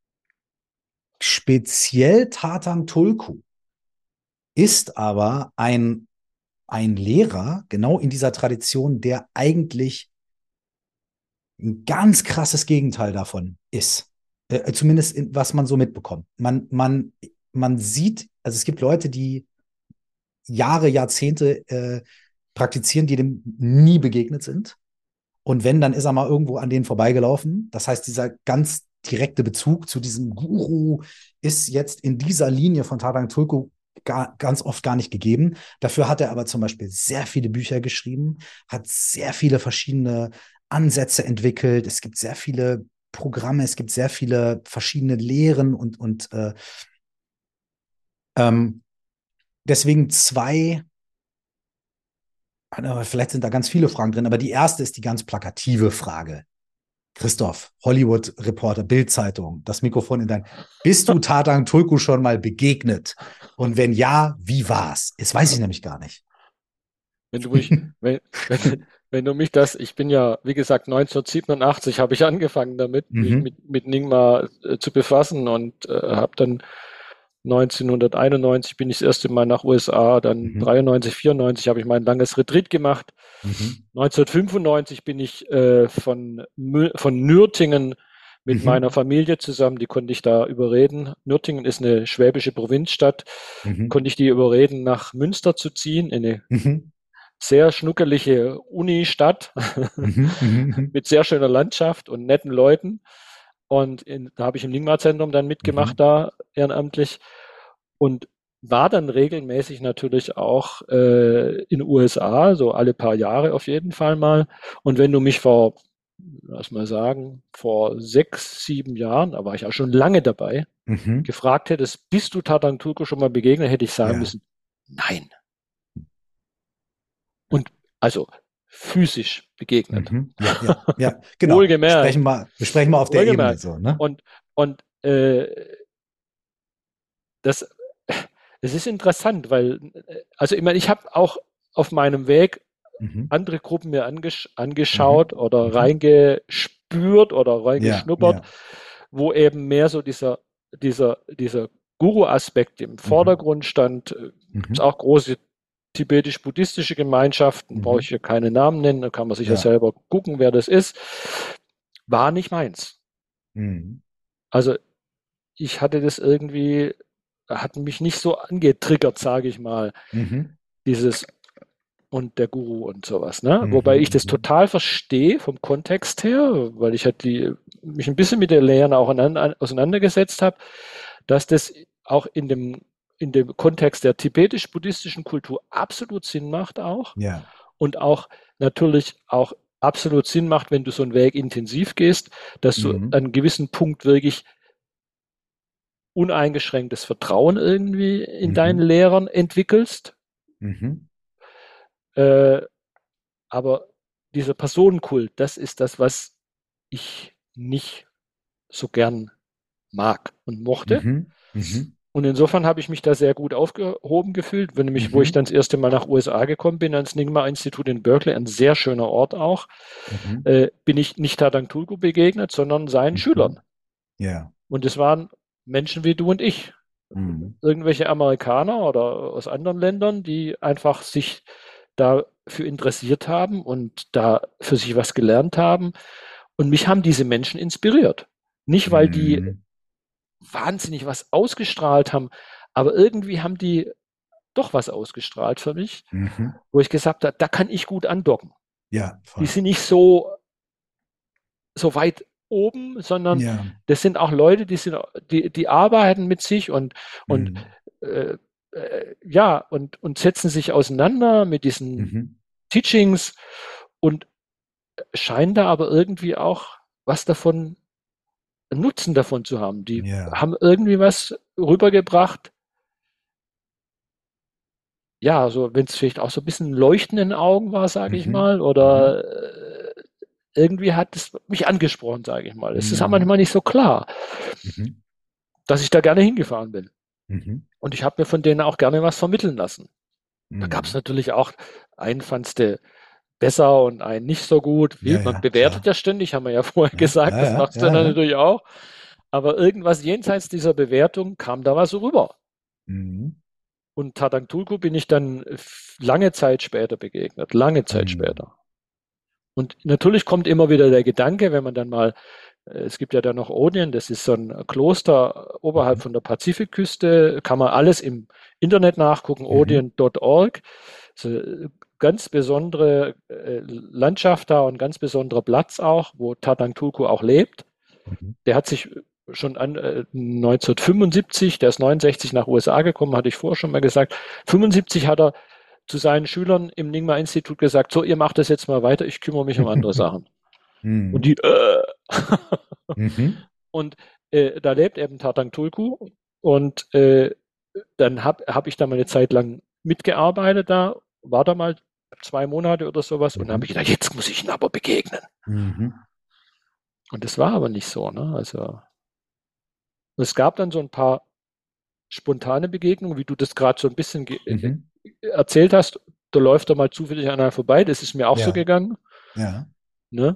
speziell Tatham Tulku ist aber ein, ein Lehrer, genau in dieser Tradition, der eigentlich ein ganz krasses Gegenteil davon ist. Äh, zumindest in, was man so mitbekommt. Man, man, man sieht, also es gibt Leute, die Jahre, Jahrzehnte äh, praktizieren, die dem nie begegnet sind. Und wenn, dann ist er mal irgendwo an denen vorbeigelaufen. Das heißt, dieser ganz direkte Bezug zu diesem Guru ist jetzt in dieser Linie von Tadang Tulku gar, ganz oft gar nicht gegeben. Dafür hat er aber zum Beispiel sehr viele Bücher geschrieben, hat sehr viele verschiedene Ansätze entwickelt. Es gibt sehr viele Programme, es gibt sehr viele verschiedene Lehren und, und äh, ähm, deswegen zwei. Aber vielleicht sind da ganz viele Fragen drin, aber die erste ist die ganz plakative Frage. Christoph, Hollywood-Reporter, Bild-Zeitung, das Mikrofon in dein. Bist du Tathang Tulku schon mal begegnet? Und wenn ja, wie war's? Das weiß ich nämlich gar nicht. Wenn du mich, wenn, wenn, wenn du mich das, ich bin ja, wie gesagt, neunzehnhundertsiebenundachtzig habe ich angefangen damit, mich Mhm. mit, mit Nyingma äh, zu befassen und äh, habe dann neunzehnhunderteinundneunzig bin ich das erste Mal nach U S A, dann Mhm. dreiundneunzig, vierundneunzig habe ich mein langes Retreat gemacht. Mhm. neunzehnhundertfünfundneunzig bin ich äh, von, Mü- von Nürtingen mit meiner Mhm. Familie zusammen, die konnte ich da überreden. Nürtingen ist eine schwäbische Provinzstadt, Mhm. konnte ich die überreden, nach Münster zu ziehen, in eine Mhm. sehr schnuckelige Unistadt Mhm. Mhm. mit sehr schöner Landschaft und netten Leuten. Und in, da habe ich im Nyingma-Zentrum dann mitgemacht, Mhm. da ehrenamtlich. Und war dann regelmäßig natürlich auch äh, in den U S A, so alle paar Jahre auf jeden Fall mal. Und wenn du mich vor, lass mal sagen, vor sechs, sieben Jahren, da war ich auch schon lange dabei, Mhm. gefragt hättest, bist du Tatantuko schon mal begegnet, hätte ich sagen Ja. müssen, nein. Ja. Und Also physisch begegnet. Mhm. Ja, ja, ja, genau. Wohlgemerkt. Sprechen wir, wir sprechen mal auf der Ebene so, ne? Und, und äh, das, es ist interessant, weil, also ich meine, ich habe auch auf meinem Weg Mhm. andere Gruppen mir angesch angeschaut Mhm. oder Mhm. reingespürt oder Ja, reingeschnuppert, ja. wo eben mehr so dieser, dieser, dieser Guru-Aspekt im Mhm. Vordergrund stand. Gibt es Mhm. auch große tibetisch-buddhistische Gemeinschaften, brauche ich Mhm. hier keine Namen nennen, da kann man sich ja Ja. selber gucken, wer das ist. War nicht meins. Mhm. Also ich hatte das irgendwie, hat mich nicht so angetriggert, sage ich mal, Mhm. dieses und der Guru und sowas, ne? Mhm. Wobei ich das Mhm. total verstehe vom Kontext her, weil ich halt die, mich ein bisschen mit der Lehren auch aneinander, auseinandergesetzt habe, dass das auch in dem, in dem Kontext der tibetisch-buddhistischen Kultur absolut Sinn macht auch Ja. und auch natürlich auch absolut Sinn macht, wenn du so einen Weg intensiv gehst, dass du Mhm. an einem gewissen Punkt wirklich uneingeschränktes Vertrauen irgendwie in deinen Mhm. Lehrern entwickelst. Mhm. Äh, aber dieser Personenkult, das ist das, was ich nicht so gern mag und mochte. Mhm. Mhm. Und insofern habe ich mich da sehr gut aufgehoben gefühlt, wenn nämlich, wo ich Mhm. dann das erste Mal nach U S A gekommen bin, ans Nyingma-Institut in Berkeley, ein sehr schöner Ort auch, Mhm. äh, bin ich nicht Tadang Tulku begegnet, sondern seinen Mhm. Schülern. Ja. Und es waren Menschen wie du und ich. Mhm. Irgendwelche Amerikaner oder aus anderen Ländern, die einfach sich dafür interessiert haben und da für sich was gelernt haben. Und mich haben diese Menschen inspiriert. Nicht, weil die Mhm. wahnsinnig was ausgestrahlt haben, aber irgendwie haben die doch was ausgestrahlt für mich, Mhm. wo ich gesagt habe, da kann ich gut andocken. Ja, Die voll. sind nicht so, so weit oben, sondern Ja. das sind auch Leute, die sind, die, die arbeiten mit sich und, und Mhm. äh, äh, ja, und, und setzen sich auseinander mit diesen Mhm. Teachings und scheinen da aber irgendwie auch was davon, Nutzen davon zu haben. Die Ja. haben irgendwie was rübergebracht, ja, so wenn es vielleicht auch so ein bisschen Leuchten in den Augen war, sage ich Mhm. mal, Mhm. oder äh, irgendwie hat es mich angesprochen, sage ich mal. Es ist auch Mhm. manchmal nicht so klar, Mhm. dass ich da gerne hingefahren bin. Mhm. Und ich habe mir von denen auch gerne was vermitteln lassen. Da gab es Mhm. natürlich auch, einen fandst du besser und einen nicht so gut. Wie, Ja, man ja, bewertet klar. ja ständig, haben wir ja vorher Ja, gesagt, ja, das ja, machst du ja, dann ja. natürlich auch. Aber irgendwas jenseits dieser Bewertung kam da was rüber. Mhm. Und Tadang Tulku bin ich dann lange Zeit später begegnet, lange Zeit Mhm. später. Und natürlich kommt immer wieder der Gedanke, wenn man dann mal, es gibt ja dann noch Odien, das ist so ein Kloster oberhalb Mhm. von der Pazifikküste, kann man alles im Internet nachgucken, Mhm. odien Punkt org. Ganz besondere Landschaft da und ganz besonderer Platz auch, wo Tadang Tulku auch lebt. Mhm. Der hat sich schon an äh, neunzehnhundertfünfundsiebzig, der ist neunundsechzig nach U S A gekommen, hatte ich vorher schon mal gesagt. fünfundsiebzig hat er zu seinen Schülern im Nyingma-Institut gesagt, so, ihr macht das jetzt mal weiter, ich kümmere mich um andere Sachen. Und Mhm. die, äh, Mhm. und äh, da lebt eben Tadang Tulku und äh, dann habe hab ich da mal eine Zeit lang mitgearbeitet da, war da mal zwei Monate oder sowas und dann habe ich Mhm. gedacht, jetzt muss ich ihn aber begegnen. Mhm. Und das war aber nicht so, ne? Also es gab dann so ein paar spontane Begegnungen, wie du das gerade so ein bisschen äh, Mhm. erzählt hast. Da läuft er mal zufällig an einem vorbei. Das ist mir auch so Ja, gegangen. ja. Ne?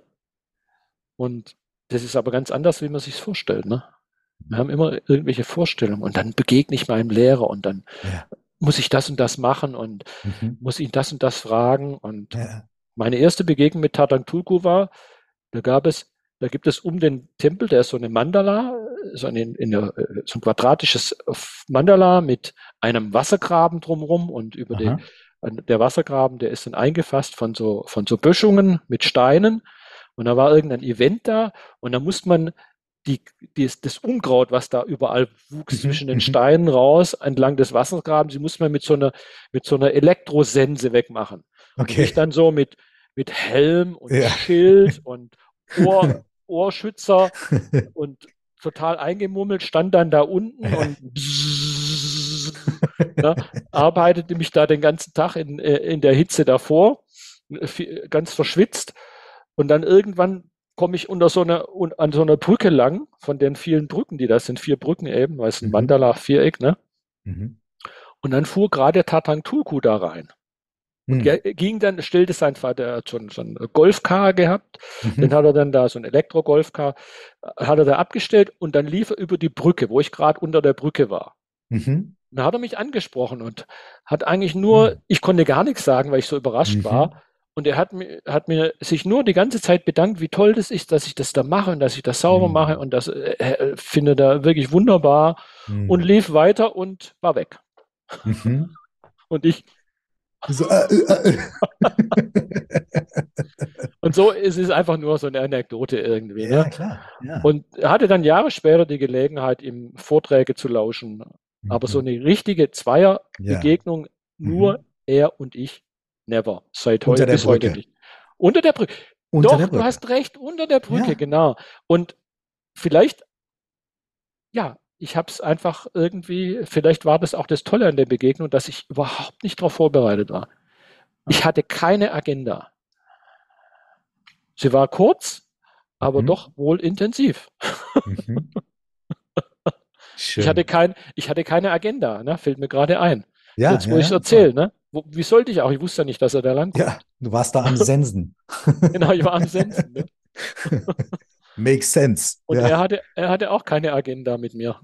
Und das ist aber ganz anders, wie man sich vorstellt. Ne? Wir haben immer irgendwelche Vorstellungen und dann begegne ich meinem Lehrer und dann Ja. muss ich das und das machen und Mhm. muss ihn das und das fragen. Und Ja. meine erste Begegnung mit Tadang Tulku war, da gab es, da gibt es um den Tempel, der ist so eine Mandala, so, eine, eine, so ein quadratisches Mandala mit einem Wassergraben drumherum und über die, Aha. der Wassergraben, der ist dann eingefasst von so, von so Böschungen mit Steinen. Und da war irgendein Event da und da musste man die, die, das Unkraut, was da überall wuchs Mhm. zwischen den Mhm. Steinen raus, entlang des Wassergrabens, die musste man mit so einer, mit so einer Elektrosense wegmachen. Und ich Okay. dann so mit, mit Helm und Ja. Schild und Ohr, Ohrschützer und total eingemummelt, stand dann da unten und bzzz, ne, arbeitete mich da den ganzen Tag in, in der Hitze davor. ganz verschwitzt. Und dann irgendwann komme ich unter so einer, an so einer Brücke lang, von den vielen Brücken, die da sind, vier Brücken eben, weil es ein Mhm. Mandala-Viereck, ne? Mhm. Und dann fuhr gerade Tatangtuku da rein. Und Mhm. ging dann, stellte sein Vater, hat schon so einen Golfcar gehabt, den Mhm. hat er dann da, so ein Elektro-Golfcar, hat er da abgestellt und dann lief er über die Brücke, wo ich gerade unter der Brücke war. Mhm. Und da hat er mich angesprochen und hat eigentlich nur, Mhm. ich konnte gar nichts sagen, weil ich so überrascht war. Mhm. Und er hat mir, hat mir sich nur die ganze Zeit bedankt, wie toll das ist, dass ich das da mache und dass ich das sauber mache Mhm. und das äh, äh, finde da wirklich wunderbar und Mhm. lief weiter und war weg. Mhm. Und ich, So, äh, äh, äh. und so ist es einfach nur so eine Anekdote irgendwie, ne? Ja, klar. Ja. Und er hatte dann Jahre später die Gelegenheit, ihm Vorträge zu lauschen. Aber so Mhm. eine richtige Ja. Zweierbegegnung, nur Mhm. er und ich, never. Seit Unter heute, der bis heute Brücke. nicht. Unter der Brücke. Unter der Doch, du Brücke. hast recht, unter der Brücke, Ja. genau. Und vielleicht, ja, ich habe es einfach irgendwie, vielleicht war das auch das Tolle an der Begegnung, dass ich überhaupt nicht darauf vorbereitet war. Ich hatte keine Agenda. Sie war kurz, aber Mhm. doch wohl intensiv. Mhm. Ich hatte Schön. kein, ich hatte keine Agenda, ne? Fällt mir gerade ein. Ja, Jetzt, wo ja, ich es ja, voll. erzähle, ne? Wo, wie sollte ich auch? Ich wusste ja nicht, dass er da Ja, langkommt. du warst da am Sensen. Genau, ich war am Sensen, ne? Makes sense. Und er Ja, hatte, er hatte auch keine Agenda mit mir.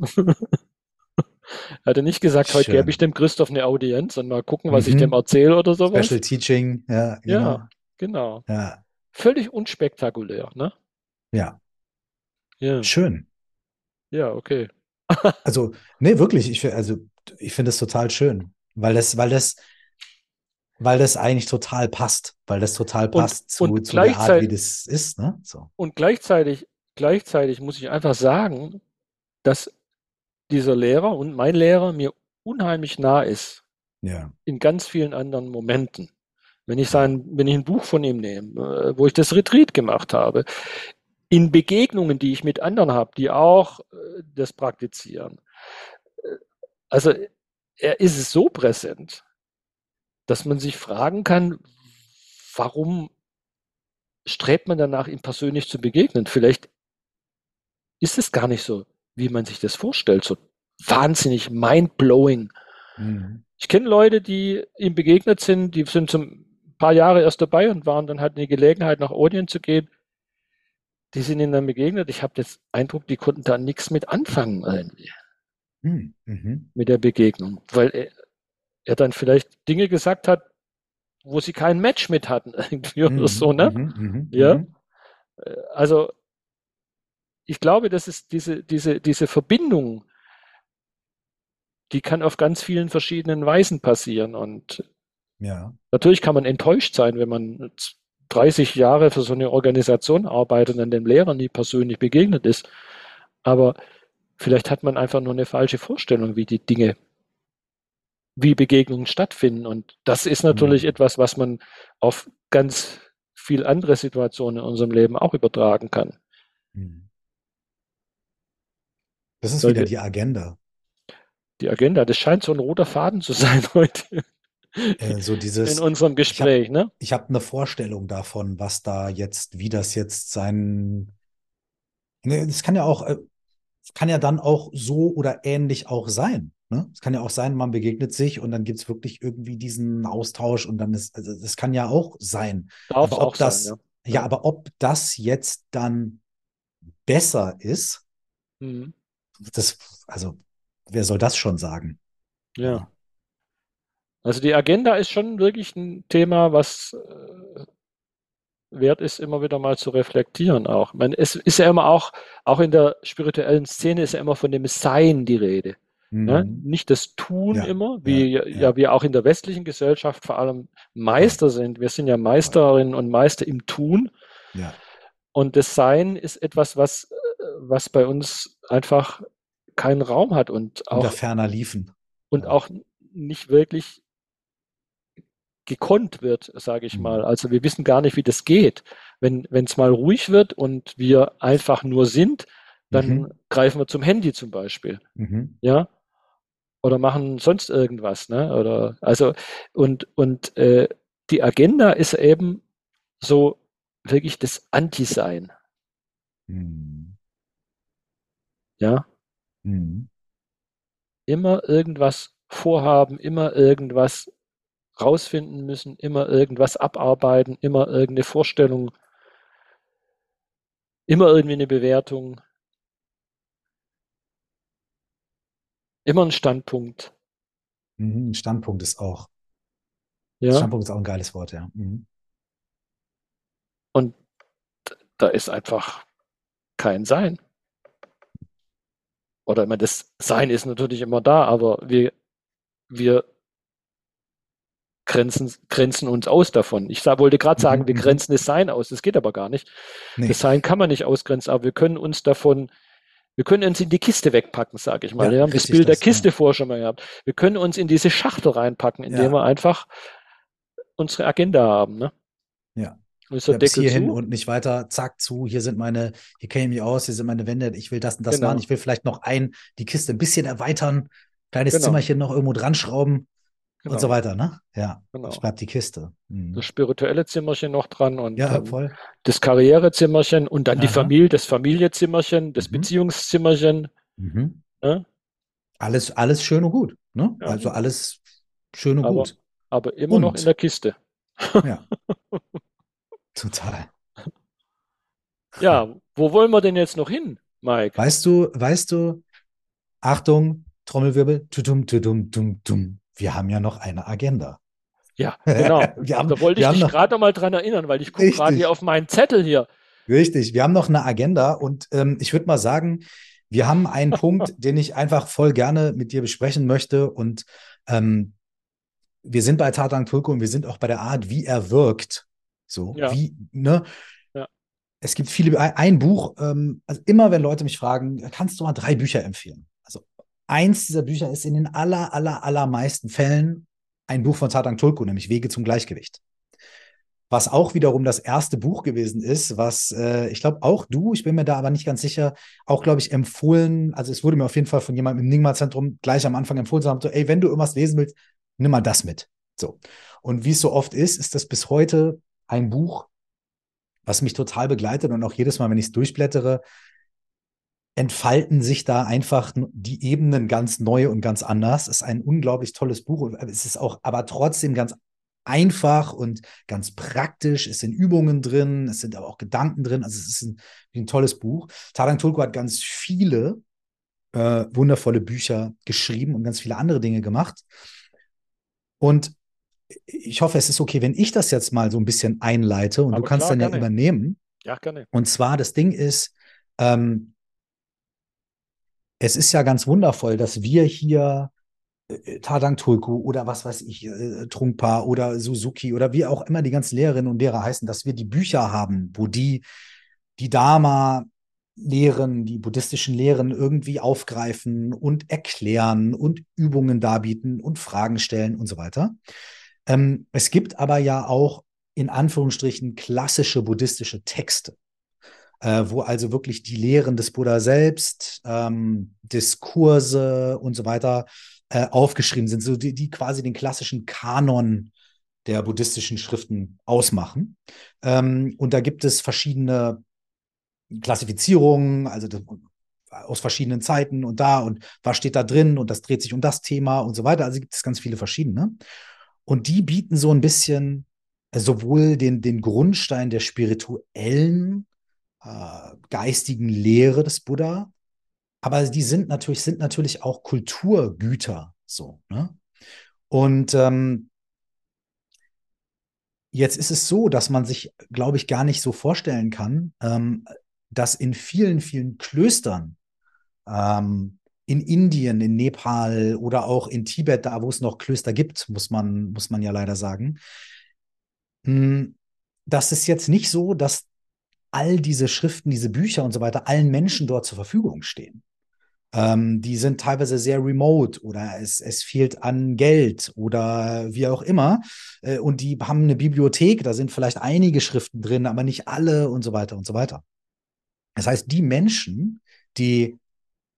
Er hatte nicht gesagt, heute gebe ich schön. dem Christoph eine Audienz und mal gucken, was ich dem Mhm. erzähle oder Special sowas. Teaching, ja, genau. Ja, genau. Ja, Völlig unspektakulär, ne? ja, Ja, schön. ja, okay. Also, nee, wirklich, ich, fi- also, ich finde es total schön, weil das, weil das, weil das eigentlich total passt, weil das total Und, passt zu, und zu der Art, wie gleichzeitig, das ist, ne? So. und gleichzeitig, gleichzeitig muss ich einfach sagen, dass dieser Lehrer und mein Lehrer mir unheimlich nah ist Ja, in ganz vielen anderen Momenten. Wenn ich ja. sein, wenn ich ein Buch von ihm nehme, äh, wo ich das Retreat gemacht habe, in Begegnungen, die ich mit anderen habe, die auch äh, das praktizieren. Also er ist so präsent, dass man sich fragen kann, warum strebt man danach, ihm persönlich zu begegnen? Vielleicht ist es gar nicht so, wie man sich das vorstellt, so wahnsinnig mind-blowing. Mhm. Ich kenne Leute, die ihm begegnet sind, die sind zum paar Jahre erst dabei und waren dann halt eine Gelegenheit, nach Odien zu gehen. Die sind ihnen dann begegnet. Ich habe den Eindruck, die konnten da nichts mit anfangen irgendwie, Mhm. Mhm. mit der Begegnung, weil er, er dann vielleicht Dinge gesagt hat, wo sie kein Match mit hatten irgendwie oder so, Mhm. ne? Mhm. Mhm. Ja, Mhm. also ich glaube, das ist diese, diese, diese Verbindung, die kann auf ganz vielen verschiedenen Weisen passieren. Und Ja. natürlich kann man enttäuscht sein, wenn man dreißig Jahre für so eine Organisation arbeitet und dem Lehrer nie persönlich begegnet ist. Aber vielleicht hat man einfach nur eine falsche Vorstellung, wie die Dinge, wie Begegnungen stattfinden. Und das ist natürlich Mhm. etwas, was man auf ganz viel andere Situationen in unserem Leben auch übertragen kann. Mhm. Das ist Weil wieder wir, die Agenda. die Agenda, das scheint so ein roter Faden zu sein heute Äh, so in dieses, unserem ich habe Gespräch, ne? ich hab eine Vorstellung davon, was da jetzt, wie das jetzt sein. Ne, das kann ja auch, äh, es kann ja dann auch so oder ähnlich auch sein. Ne? Es kann ja auch sein, man begegnet sich und dann gibt es wirklich irgendwie diesen Austausch und dann ist, also das kann ja auch sein. Darf es Aber auch ob sein, ja. das, ja, Ja. aber ob das jetzt dann besser ist, Mhm. das, also, wer soll das schon sagen? Ja. Ja. Also die Agenda ist schon wirklich ein Thema, was äh, wert ist, immer wieder mal zu reflektieren auch. Ich meine, es ist ja immer auch, auch in der spirituellen Szene ist ja immer von dem Sein die Rede. Ne? Mhm. Nicht das Tun Ja, immer, ja, wie ja ja, ja wir auch in der westlichen Gesellschaft vor allem voll, Meister sind. Wir sind ja voll. Meisterinnen und Meister im Tun. Ja, Und das Sein ist etwas, was, äh, was bei uns einfach keinen Raum hat und unter auch, ferner liefen. und Ja. auch nicht wirklich gekonnt wird, sage ich mal. Mhm. Also wir wissen gar nicht, wie das geht. Wenn wenn es mal ruhig wird und wir einfach nur sind, dann Mhm. greifen wir zum Handy zum Beispiel, Mhm. ja, oder machen sonst irgendwas, ne? Oder also und und äh, die Agenda ist eben so wirklich das Anti-Sein. Mhm. Ja, Mhm. immer irgendwas vorhaben, immer irgendwas rausfinden müssen, immer irgendwas abarbeiten, immer irgendeine Vorstellung, immer irgendwie eine Bewertung, immer ein Standpunkt. Mhm. Standpunkt ist auch, Ja, Standpunkt ist auch ein geiles Wort, ja. Mhm. und da ist einfach kein Sein. Oder ich meine, das Sein ist natürlich immer da, aber wir, wir grenzen, grenzen uns aus davon. Ich sa- wollte gerade Mhm. sagen, wir Mhm. grenzen das Sein aus. Das geht aber gar nicht. Nee. Das Sein kann man nicht ausgrenzen, aber wir können uns davon, wir können uns in die Kiste wegpacken, sage ich mal. Ja, Wir haben das richtig Bild der das, ja. Kiste vorher schon mal gehabt. Wir können uns in diese Schachtel reinpacken, indem Ja, wir einfach unsere Agenda haben. Ne? ja. Und ist der Ja, bis Deckel hierhin zu? und nicht weiter. Zack, zu. Hier sind meine, hier kenne ich mich aus, hier sind meine Wände. Ich will das und das machen. Genau, Ich will vielleicht noch ein, die Kiste ein bisschen erweitern, kleines genau, Zimmerchen noch irgendwo dran schrauben und so genau, weiter, ne? Ja, es genau. bleibt die Kiste. Das Mhm. spirituelle Zimmerchen noch dran und Ja, dann voll. das Karrierezimmerchen und dann die Aha. Familie, das Familienzimmerchen, das Mhm. Beziehungszimmerchen. Mhm. Ne? Alles, alles schön und gut, ne? Ja, Also alles schön und aber, gut. aber immer noch in Und, der Kiste. ja, total. Ja, wo wollen wir denn jetzt noch hin, Mike? Weißt du, weißt du, Achtung, Trommelwirbel, tudum, tudum, dum, dum. Wir haben ja noch eine Agenda. Ja, genau. Wir haben, Da wollte ich wir haben dich noch, gerade noch mal dran erinnern, weil ich gucke gerade hier richtig, auf meinen Zettel hier. richtig, wir haben noch eine Agenda und ähm, ich würde mal sagen, wir haben einen Punkt, den ich einfach voll gerne mit dir besprechen möchte und ähm, wir sind bei Tatank Tulku und wir sind auch bei der Art, wie er wirkt. So, Ja, wie, ne? ja, Es gibt viele, ein Buch, ähm, also immer wenn Leute mich fragen, kannst du mal drei Bücher empfehlen? Also eins dieser Bücher ist in den aller, aller, allermeisten Fällen ein Buch von Tatank Tulku, nämlich Wege zum Gleichgewicht. Was auch wiederum das erste Buch gewesen ist, was äh, ich glaube auch du, ich bin mir da aber nicht ganz sicher, auch glaube ich empfohlen, also es wurde mir auf jeden Fall von jemandem im Nigma-Zentrum gleich am Anfang empfohlen, so, ey, wenn du irgendwas lesen willst, nimm mal das mit. So. Und wie es so oft ist, ist das bis heute ein Buch, was mich total begleitet und auch jedes Mal, wenn ich es durchblättere, entfalten sich da einfach die Ebenen ganz neu und ganz anders. Es ist ein unglaublich tolles Buch. Es ist auch aber trotzdem ganz einfach und ganz praktisch. Es sind Übungen drin, es sind aber auch Gedanken drin. Also es ist ein, ein tolles Buch. Taran Tulku hat ganz viele äh, wundervolle Bücher geschrieben und ganz viele andere Dinge gemacht. Und ich hoffe, es ist okay, wenn ich das jetzt mal so ein bisschen einleite und du aber kannst klar, dann ja gerne. übernehmen. Ja, gerne. Und zwar, das Ding ist, ähm, es ist ja ganz wundervoll, dass wir hier äh, Tadang Tulku oder was weiß ich, äh, Trungpa oder Suzuki oder wie auch immer die ganzen Lehrerinnen und Lehrer heißen, dass wir die Bücher haben, wo die die Dharma Lehren, die buddhistischen Lehren irgendwie aufgreifen und erklären und Übungen darbieten und Fragen stellen und so weiter. Ähm, es gibt aber ja auch in Anführungsstrichen klassische buddhistische Texte, äh, wo also wirklich die Lehren des Buddha selbst, ähm, Diskurse und so weiter äh, aufgeschrieben sind, so die, die quasi den klassischen Kanon der buddhistischen Schriften ausmachen. Ähm, und da gibt es verschiedene Klassifizierungen, also das, aus verschiedenen Zeiten und da und was steht da drin und das dreht sich um das Thema und so weiter. Also gibt es ganz viele verschiedene. Und die bieten so ein bisschen äh, sowohl den, den Grundstein der spirituellen äh, geistigen Lehre des Buddha. Aber die sind natürlich, sind natürlich auch Kulturgüter so. Ne? Und ähm, jetzt ist es so, dass man sich, glaube ich, gar nicht so vorstellen kann, ähm, dass in vielen, vielen Klöstern ähm, in Indien, in Nepal oder auch in Tibet, da wo es noch Klöster gibt, muss man, muss man ja leider sagen, mh, das ist jetzt nicht so, dass all diese Schriften, diese Bücher und so weiter allen Menschen dort zur Verfügung stehen. Ähm, die sind teilweise sehr remote oder es, es fehlt an Geld oder wie auch immer. Äh, und die haben eine Bibliothek, da sind vielleicht einige Schriften drin, aber nicht alle und so weiter und so weiter. Das heißt, die Menschen, die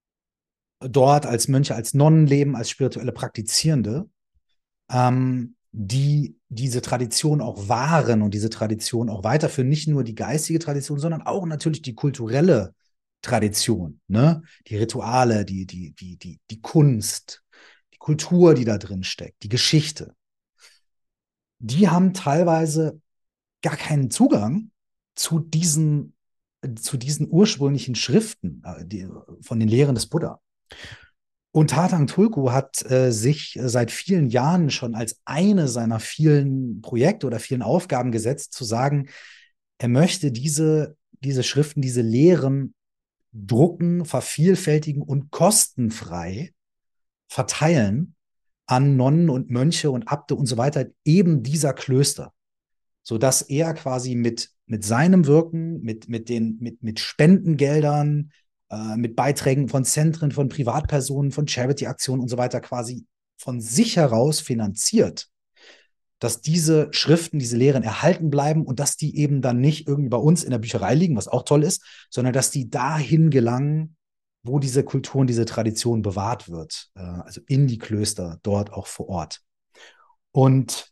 dort als Mönche, als Nonnen leben, als spirituelle Praktizierende, ähm, die diese Tradition auch wahren und diese Tradition auch weiterführen, nicht nur die geistige Tradition, sondern auch natürlich die kulturelle Tradition, ne? Die Rituale, die, die, die, die, die Kunst, die Kultur, die da drin steckt, die Geschichte. Die haben teilweise gar keinen Zugang zu diesen, zu diesen ursprünglichen Schriften äh, die, von den Lehren des Buddha. Und Tatang Tulku hat äh, sich seit vielen Jahren schon als eine seiner vielen Projekte oder vielen Aufgaben gesetzt, zu sagen, er möchte diese, diese Schriften, diese Lehren drucken, vervielfältigen und kostenfrei verteilen an Nonnen und Mönche und Abte und so weiter, eben dieser Klöster, sodass er quasi mit, mit seinem Wirken, mit, mit, den, mit, mit Spendengeldern, äh, mit Beiträgen von Zentren, von Privatpersonen, von Charity-Aktionen und so weiter quasi von sich heraus finanziert, dass diese Schriften, diese Lehren erhalten bleiben und dass die eben dann nicht irgendwie bei uns in der Bücherei liegen, was auch toll ist, sondern dass die dahin gelangen, wo diese Kultur und diese Tradition bewahrt wird, äh, also in die Klöster, dort auch vor Ort. Und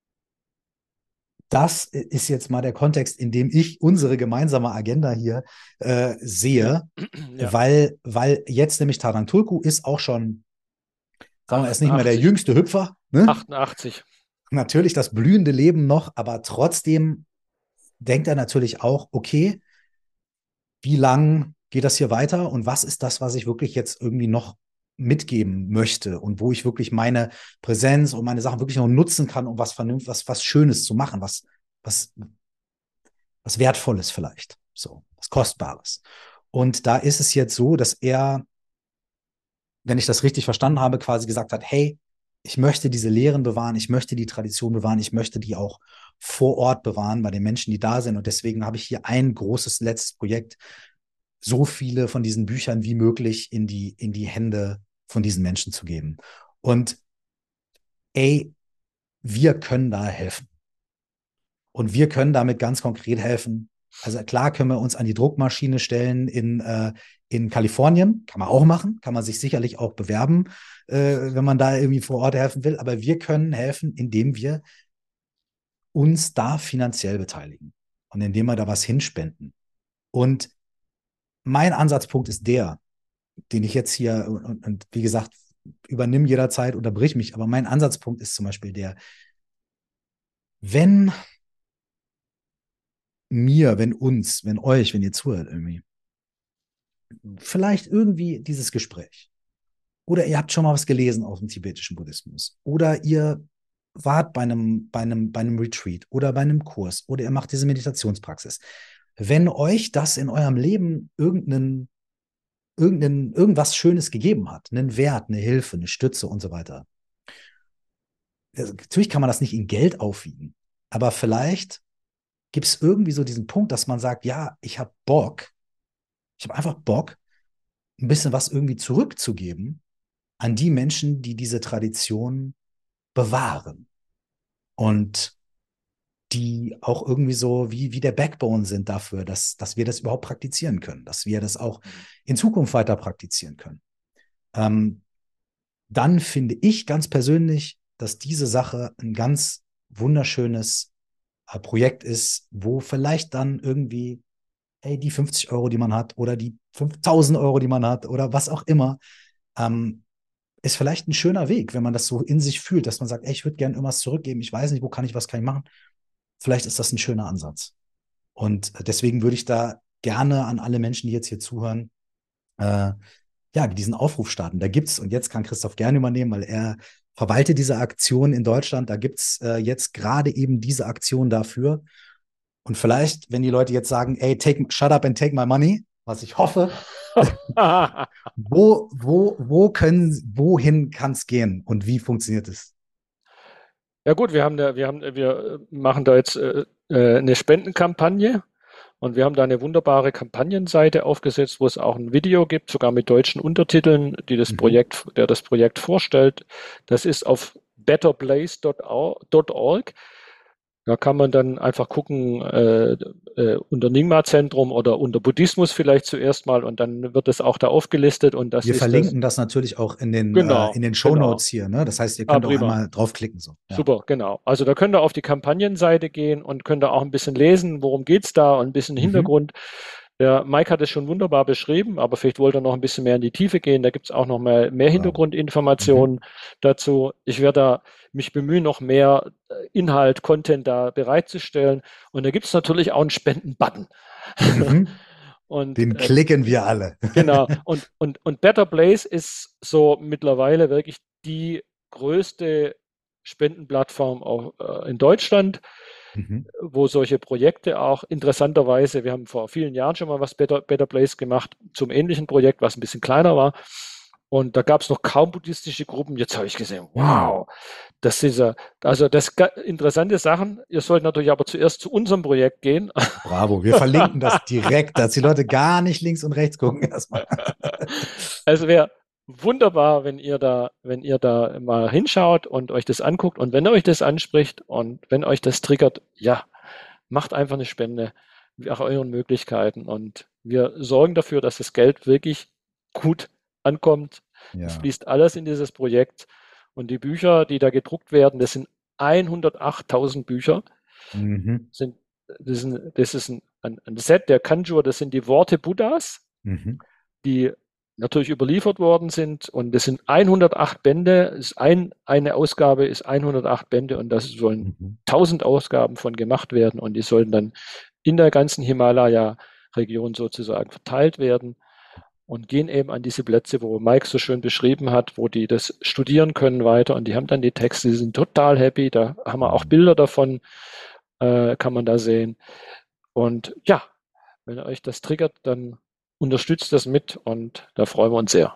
das ist jetzt mal der Kontext, in dem ich unsere gemeinsame Agenda hier äh, sehe, Ja. Ja. weil, weil jetzt nämlich Tarang Tulku ist auch schon, sagen wir, er ist nicht mehr der achtundachtzig. jüngste Hüpfer, ne? achtundachtzig. Natürlich das blühende Leben noch, aber trotzdem denkt er natürlich auch, okay, wie lang geht das hier weiter und was ist das, was ich wirklich jetzt irgendwie noch mitgeben möchte und wo ich wirklich meine Präsenz und meine Sachen wirklich noch nutzen kann, um was vernünftig, was, was Schönes zu machen, was, was, was Wertvolles vielleicht, so, was Kostbares. Und da ist es jetzt so, dass er, wenn ich das richtig verstanden habe, quasi gesagt hat, hey, ich möchte diese Lehren bewahren, ich möchte die Tradition bewahren, ich möchte die auch vor Ort bewahren bei den Menschen, die da sind. Und deswegen habe ich hier ein großes letztes Projekt, so viele von diesen Büchern wie möglich in die, in die Hände von diesen Menschen zu geben. Und ey, wir können da helfen. Und wir können damit ganz konkret helfen. Also klar können wir uns an die Druckmaschine stellen in, äh, in Kalifornien. Kann man auch machen. Kann man sich sicherlich auch bewerben, äh, wenn man da irgendwie vor Ort helfen will. Aber wir können helfen, indem wir uns da finanziell beteiligen und indem wir da was hinspenden. Und mein Ansatzpunkt ist der, den ich jetzt hier, und, und wie gesagt, übernimm jederzeit, unterbrich mich, aber mein Ansatzpunkt ist zum Beispiel der, wenn mir, wenn uns, wenn euch, wenn ihr zuhört irgendwie, vielleicht irgendwie dieses Gespräch oder ihr habt schon mal was gelesen aus dem tibetischen Buddhismus oder ihr wart bei einem, bei einem, bei einem Retreat oder bei einem Kurs oder ihr macht diese Meditationspraxis. Wenn euch das in eurem Leben irgendeinen, irgendeinen, irgendwas Schönes gegeben hat, einen Wert, eine Hilfe, eine Stütze und so weiter, natürlich kann man das nicht in Geld aufwiegen, aber vielleicht gibt es irgendwie so diesen Punkt, dass man sagt, ja, ich habe Bock, ich habe einfach Bock, ein bisschen was irgendwie zurückzugeben an die Menschen, die diese Tradition bewahren und die auch irgendwie so wie, wie der Backbone sind dafür, dass, dass wir das überhaupt praktizieren können, dass wir das auch in Zukunft weiter praktizieren können. Ähm, dann finde ich ganz persönlich, dass diese Sache ein ganz wunderschönes äh, Projekt ist, wo vielleicht dann irgendwie, ey, die fünfzig Euro, die man hat oder die fünftausend Euro, die man hat oder was auch immer, ähm, ist vielleicht ein schöner Weg, wenn man das so in sich fühlt, dass man sagt, ey, ich würde gerne irgendwas zurückgeben, ich weiß nicht, wo kann ich, was kann ich machen. Vielleicht ist das ein schöner Ansatz. Und deswegen würde ich da gerne an alle Menschen, die jetzt hier zuhören, äh, ja, diesen Aufruf starten. Da gibt's, und jetzt kann Christoph gerne übernehmen, weil er verwaltet diese Aktion in Deutschland. Da gibt's äh, jetzt gerade eben diese Aktion dafür. Und vielleicht, wenn die Leute jetzt sagen, ey, take, shut up and take my money, was ich hoffe, wo, wo, wo können, wohin kann es gehen und wie funktioniert es? Ja gut, wir haben da, wir haben, wir machen da jetzt äh, äh, eine Spendenkampagne und wir haben da eine wunderbare Kampagnenseite aufgesetzt, wo es auch ein Video gibt, sogar mit deutschen Untertiteln, die das Mhm. Projekt, der das Projekt vorstellt. Das ist auf betterplace Punkt org. Da kann man dann einfach gucken, äh, äh, unter Nyingma-Zentrum oder unter Buddhismus vielleicht zuerst mal und dann wird das auch da aufgelistet und das Wir ist das. verlinken das natürlich auch in den, äh, Genau, in den genau. Shownotes hier, ne? Das heißt, ihr Ah, könnt auch prima. einmal draufklicken, so. Ja. Super, genau. Also da könnt ihr auf die Kampagnenseite gehen und könnt ihr auch ein bisschen lesen, worum geht's da und ein bisschen Mhm. Hintergrund. Der Mike hat es schon wunderbar beschrieben, aber vielleicht wollt ihr noch ein bisschen mehr in die Tiefe gehen. Da gibt es auch noch mal mehr Bravo. Hintergrundinformationen Mhm. dazu. Ich werde da mich bemühen, noch mehr äh, Inhalt, Content da bereitzustellen. Und da gibt es natürlich auch einen Spenden-Button. Mhm. Und Den äh, klicken wir alle. genau. Und, und, und Better Place ist so mittlerweile wirklich die größte Spendenplattform auch, äh, in Deutschland, Mhm. wo solche Projekte auch interessanterweise, wir haben vor vielen Jahren schon mal was Better, Better Place gemacht zum ähnlichen Projekt, was ein bisschen kleiner war. Und da gab es noch kaum buddhistische Gruppen. Jetzt habe ich gesehen, Mhm. wow, das ist ja, also das ga- interessante Sachen. Ihr sollt natürlich aber zuerst zu unserem Projekt gehen. Bravo. Wir verlinken das direkt, dass die Leute gar nicht links und rechts gucken erstmal. Also wäre wunderbar, wenn ihr da, wenn ihr da mal hinschaut und euch das anguckt und wenn euch das anspricht und wenn euch das triggert, ja, macht einfach eine Spende nach euren Möglichkeiten und wir sorgen dafür, dass das Geld wirklich gut ankommt. Es Ja. fließt alles in dieses Projekt und die Bücher, die da gedruckt werden, das sind hundertachttausend Bücher, Mhm. sind, das ist ein, das ist ein, ein, ein Set der Kanjur, das sind die Worte Buddhas, Mhm. die natürlich überliefert worden sind. Und das sind hundertacht Bände. Ist ein, eine Ausgabe ist hundertacht Bände und da sollen Mhm. tausend Ausgaben von gemacht werden. Und die sollen dann in der ganzen Himalaya-Region sozusagen verteilt werden und gehen eben an diese Plätze, wo Mike so schön beschrieben hat, wo die das studieren können weiter. Und die haben dann die Texte, die sind total happy. Da haben wir auch Mhm. Bilder davon, äh, kann man da sehen. Und ja, wenn euch das triggert, dann unterstützt das mit und da freuen wir uns sehr.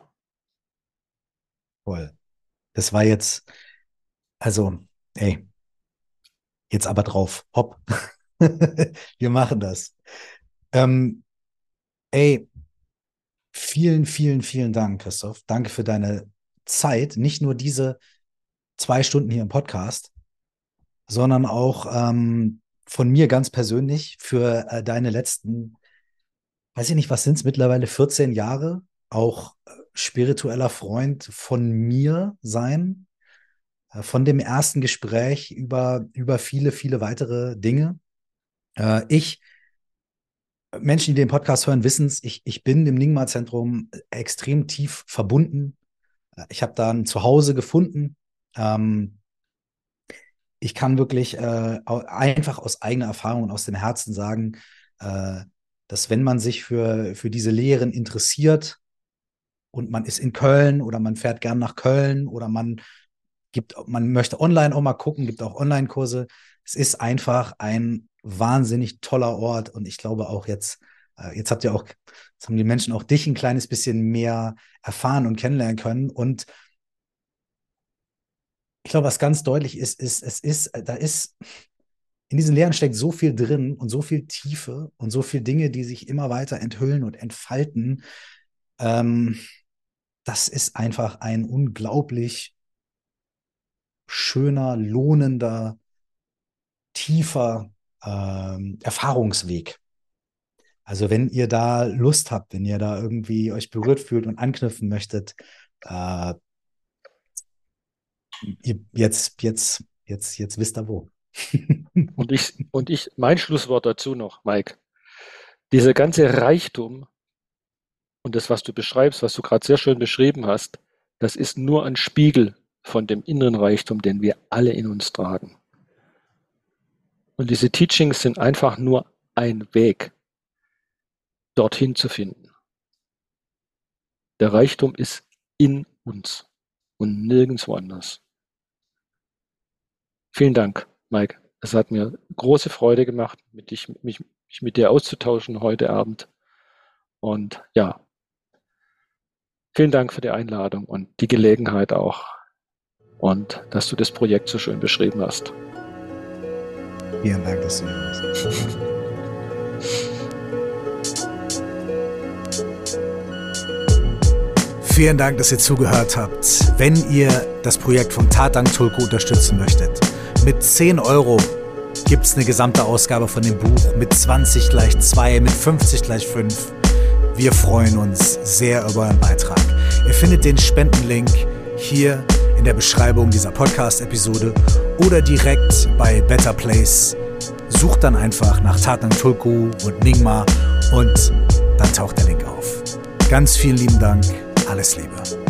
Voll. Das war jetzt, also, ey, jetzt aber drauf. Hopp. Wir machen das. Ähm, ey, vielen, vielen, vielen Dank, Christoph. Danke für deine Zeit. Nicht nur diese zwei Stunden hier im Podcast, sondern auch ähm, von mir ganz persönlich für äh, deine letzten, weiß ich nicht, was sind es mittlerweile, vierzehn Jahre, auch äh, spiritueller Freund von mir sein, äh, von dem ersten Gespräch über, über viele, viele weitere Dinge. Äh, ich, Menschen, die den Podcast hören, wissen es, ich, ich bin dem Nyingma-Zentrum extrem tief verbunden. Äh, Ich habe da ein Zuhause gefunden. Ähm, ich kann wirklich äh, einfach aus eigener Erfahrung und aus dem Herzen sagen, äh, dass wenn man sich für, für diese Lehren interessiert und man ist in Köln oder man fährt gern nach Köln oder man gibt, man möchte online auch mal gucken, gibt auch Online-Kurse. Es ist einfach ein wahnsinnig toller Ort und ich glaube auch jetzt, äh, jetzt habt ihr auch, jetzt haben die Menschen auch dich ein kleines bisschen mehr erfahren und kennenlernen können und ich glaube, was ganz deutlich ist, ist, es ist, da ist in diesen Lehren steckt so viel drin und so viel Tiefe und so viele Dinge, die sich immer weiter enthüllen und entfalten. Ähm, das ist einfach ein unglaublich schöner, lohnender, tiefer ähm, Erfahrungsweg. Also wenn ihr da Lust habt, wenn ihr da irgendwie euch berührt fühlt und anknüpfen möchtet, äh, ihr, jetzt, jetzt, jetzt, jetzt wisst ihr wo. Und ich, und ich, mein Schlusswort dazu noch, Mike. Dieser ganze Reichtum und das, was du beschreibst, was du gerade sehr schön beschrieben hast, das ist nur ein Spiegel von dem inneren Reichtum, den wir alle in uns tragen. Und diese Teachings sind einfach nur ein Weg, dorthin zu finden. Der Reichtum ist in uns und nirgendwo anders. Vielen Dank, Mike. Es hat mir große Freude gemacht, mit dich, mich, mich mit dir auszutauschen heute Abend. Und ja, vielen Dank für die Einladung und die Gelegenheit auch. Und dass du das Projekt so schön beschrieben hast. Vielen Dank, dass du hier warst. Vielen Dank, dass ihr zugehört habt. Wenn ihr das Projekt von Tathang Tulku unterstützen möchtet, mit zehn Euro gibt es eine gesamte Ausgabe von dem Buch mit zwanzig gleich zwei, mit fünfzig gleich fünf. Wir freuen uns sehr über euren Beitrag. Ihr findet den Spendenlink hier in der Beschreibung dieser Podcast-Episode oder direkt bei Better Place. Sucht dann einfach nach Tatnang Tulku und Nyingma und dann taucht der Link auf. Ganz vielen lieben Dank. Alles Liebe.